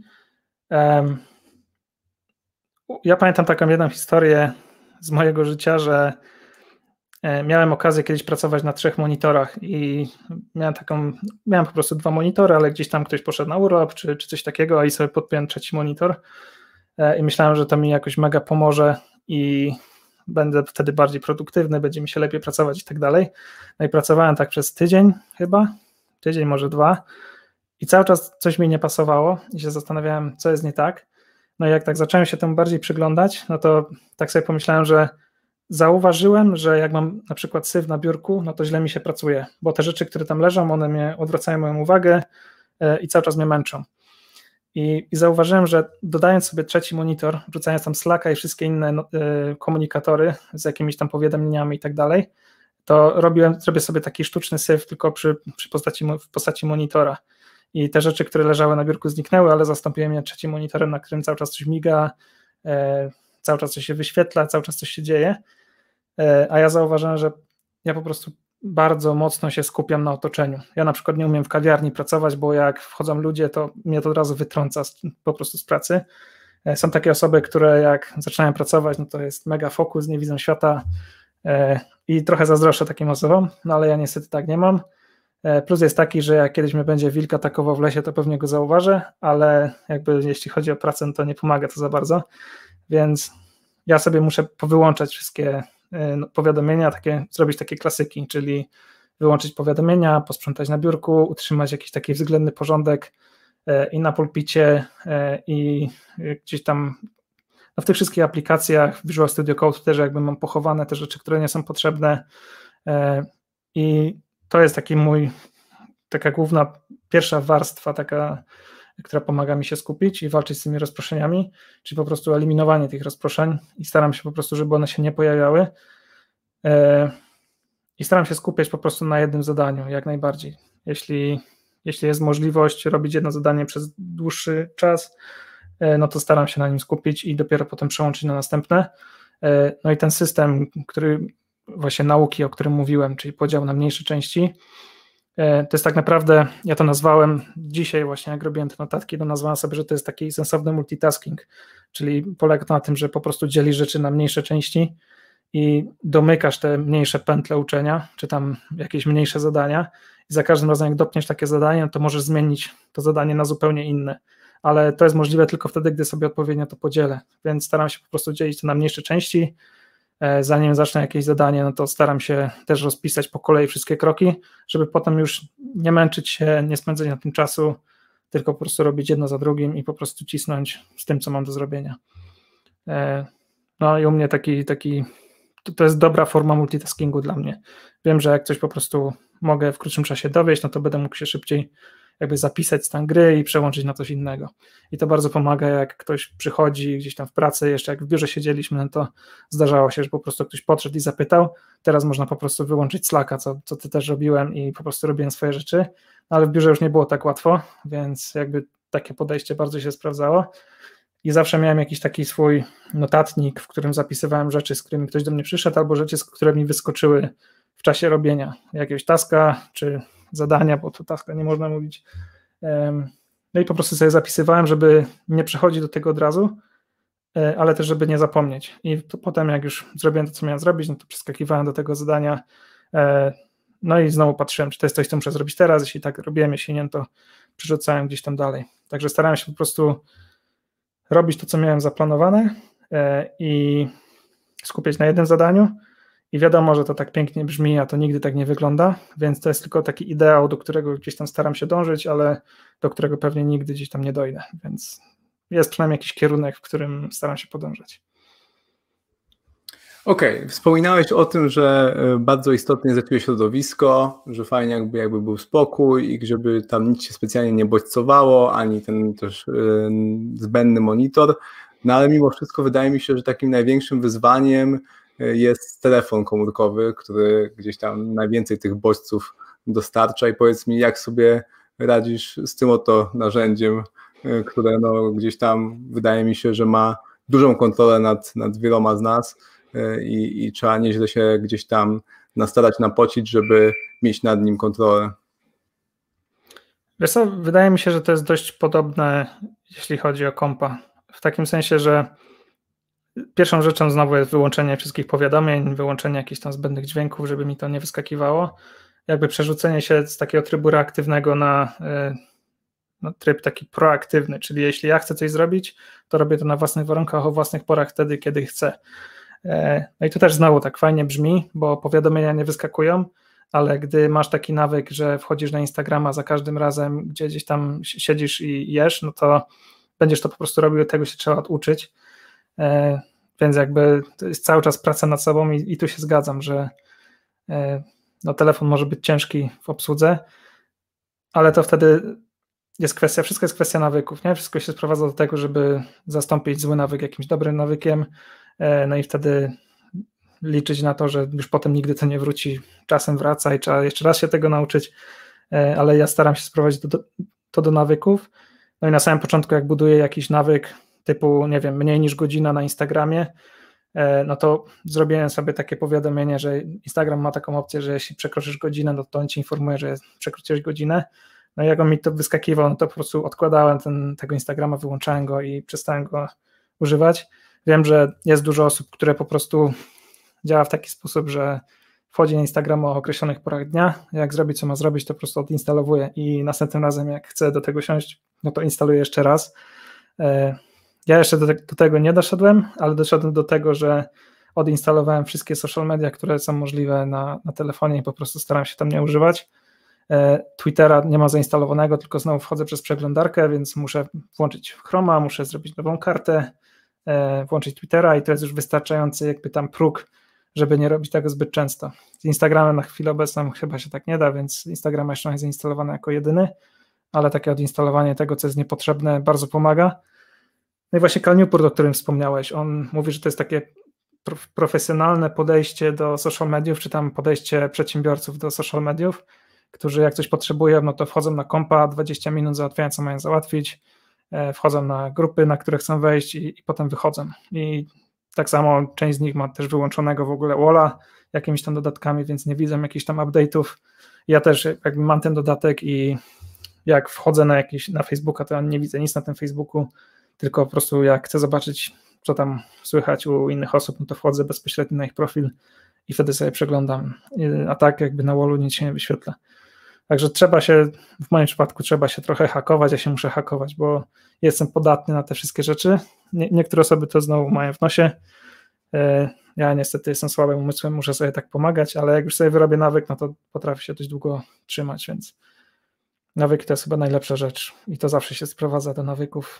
B: ja pamiętam taką jedną historię z mojego życia, że miałem okazję kiedyś pracować na trzech monitorach i miałem taką, miałem po prostu dwa monitory, ale gdzieś tam ktoś poszedł na urlop czy, czy coś takiego, i sobie podpiąłem trzeci monitor i myślałem, że to mi jakoś mega pomoże i będę wtedy bardziej produktywny, będzie mi się lepiej pracować i tak dalej. No i pracowałem tak przez tydzień chyba, tydzień, może dwa i cały czas coś mi nie pasowało i się zastanawiałem, co jest nie tak. No i jak tak zacząłem się temu bardziej przyglądać, no to tak sobie pomyślałem, że zauważyłem, że jak mam na przykład syf na biurku, no to źle mi się pracuje, bo te rzeczy, które tam leżą, one mnie odwracają moją uwagę i cały czas mnie męczą. I, i zauważyłem, że dodając sobie trzeci monitor, wrzucając tam Slacka i wszystkie inne no, y, komunikatory z jakimiś tam powiadomieniami i tak dalej, to robiłem, robię sobie taki sztuczny syf tylko przy, przy postaci, w postaci monitora. i te rzeczy, które leżały na biurku, zniknęły, ale zastąpiłem je trzecim monitorem, na którym cały czas coś miga, cały czas coś się wyświetla, cały czas coś się dzieje, a ja zauważyłem, że ja po prostu bardzo mocno się skupiam na otoczeniu. Ja na przykład nie umiem w kawiarni pracować, bo jak wchodzą ludzie, to mnie to od razu wytrąca z, po prostu z pracy. Są takie osoby, które jak zaczynają pracować, no to jest mega fokus, nie widzą świata i trochę zazdroszczę takim osobom, no ale ja niestety tak nie mam. Plus jest taki, że jak kiedyś mnie będzie wilk atakował w lesie, to pewnie go zauważę, ale jakby jeśli chodzi o pracę, no to nie pomaga to za bardzo, więc ja sobie muszę powyłączać wszystkie powiadomienia, takie, zrobić takie klasyki, czyli wyłączyć powiadomienia, posprzątać na biurku, utrzymać jakiś taki względny porządek i na pulpicie i gdzieś tam no w tych wszystkich aplikacjach, w Visual Studio Code też jakby mam pochowane te rzeczy, które nie są potrzebne i to jest taki mój, taka główna, pierwsza warstwa taka, która pomaga mi się skupić i walczyć z tymi rozproszeniami, czyli po prostu eliminowanie tych rozproszeń i staram się po prostu, żeby one się nie pojawiały i staram się skupiać po prostu na jednym zadaniu, jak najbardziej. Jeśli, jeśli jest możliwość robić jedno zadanie przez dłuższy czas, no to staram się na nim skupić i dopiero potem przełączyć na następne. No i ten system, który właśnie nauki, o którym mówiłem, czyli podział na mniejsze części, to jest tak naprawdę, ja to nazwałem dzisiaj właśnie, jak robiłem te notatki, to nazwałem sobie, że to jest taki sensowny multitasking, czyli polega to na tym, że po prostu dzielisz rzeczy na mniejsze części i domykasz te mniejsze pętle uczenia, czy tam jakieś mniejsze zadania i za każdym razem jak dopniesz takie zadanie, to możesz zmienić to zadanie na zupełnie inne, ale to jest możliwe tylko wtedy, gdy sobie odpowiednio to podzielę, więc staram się po prostu dzielić to na mniejsze części. Zanim zacznę jakieś zadanie, no to staram się też rozpisać po kolei wszystkie kroki, żeby potem już nie męczyć się, nie spędzać na tym czasu, tylko po prostu robić jedno za drugim i po prostu cisnąć z tym, co mam do zrobienia. No i u mnie taki, taki to jest dobra forma multitaskingu dla mnie. Wiem, że jak coś po prostu mogę w krótszym czasie dowieść, no to będę mógł się szybciej jakby zapisać stan gry i przełączyć na coś innego. I to bardzo pomaga, jak ktoś przychodzi gdzieś tam w pracy, jeszcze jak w biurze siedzieliśmy, no to zdarzało się, że po prostu ktoś podszedł i zapytał. Teraz można po prostu wyłączyć Slacka, co, co ty też robiłem i po prostu robiłem swoje rzeczy, ale w biurze już nie było tak łatwo, więc jakby takie podejście bardzo się sprawdzało. I zawsze miałem jakiś taki swój notatnik, w którym zapisywałem rzeczy, z którymi ktoś do mnie przyszedł, albo rzeczy, które mi wyskoczyły w czasie robienia jakiegoś taska, czy zadania, bo to taska nie można mówić. No i po prostu sobie zapisywałem, żeby nie przechodzić do tego od razu, ale też żeby nie zapomnieć. I to potem jak już zrobiłem to, co miałem zrobić, no to przeskakiwałem do tego zadania, no i znowu patrzyłem, czy to jest coś, co muszę zrobić teraz. Jeśli tak robiłem, jeśli nie, to przerzucałem gdzieś tam dalej. Także starałem się po prostu robić to, co miałem zaplanowane i skupiać na jednym zadaniu. I wiadomo, że to tak pięknie brzmi, a to nigdy tak nie wygląda, więc to jest tylko taki ideał, do którego gdzieś tam staram się dążyć, ale do którego pewnie nigdy gdzieś tam nie dojdę, więc jest przynajmniej jakiś kierunek, w którym staram się podążać.
A: Okej, okay. Wspominałeś o tym, że bardzo istotne jest dla Ciebie środowisko, że fajnie jakby, jakby był spokój i żeby tam nic się specjalnie nie bodźcowało, ani ten też yy, zbędny monitor, no ale mimo wszystko wydaje mi się, że takim największym wyzwaniem jest telefon komórkowy, który gdzieś tam najwięcej tych bodźców dostarcza i powiedz mi, jak sobie radzisz z tym oto narzędziem, które no gdzieś tam wydaje mi się, że ma dużą kontrolę nad, nad wieloma z nas i, i trzeba nieźle się gdzieś tam nastarać, napocić, żeby mieć nad nim kontrolę.
B: Wiesz co, wydaje mi się, że to jest dość podobne, jeśli chodzi o kompa, w takim sensie, że pierwszą rzeczą znowu jest wyłączenie wszystkich powiadomień, wyłączenie jakichś tam zbędnych dźwięków, żeby mi to nie wyskakiwało. Jakby przerzucenie się z takiego trybu reaktywnego na, na tryb taki proaktywny, czyli jeśli ja chcę coś zrobić, to robię to na własnych warunkach, o własnych porach wtedy, kiedy chcę. No i to też znowu tak fajnie brzmi, bo powiadomienia nie wyskakują, ale gdy masz taki nawyk, że wchodzisz na Instagrama za każdym razem, gdzie gdzieś tam siedzisz i jesz, no to będziesz to po prostu robił, tego się trzeba oduczyć. Więc jakby to jest cały czas praca nad sobą i, i tu się zgadzam, że no, telefon może być ciężki w obsłudze, ale to wtedy jest kwestia, wszystko jest kwestia nawyków, nie? Wszystko się sprowadza do tego, żeby zastąpić zły nawyk jakimś dobrym nawykiem, no i wtedy liczyć na to, że już potem nigdy to nie wróci, czasem wraca i trzeba jeszcze raz się tego nauczyć, ale ja staram się sprowadzić do, to do nawyków. No i na samym początku, jak buduję jakiś nawyk typu, nie wiem, mniej niż godzina na Instagramie, no to zrobiłem sobie takie powiadomienie, że Instagram ma taką opcję, że jeśli przekroczysz godzinę, no to on ci informuje, że przekroczyłeś godzinę. No i jak on mi to wyskakiwał, no to po prostu odkładałem ten, tego Instagrama, wyłączałem go i przestałem go używać. Wiem, że jest dużo osób, które po prostu działa w taki sposób, że wchodzi na Instagrama o określonych porach dnia, jak zrobi, co ma zrobić, to po prostu odinstalowuje i następnym razem, jak chce do tego siąść, no to instaluję jeszcze raz. Ja jeszcze do, te, do tego nie doszedłem, ale doszedłem do tego, że odinstalowałem wszystkie social media, które są możliwe na, na telefonie i po prostu staram się tam nie używać. Twittera nie ma zainstalowanego, tylko znowu wchodzę przez przeglądarkę, więc muszę włączyć Chroma, muszę zrobić nową kartę, włączyć Twittera i to jest już wystarczający jakby tam próg, żeby nie robić tego zbyt często. Z Instagramem na chwilę obecną chyba się tak nie da, więc Instagram jeszcze jest zainstalowany jako jedyny, ale takie odinstalowanie tego, co jest niepotrzebne, bardzo pomaga. No i właśnie Cal Newport, o którym wspomniałeś, on mówi, że to jest takie profesjonalne podejście do social mediów, czy tam podejście przedsiębiorców do social mediów, którzy jak coś potrzebują, no to wchodzą na kompa, dwadzieścia minut załatwiają, co mają załatwić, wchodzą na grupy, na które chcą wejść i, i potem wychodzą. I tak samo część z nich ma też wyłączonego w ogóle walla jakimiś tam dodatkami, więc nie widzę jakichś tam update'ów. Ja też jakby mam ten dodatek i jak wchodzę na jakiś, na Facebooka, to ja nie widzę nic na tym Facebooku, tylko po prostu jak chcę zobaczyć, co tam słychać u innych osób, no to wchodzę bezpośrednio na ich profil i wtedy sobie przeglądam, a tak jakby na wallu nic się nie wyświetla. Także trzeba się, w moim przypadku trzeba się trochę hakować, ja się muszę hakować, bo jestem podatny na te wszystkie rzeczy. Nie, niektóre osoby to znowu mają w nosie. Ja niestety jestem słabym umysłem, muszę sobie tak pomagać, ale jak już sobie wyrobię nawyk, no to potrafię się dość długo trzymać, więc nawyki to jest chyba najlepsza rzecz i to zawsze się sprowadza do nawyków.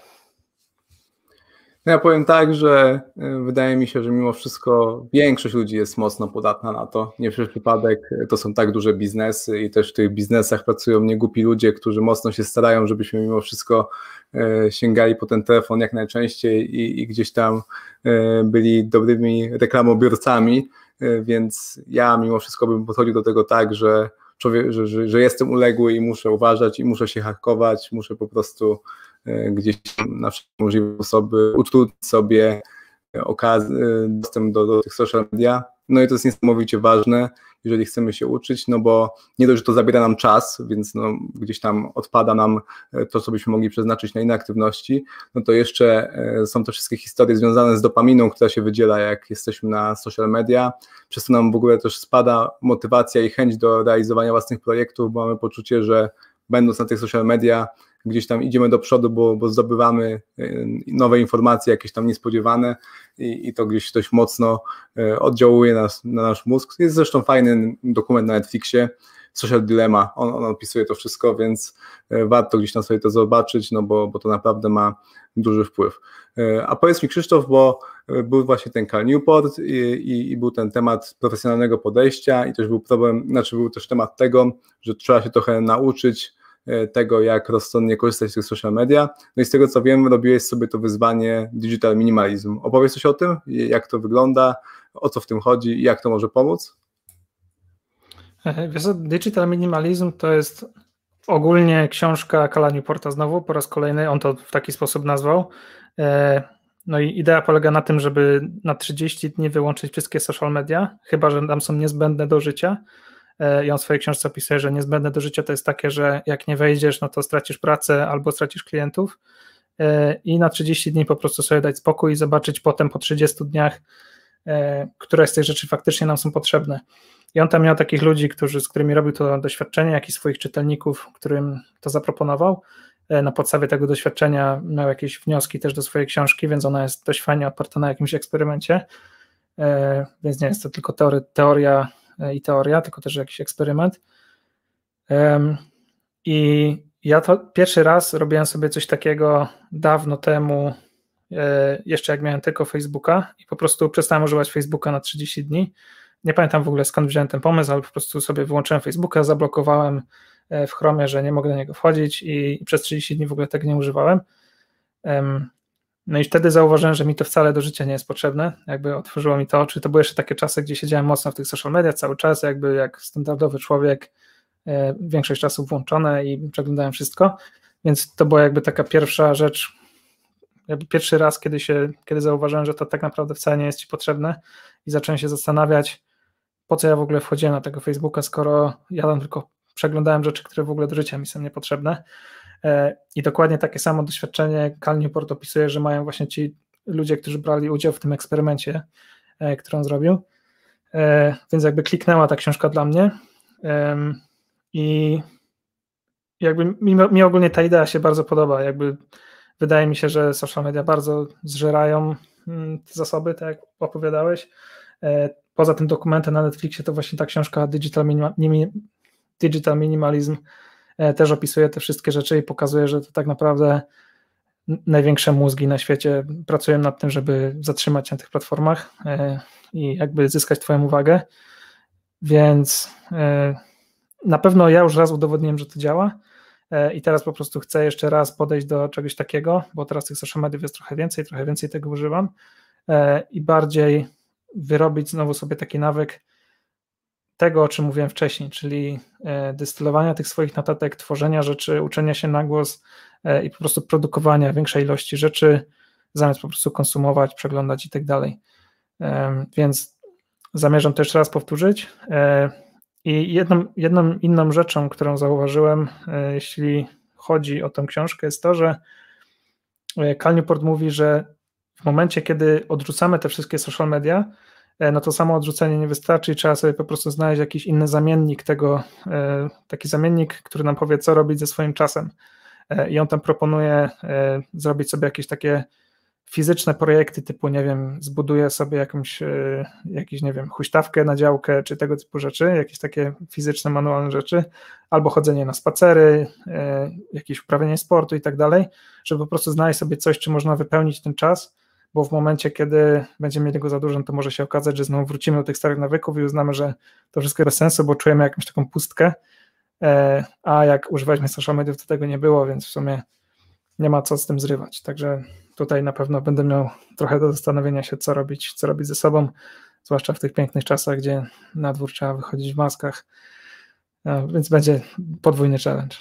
A: Ja powiem tak, że wydaje mi się, że mimo wszystko większość ludzi jest mocno podatna na to. Nie przez przypadek to są tak duże biznesy i też w tych biznesach pracują niegłupi ludzie, którzy mocno się starają, żebyśmy mimo wszystko sięgali po ten telefon jak najczęściej i, i gdzieś tam byli dobrymi reklamobiorcami, więc ja mimo wszystko bym podchodził do tego tak, że człowiek, że, że, że jestem uległy i muszę uważać i muszę się hakować, muszę po prostu gdzieś na wszystkie możliwe sposoby utrudnić sobie okaz- dostęp do, do tych social media. No i to jest niesamowicie ważne, jeżeli chcemy się uczyć, no bo nie dość, że to zabiera nam czas, więc no gdzieś tam odpada nam to, co byśmy mogli przeznaczyć na inne aktywności, no to jeszcze są te wszystkie historie związane z dopaminą, która się wydziela, jak jesteśmy na social media. Przez to nam w ogóle też spada motywacja i chęć do realizowania własnych projektów, bo mamy poczucie, że będąc na tych social media gdzieś tam idziemy do przodu, bo, bo zdobywamy nowe informacje, jakieś tam niespodziewane i, i to gdzieś dość mocno oddziałuje na, na nasz mózg. Jest zresztą fajny dokument na Netflixie, Social Dilemma, on, on opisuje to wszystko, więc warto gdzieś tam sobie to zobaczyć, no bo, bo to naprawdę ma duży wpływ. A powiedz mi, Krzysztof, bo był właśnie ten Cal Newport i, i, i był ten temat profesjonalnego podejścia i też był problem, znaczy był też temat tego, że trzeba się trochę nauczyć tego, jak rozsądnie korzystać z tych social media. No i z tego, co wiem, robiłeś sobie to wyzwanie Digital Minimalism. Opowiedz coś o tym, jak to wygląda, o co w tym chodzi i jak to może pomóc?
B: Wiesz, Digital Minimalism to jest ogólnie książka Cala Newporta znowu, po raz kolejny, on to w taki sposób nazwał. No i idea polega na tym, żeby na trzydzieści dni wyłączyć wszystkie social media, chyba że tam są niezbędne do życia. I on w swojej książce opisuje, że niezbędne do życia to jest takie, że jak nie wejdziesz, no to stracisz pracę albo stracisz klientów i na trzydzieści dni po prostu sobie dać spokój i zobaczyć potem po trzydziestu dniach, które z tych rzeczy faktycznie nam są potrzebne. I on tam miał takich ludzi, którzy, z którymi robił to doświadczenie, jak i swoich czytelników, którym to zaproponował. Na podstawie tego doświadczenia miał jakieś wnioski też do swojej książki, więc ona jest dość fajnie oparta na jakimś eksperymencie, więc nie jest to tylko teoria, teoria i teoria, tylko też jakiś eksperyment. I ja to pierwszy raz robiłem sobie coś takiego dawno temu, jeszcze jak miałem tylko Facebooka i po prostu przestałem używać Facebooka na trzydzieści dni. Nie pamiętam w ogóle skąd wziąłem ten pomysł, ale po prostu sobie wyłączyłem Facebooka, zablokowałem w Chromie, że nie mogę do niego wchodzić i przez trzydzieści dni w ogóle tego nie używałem. No i wtedy zauważyłem, że mi to wcale do życia nie jest potrzebne, jakby otworzyło mi to oczy. To były jeszcze takie czasy, gdzie siedziałem mocno w tych social mediach cały czas, jakby jak standardowy człowiek, większość czasu włączone i przeglądałem wszystko. Więc to była jakby taka pierwsza rzecz, jakby pierwszy raz, kiedy się, kiedy zauważyłem, że to tak naprawdę wcale nie jest ci potrzebne i zacząłem się zastanawiać, po co ja w ogóle wchodziłem na tego Facebooka, skoro ja tam tylko przeglądałem rzeczy, które w ogóle do życia mi są niepotrzebne. I dokładnie takie samo doświadczenie Cal Newport opisuje, że mają właśnie ci ludzie, którzy brali udział w tym eksperymencie, który on zrobił. Więc jakby kliknęła ta książka dla mnie i jakby mi, mi ogólnie ta idea się bardzo podoba. Jakby wydaje mi się, że social media bardzo zżerają te zasoby, tak jak opowiadałeś. Poza tym dokumentem na Netflixie to właśnie ta książka Digital, Minima, Digital Minimalism też opisuje te wszystkie rzeczy i pokazuje, że to tak naprawdę największe mózgi na świecie pracują nad tym, żeby zatrzymać się na tych platformach i jakby zyskać twoją uwagę, więc na pewno ja już raz udowodniłem, że to działa i teraz po prostu chcę jeszcze raz podejść do czegoś takiego, bo teraz tych social mediów jest trochę więcej, trochę więcej tego używam i bardziej wyrobić znowu sobie taki nawyk tego, o czym mówiłem wcześniej, czyli dystylowania tych swoich notatek, tworzenia rzeczy, uczenia się na głos i po prostu produkowania większej ilości rzeczy, zamiast po prostu konsumować, przeglądać i tak dalej. Więc zamierzam to jeszcze raz powtórzyć. I jedną, jedną inną rzeczą, którą zauważyłem, jeśli chodzi o tę książkę, jest to, że Cal Newport mówi, że w momencie, kiedy odrzucamy te wszystkie social media, no to samo odrzucenie nie wystarczy i trzeba sobie po prostu znaleźć jakiś inny zamiennik tego, taki zamiennik, który nam powie, co robić ze swoim czasem. I on tam proponuje zrobić sobie jakieś takie fizyczne projekty typu, nie wiem, zbuduję sobie jakąś, jakiś, nie wiem, huśtawkę na działkę, czy tego typu rzeczy, jakieś takie fizyczne, manualne rzeczy, albo chodzenie na spacery, jakieś uprawianie sportu i tak dalej, żeby po prostu znaleźć sobie coś, czy można wypełnić ten czas, bo w momencie, kiedy będziemy mieli go za dużo, to może się okazać, że znowu wrócimy do tych starych nawyków i uznamy, że to wszystko bez sensu, bo czujemy jakąś taką pustkę, a jak używaliśmy social mediów, to tego nie było, więc w sumie nie ma co z tym zrywać. Także tutaj na pewno będę miał trochę do zastanowienia się, co robić, co robić ze sobą, zwłaszcza w tych pięknych czasach, gdzie na dwór trzeba wychodzić w maskach, więc będzie podwójny challenge.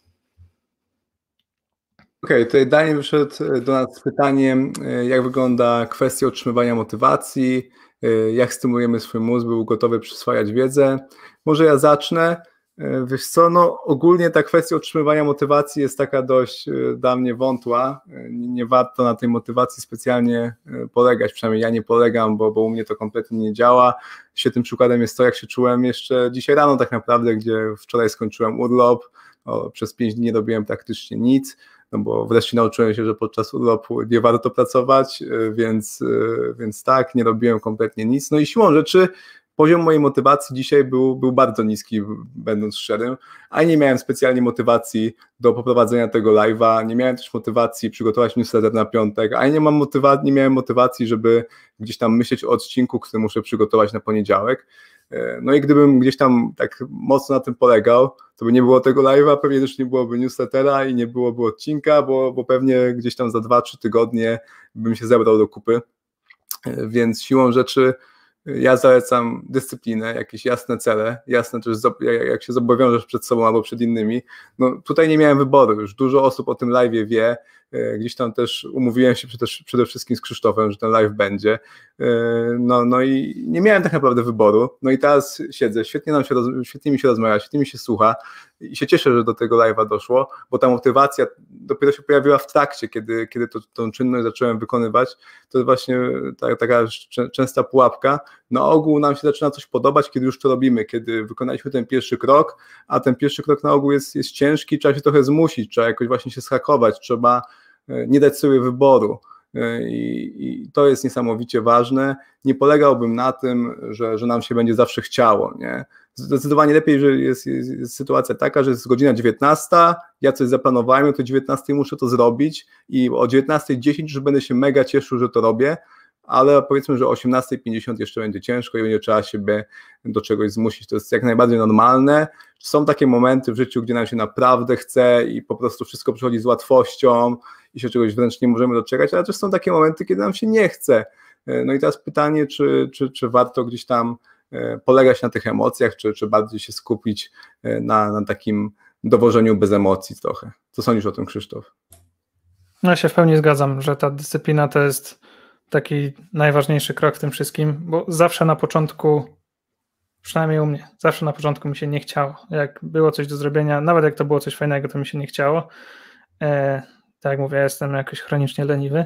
A: Okej, okay, tutaj Daniel wyszedł do nas z pytaniem, jak wygląda kwestia utrzymywania motywacji, jak stymulujemy swój mózg, był gotowy przyswajać wiedzę. Może ja zacznę. Wiesz co, no ogólnie ta kwestia utrzymywania motywacji jest taka dość dla mnie wątła. Nie, nie warto na tej motywacji specjalnie polegać, przynajmniej ja nie polegam, bo, bo u mnie to kompletnie nie działa. Świetnym przykładem jest to, jak się czułem jeszcze dzisiaj rano tak naprawdę, gdzie wczoraj skończyłem urlop, o, przez pięć dni nie robiłem praktycznie nic, no bo wreszcie nauczyłem się, że podczas urlopu nie warto pracować, więc, więc tak, nie robiłem kompletnie nic. No i siłą rzeczy poziom mojej motywacji dzisiaj był, był bardzo niski, będąc szczerym, a nie miałem specjalnie motywacji do poprowadzenia tego live'a, nie miałem też motywacji przygotować newsletter na piątek, a nie, mam motywa- nie miałem motywacji, żeby gdzieś tam myśleć o odcinku, który muszę przygotować na poniedziałek. No i gdybym gdzieś tam tak mocno na tym polegał, to by nie było tego live'a, pewnie też nie byłoby newslettera i nie byłoby odcinka, bo, bo pewnie gdzieś tam za dwa trzy tygodnie bym się zebrał do kupy, więc siłą rzeczy ja zalecam dyscyplinę, jakieś jasne cele, jasne też jak się zobowiążesz przed sobą albo przed innymi. No tutaj nie miałem wyboru, już dużo osób o tym live'ie wie, gdzieś tam też umówiłem się przede wszystkim z Krzysztofem, że ten live będzie, no, no i nie miałem tak naprawdę wyboru, no i teraz siedzę, świetnie, nam się, świetnie mi się rozmawia, świetnie mi się słucha i się cieszę, że do tego live'a doszło, bo ta motywacja dopiero się pojawiła w trakcie, kiedy, kiedy to, tą czynność zacząłem wykonywać, to jest właśnie ta, taka częsta pułapka, na ogół nam się zaczyna coś podobać, kiedy już to robimy, kiedy wykonaliśmy ten pierwszy krok, a ten pierwszy krok na ogół jest, jest ciężki, trzeba się trochę zmusić, trzeba jakoś właśnie się zhakować, trzeba nie dać sobie wyboru. I, i to jest niesamowicie ważne. Nie polegałbym na tym, że, że nam się będzie zawsze chciało, nie? Zdecydowanie lepiej, że jest, jest, jest sytuacja taka, że jest godzina dziewiętnasta, ja coś zaplanowałem, to o dziewiętnastej muszę to zrobić i o dziewiętnasta dziesięć już będę się mega cieszył, że to robię, ale powiedzmy, że o osiemnasta pięćdziesiąt jeszcze będzie ciężko i będzie trzeba siebie do czegoś zmusić. To jest jak najbardziej normalne. Są takie momenty w życiu, gdzie nam się naprawdę chce i po prostu wszystko przychodzi z łatwością i się czegoś wręcz nie możemy doczekać, ale też są takie momenty, kiedy nam się nie chce. No i teraz pytanie, czy, czy, czy warto gdzieś tam polegać na tych emocjach, czy, czy bardziej się skupić na, na takim dowożeniu bez emocji trochę. Co sądzisz o tym, Krzysztof?
B: No ja się w pełni zgadzam, że ta dyscyplina to jest taki najważniejszy krok w tym wszystkim, bo zawsze na początku, przynajmniej u mnie, zawsze na początku mi się nie chciało. Jak było coś do zrobienia, nawet jak to było coś fajnego, to mi się nie chciało. E, tak jak mówię, ja jestem jakoś chronicznie leniwy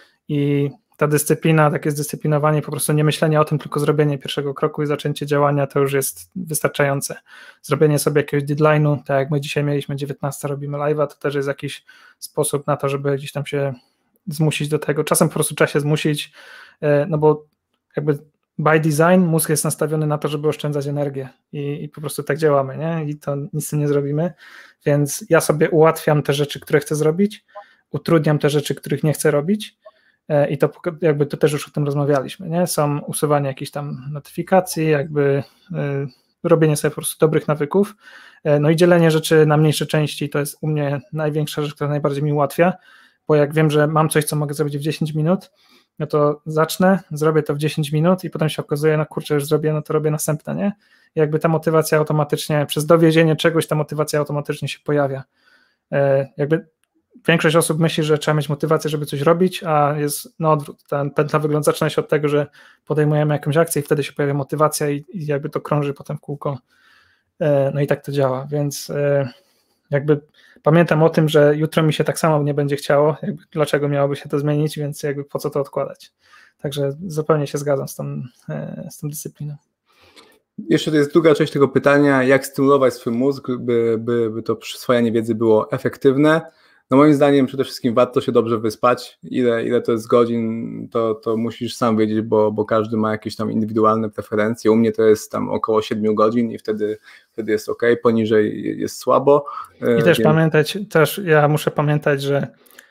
B: i ta dyscyplina, takie zdyscyplinowanie, po prostu nie myślenie o tym, tylko zrobienie pierwszego kroku i zaczęcie działania to już jest wystarczające. Zrobienie sobie jakiegoś deadline'u, tak jak my dzisiaj mieliśmy dziewiętnastego, robimy live'a, to też jest jakiś sposób na to, żeby gdzieś tam się zmusić do tego. Czasem po prostu trzeba się zmusić, no bo jakby by design mózg jest nastawiony na to, żeby oszczędzać energię i, i po prostu tak działamy, nie? I to nic z tym nie zrobimy, więc ja sobie ułatwiam te rzeczy, które chcę zrobić, utrudniam te rzeczy, których nie chcę robić i to jakby tu też już o tym rozmawialiśmy, nie? Są usuwanie jakichś tam notyfikacji, jakby y, robienie sobie po prostu dobrych nawyków, no i dzielenie rzeczy na mniejsze części to jest u mnie największa rzecz, która najbardziej mi ułatwia, bo jak wiem, że mam coś, co mogę zrobić w dziesięć minut, no to zacznę, zrobię to w dziesięć minut i potem się okazuje, no kurczę, już zrobię, no to robię następne, nie? I jakby ta motywacja automatycznie, przez dowiezienie czegoś ta motywacja automatycznie się pojawia. E, jakby większość osób myśli, że trzeba mieć motywację, żeby coś robić, a jest na odwrót. Ta pętla wygląda, zaczyna się od tego, że podejmujemy jakąś akcję i wtedy się pojawia motywacja i, i jakby to krąży potem w kółko. E, no i tak to działa, więc e, jakby pamiętam o tym, że jutro mi się tak samo nie będzie chciało, jakby dlaczego miałoby się to zmienić, więc jakby po co to odkładać. Także zupełnie się zgadzam z tą, z tą dyscypliną.
A: Jeszcze to jest druga część tego pytania, jak stymulować swój mózg, by, by, by to przyswajanie wiedzy było efektywne. No moim zdaniem przede wszystkim warto się dobrze wyspać. Ile, ile to jest godzin, to, to musisz sam wiedzieć, bo, bo każdy ma jakieś tam indywidualne preferencje. U mnie to jest tam około siedmiu godzin i wtedy, wtedy jest ok, poniżej jest słabo.
B: I też więc... pamiętać, też ja muszę pamiętać, że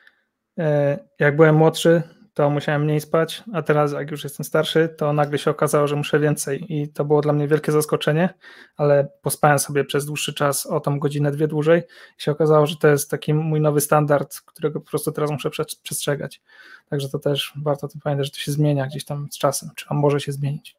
B: jak byłem młodszy, to musiałem mniej spać, a teraz jak już jestem starszy, to nagle się okazało, że muszę więcej i to było dla mnie wielkie zaskoczenie, ale pospałem sobie przez dłuższy czas o tą godzinę, dwie dłużej i się okazało, że to jest taki mój nowy standard, którego po prostu teraz muszę przestrzegać. Także to też warto o tym pamiętać, że to się zmienia gdzieś tam z czasem, czy on może się zmienić.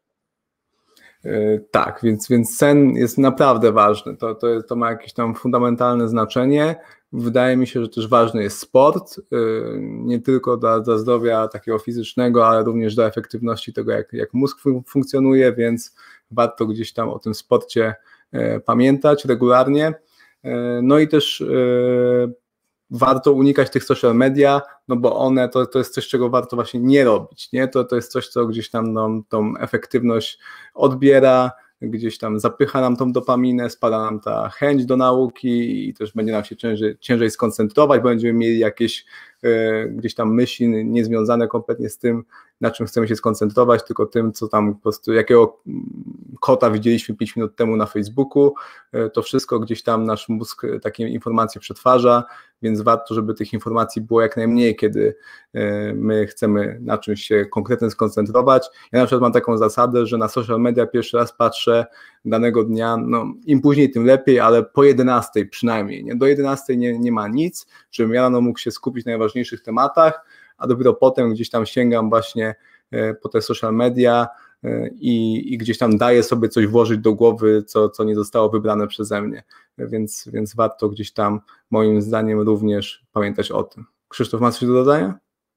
A: Yy, tak, więc, więc sen jest naprawdę ważny, to, to, to ma jakieś tam fundamentalne znaczenie. Wydaje mi się, że też ważny jest sport, yy, nie tylko dla, dla zdrowia takiego fizycznego, ale również dla efektywności tego, jak, jak mózg fun- funkcjonuje, więc warto gdzieś tam o tym sporcie yy, pamiętać regularnie. Yy, no i też yy, warto unikać tych social media, no bo one to, to jest coś, czego warto właśnie nie robić, nie? To, to jest coś, co gdzieś tam nam tą efektywność odbiera, gdzieś tam zapycha nam tą dopaminę, spada nam ta chęć do nauki i też będzie nam się ciężej, ciężej skoncentrować, bo będziemy mieli jakieś e, gdzieś tam myśli niezwiązane kompletnie z tym, na czym chcemy się skoncentrować, tylko tym, co tam po prostu, jakiego kota widzieliśmy pięć minut temu na Facebooku, e, to wszystko gdzieś tam nasz mózg takie informacje przetwarza, więc warto, żeby tych informacji było jak najmniej, kiedy e, my chcemy na czymś się konkretnie skoncentrować. Ja na przykład mam taką zasadę, że na social media pierwszy raz patrzę danego dnia, no im później tym lepiej, ale po jedenastej przynajmniej, nie? Do jedenastej nie, nie ma nic, żebym ja rano mógł się skupić na najważniejszych tematach, a dopiero potem gdzieś tam sięgam właśnie po te social media i, i gdzieś tam daję sobie coś włożyć do głowy, co, co nie zostało wybrane przeze mnie, więc, więc warto gdzieś tam moim zdaniem również pamiętać o tym. Krzysztof, masz coś do dodania?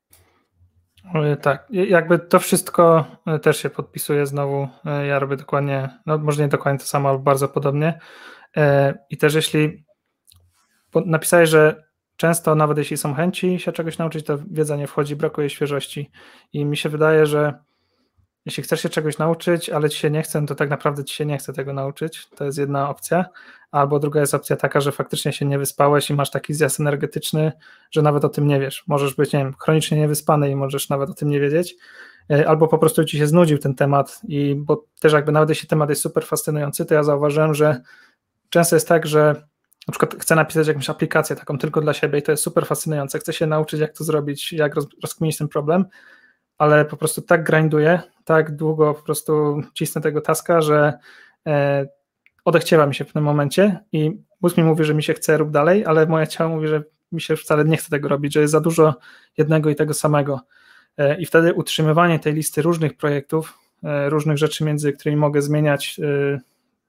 B: Tak, jakby to wszystko też się podpisuje znowu, ja robię dokładnie, no może nie dokładnie to samo, ale bardzo podobnie i też jeśli napisałeś, że często nawet jeśli są chęci się czegoś nauczyć, to wiedza nie wchodzi, brakuje świeżości i mi się wydaje, że jeśli chcesz się czegoś nauczyć, ale ci się nie chce, to tak naprawdę ci się nie chce tego nauczyć, to jest jedna opcja, albo druga jest opcja taka, że faktycznie się nie wyspałeś i masz taki zjazd energetyczny, że nawet o tym nie wiesz, możesz być, nie wiem, chronicznie niewyspany i możesz nawet o tym nie wiedzieć, albo po prostu ci się znudził ten temat i bo też jakby nawet jeśli temat jest super fascynujący, to ja zauważyłem, że często jest tak, że na przykład chcę napisać jakąś aplikację taką tylko dla siebie i to jest super fascynujące, chcę się nauczyć jak to zrobić, jak roz, rozkminić ten problem, ale po prostu tak grinduję, tak długo po prostu cisnę tego taska, że e, odechciewa mi się w tym momencie i mózg mi mówi, że mi się chce, rób dalej, ale moje ciało mówi, że mi się wcale nie chce tego robić, że jest za dużo jednego i tego samego. E, I wtedy utrzymywanie tej listy różnych projektów, e, różnych rzeczy, między którymi mogę zmieniać e,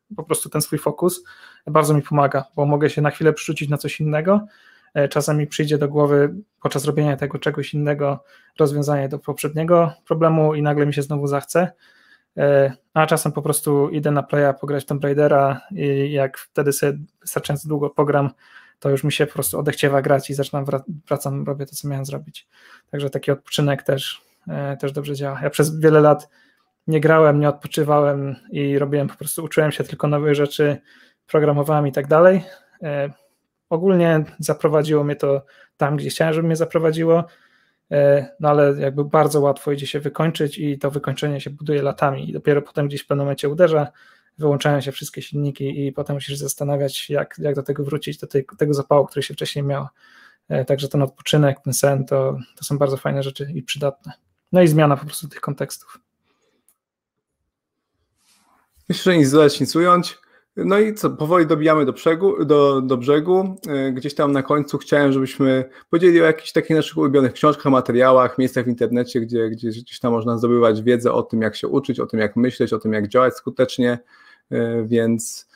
B: po prostu ten swój fokus bardzo mi pomaga, bo mogę się na chwilę przerzucić na coś innego. Czasem mi przyjdzie do głowy podczas robienia tego czegoś innego rozwiązanie do poprzedniego problemu i nagle mi się znowu zachce, a czasem po prostu idę na playa pograć w Tomb Raidera i jak wtedy sobie wystarczająco długo pogram, to już mi się po prostu odechciewa grać i zaczynam, wracam, robię to, co miałem zrobić. Także taki odpoczynek też, też dobrze działa. Ja przez wiele lat nie grałem, nie odpoczywałem i robiłem po prostu, uczyłem się tylko nowych rzeczy, programowałem i tak dalej. Ogólnie zaprowadziło mnie to tam, gdzie chciałem, żeby mnie zaprowadziło, no ale jakby bardzo łatwo idzie się wykończyć i to wykończenie się buduje latami i dopiero potem gdzieś w pewnym momencie uderza, wyłączają się wszystkie silniki i potem musisz zastanawiać, jak, jak do tego wrócić, do tej, tego zapału, który się wcześniej miał. Także ten odpoczynek, ten sen, to, to są bardzo fajne rzeczy i przydatne. No i zmiana po prostu tych kontekstów.
A: Myślę, że nic dodać, nic ująć. No i co, powoli dobijamy do brzegu, do, do brzegu. Gdzieś tam na końcu chciałem, żebyśmy powiedzieli o jakichś takich naszych ulubionych książkach, materiałach, miejscach w internecie, gdzie, gdzie gdzieś tam można zdobywać wiedzę o tym, jak się uczyć, o tym, jak myśleć, o tym, jak działać skutecznie, więc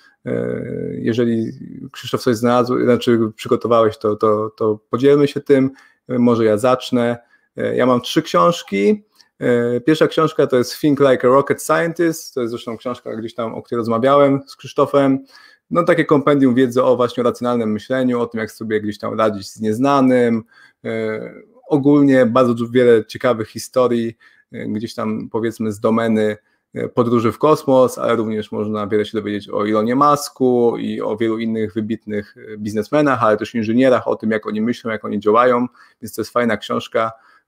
A: jeżeli Krzysztof coś znalazł, znaczy przygotowałeś, to, to, to podzielmy się tym, może ja zacznę. Ja mam trzy książki. Pierwsza książka to jest Think Like a Rocket Scientist, to jest zresztą książka gdzieś tam, o której rozmawiałem z Krzysztofem, no takie kompendium wiedzy o właśnie racjonalnym myśleniu, o tym, jak sobie gdzieś tam radzić z nieznanym, ogólnie bardzo wiele ciekawych historii, gdzieś tam powiedzmy z domeny podróży w kosmos, ale również można wiele się dowiedzieć o Elonie Musku i o wielu innych wybitnych biznesmenach, ale też inżynierach, o tym, jak oni myślą, jak oni działają, więc to jest fajna książka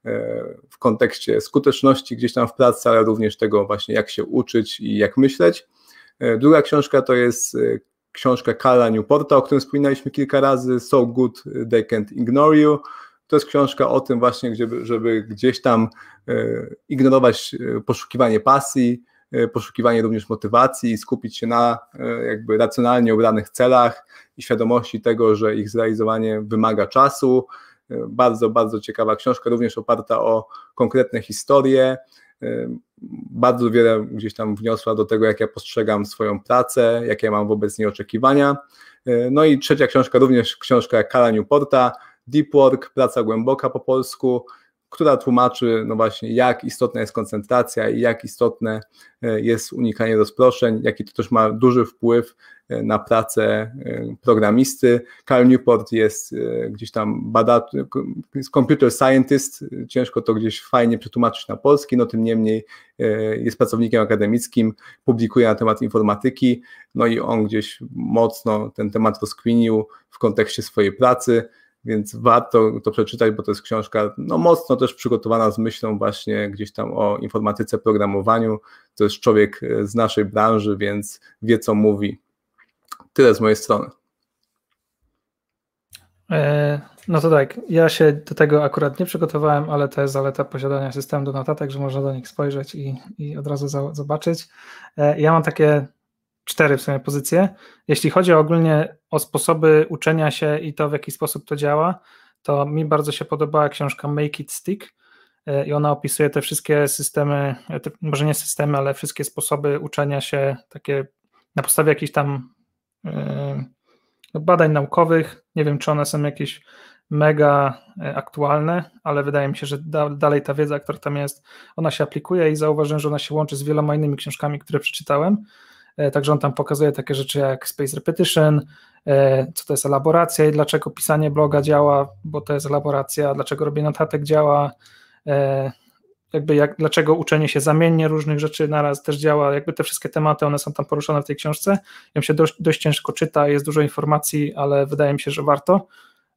A: w kontekście skuteczności gdzieś tam w pracy, ale również tego właśnie, jak się uczyć i jak myśleć. Druga książka to jest książka Cala Newporta, o którym wspominaliśmy kilka razy, So Good They Can't Ignore You. To jest książka o tym właśnie, żeby, żeby gdzieś tam ignorować poszukiwanie pasji, poszukiwanie również motywacji i skupić się na jakby racjonalnie obranych celach i świadomości tego, że ich zrealizowanie wymaga czasu. Bardzo, bardzo ciekawa książka, również oparta o konkretne historie. Bardzo wiele gdzieś tam wniosła do tego, jak ja postrzegam swoją pracę, jakie mam wobec niej oczekiwania. No i trzecia książka, również książka Cala Newporta, Deep Work, praca głęboka po polsku, która tłumaczy no właśnie, jak istotna jest koncentracja i jak istotne jest unikanie rozproszeń, jaki to też ma duży wpływ na pracę programisty. Cal Newport jest gdzieś tam badacz, jest computer scientist, ciężko to gdzieś fajnie przetłumaczyć na polski, no tym niemniej jest pracownikiem akademickim, publikuje na temat informatyki, no i on gdzieś mocno ten temat rozkminił w kontekście swojej pracy, więc warto to przeczytać, bo to jest książka no, mocno też przygotowana z myślą właśnie gdzieś tam o informatyce, programowaniu. To jest człowiek z naszej branży, więc wie, co mówi. Tyle z mojej strony.
B: No to tak, ja się do tego akurat nie przygotowałem, ale to jest zaleta posiadania systemu do notatek, że można do nich spojrzeć i, i od razu za, zobaczyć. Ja mam takie cztery w sumie pozycje. Jeśli chodzi ogólnie o sposoby uczenia się i to, w jaki sposób to działa, to mi bardzo się podobała książka Make It Stick i ona opisuje te wszystkie systemy, te, może nie systemy, ale wszystkie sposoby uczenia się takie na podstawie jakichś tam yy, badań naukowych. Nie wiem, czy one są jakieś mega aktualne, ale wydaje mi się, że da, dalej ta wiedza, która tam jest, ona się aplikuje i zauważyłem, że ona się łączy z wieloma innymi książkami, które przeczytałem. Także on tam pokazuje takie rzeczy jak Space Repetition, co to jest elaboracja i dlaczego pisanie bloga działa, bo to jest elaboracja, dlaczego robienie notatek działa, jakby jak, dlaczego uczenie się zamiennie różnych rzeczy naraz też działa, jakby te wszystkie tematy, one są tam poruszone w tej książce. Ją się dość, dość ciężko czyta, jest dużo informacji, ale wydaje mi się, że warto.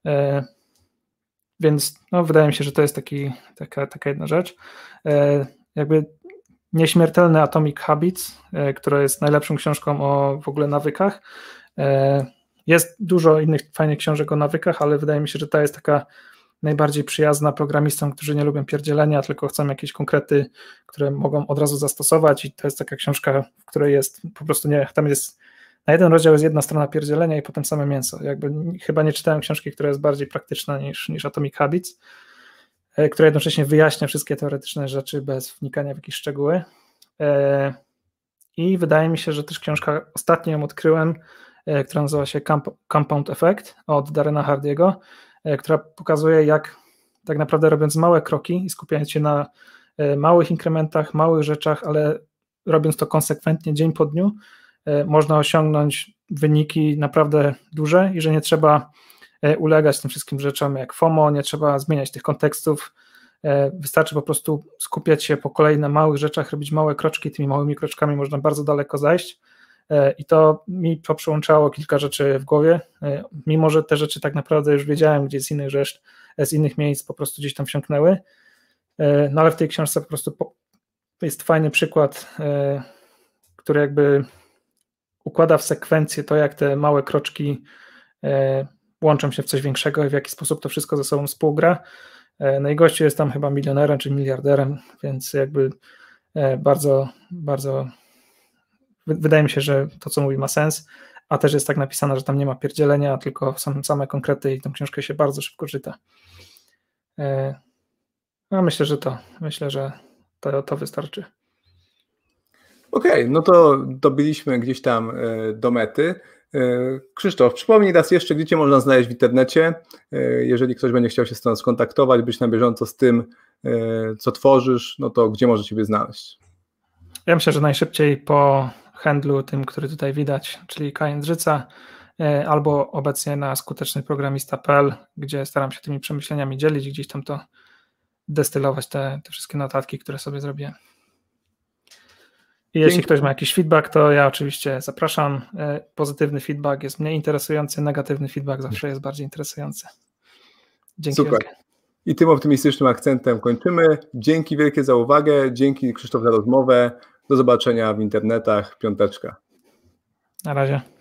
B: Więc no, wydaje mi się, że to jest taki, taka, taka jedna rzecz. Jakby Nieśmiertelny Atomic Habits, która jest najlepszą książką o w ogóle nawykach. Jest dużo innych fajnych książek o nawykach, ale wydaje mi się, że ta jest taka najbardziej przyjazna programistom, którzy nie lubią pierdzielenia, tylko chcą jakieś konkrety, które mogą od razu zastosować i to jest taka książka, w której jest po prostu nie, tam jest na jeden rozdział jest jedna strona pierdzielenia i potem same mięso. Jakby chyba nie czytałem książki, która jest bardziej praktyczna niż, niż Atomic Habits, która jednocześnie wyjaśnia wszystkie teoretyczne rzeczy bez wnikania w jakieś szczegóły. I wydaje mi się, że też książka, ostatnio ją odkryłem, która nazywa się Compound Effect od Darrena Hardiego, która pokazuje, jak tak naprawdę robiąc małe kroki i skupiając się na małych inkrementach, małych rzeczach, ale robiąc to konsekwentnie dzień po dniu, można osiągnąć wyniki naprawdę duże i że nie trzeba ulegać tym wszystkim rzeczom jak FOMO, nie trzeba zmieniać tych kontekstów, wystarczy po prostu skupiać się po kolei na małych rzeczach, robić małe kroczki, tymi małymi kroczkami można bardzo daleko zajść i to mi poprzełączało kilka rzeczy w głowie, mimo że te rzeczy tak naprawdę już wiedziałem gdzieś z innych rzeczy, z innych miejsc po prostu gdzieś tam wsiąknęły, no ale w tej książce po prostu jest fajny przykład, który jakby układa w sekwencję to, jak te małe kroczki łączą się w coś większego i w jaki sposób to wszystko ze sobą współgra. No i gościu jest tam chyba milionerem czy miliarderem, więc jakby bardzo, bardzo wydaje mi się, że to, co mówi, ma sens, a też jest tak napisane, że tam nie ma pierdzielenia, tylko są same konkrety i tą książkę się bardzo szybko czyta. No myślę, że to, myślę, że to, to wystarczy.
A: Okej, okay, no to dobiliśmy gdzieś tam do mety. Krzysztof, przypomnij raz jeszcze, gdzie Cię można znaleźć w internecie, jeżeli ktoś będzie chciał się z Tobą skontaktować, być na bieżąco z tym, co tworzysz, no to gdzie może Ciebie znaleźć?
B: Ja myślę, że najszybciej po handlu tym, który tutaj widać, czyli K. Jędrzyca, albo obecnie na skutecznyprogramista kropka p l, gdzie staram się tymi przemyśleniami dzielić i gdzieś tam to destylować, te, te wszystkie notatki, które sobie zrobiłem. I jeśli Dzięki. Ktoś ma jakiś feedback, to ja oczywiście zapraszam. Pozytywny feedback jest mniej interesujący, negatywny feedback zawsze jest bardziej interesujący. Dzięki.
A: Super. Wielkie. I tym optymistycznym akcentem kończymy. Dzięki wielkie za uwagę, dzięki Krzysztof za rozmowę. Do zobaczenia w internetach. Piąteczka.
B: Na razie.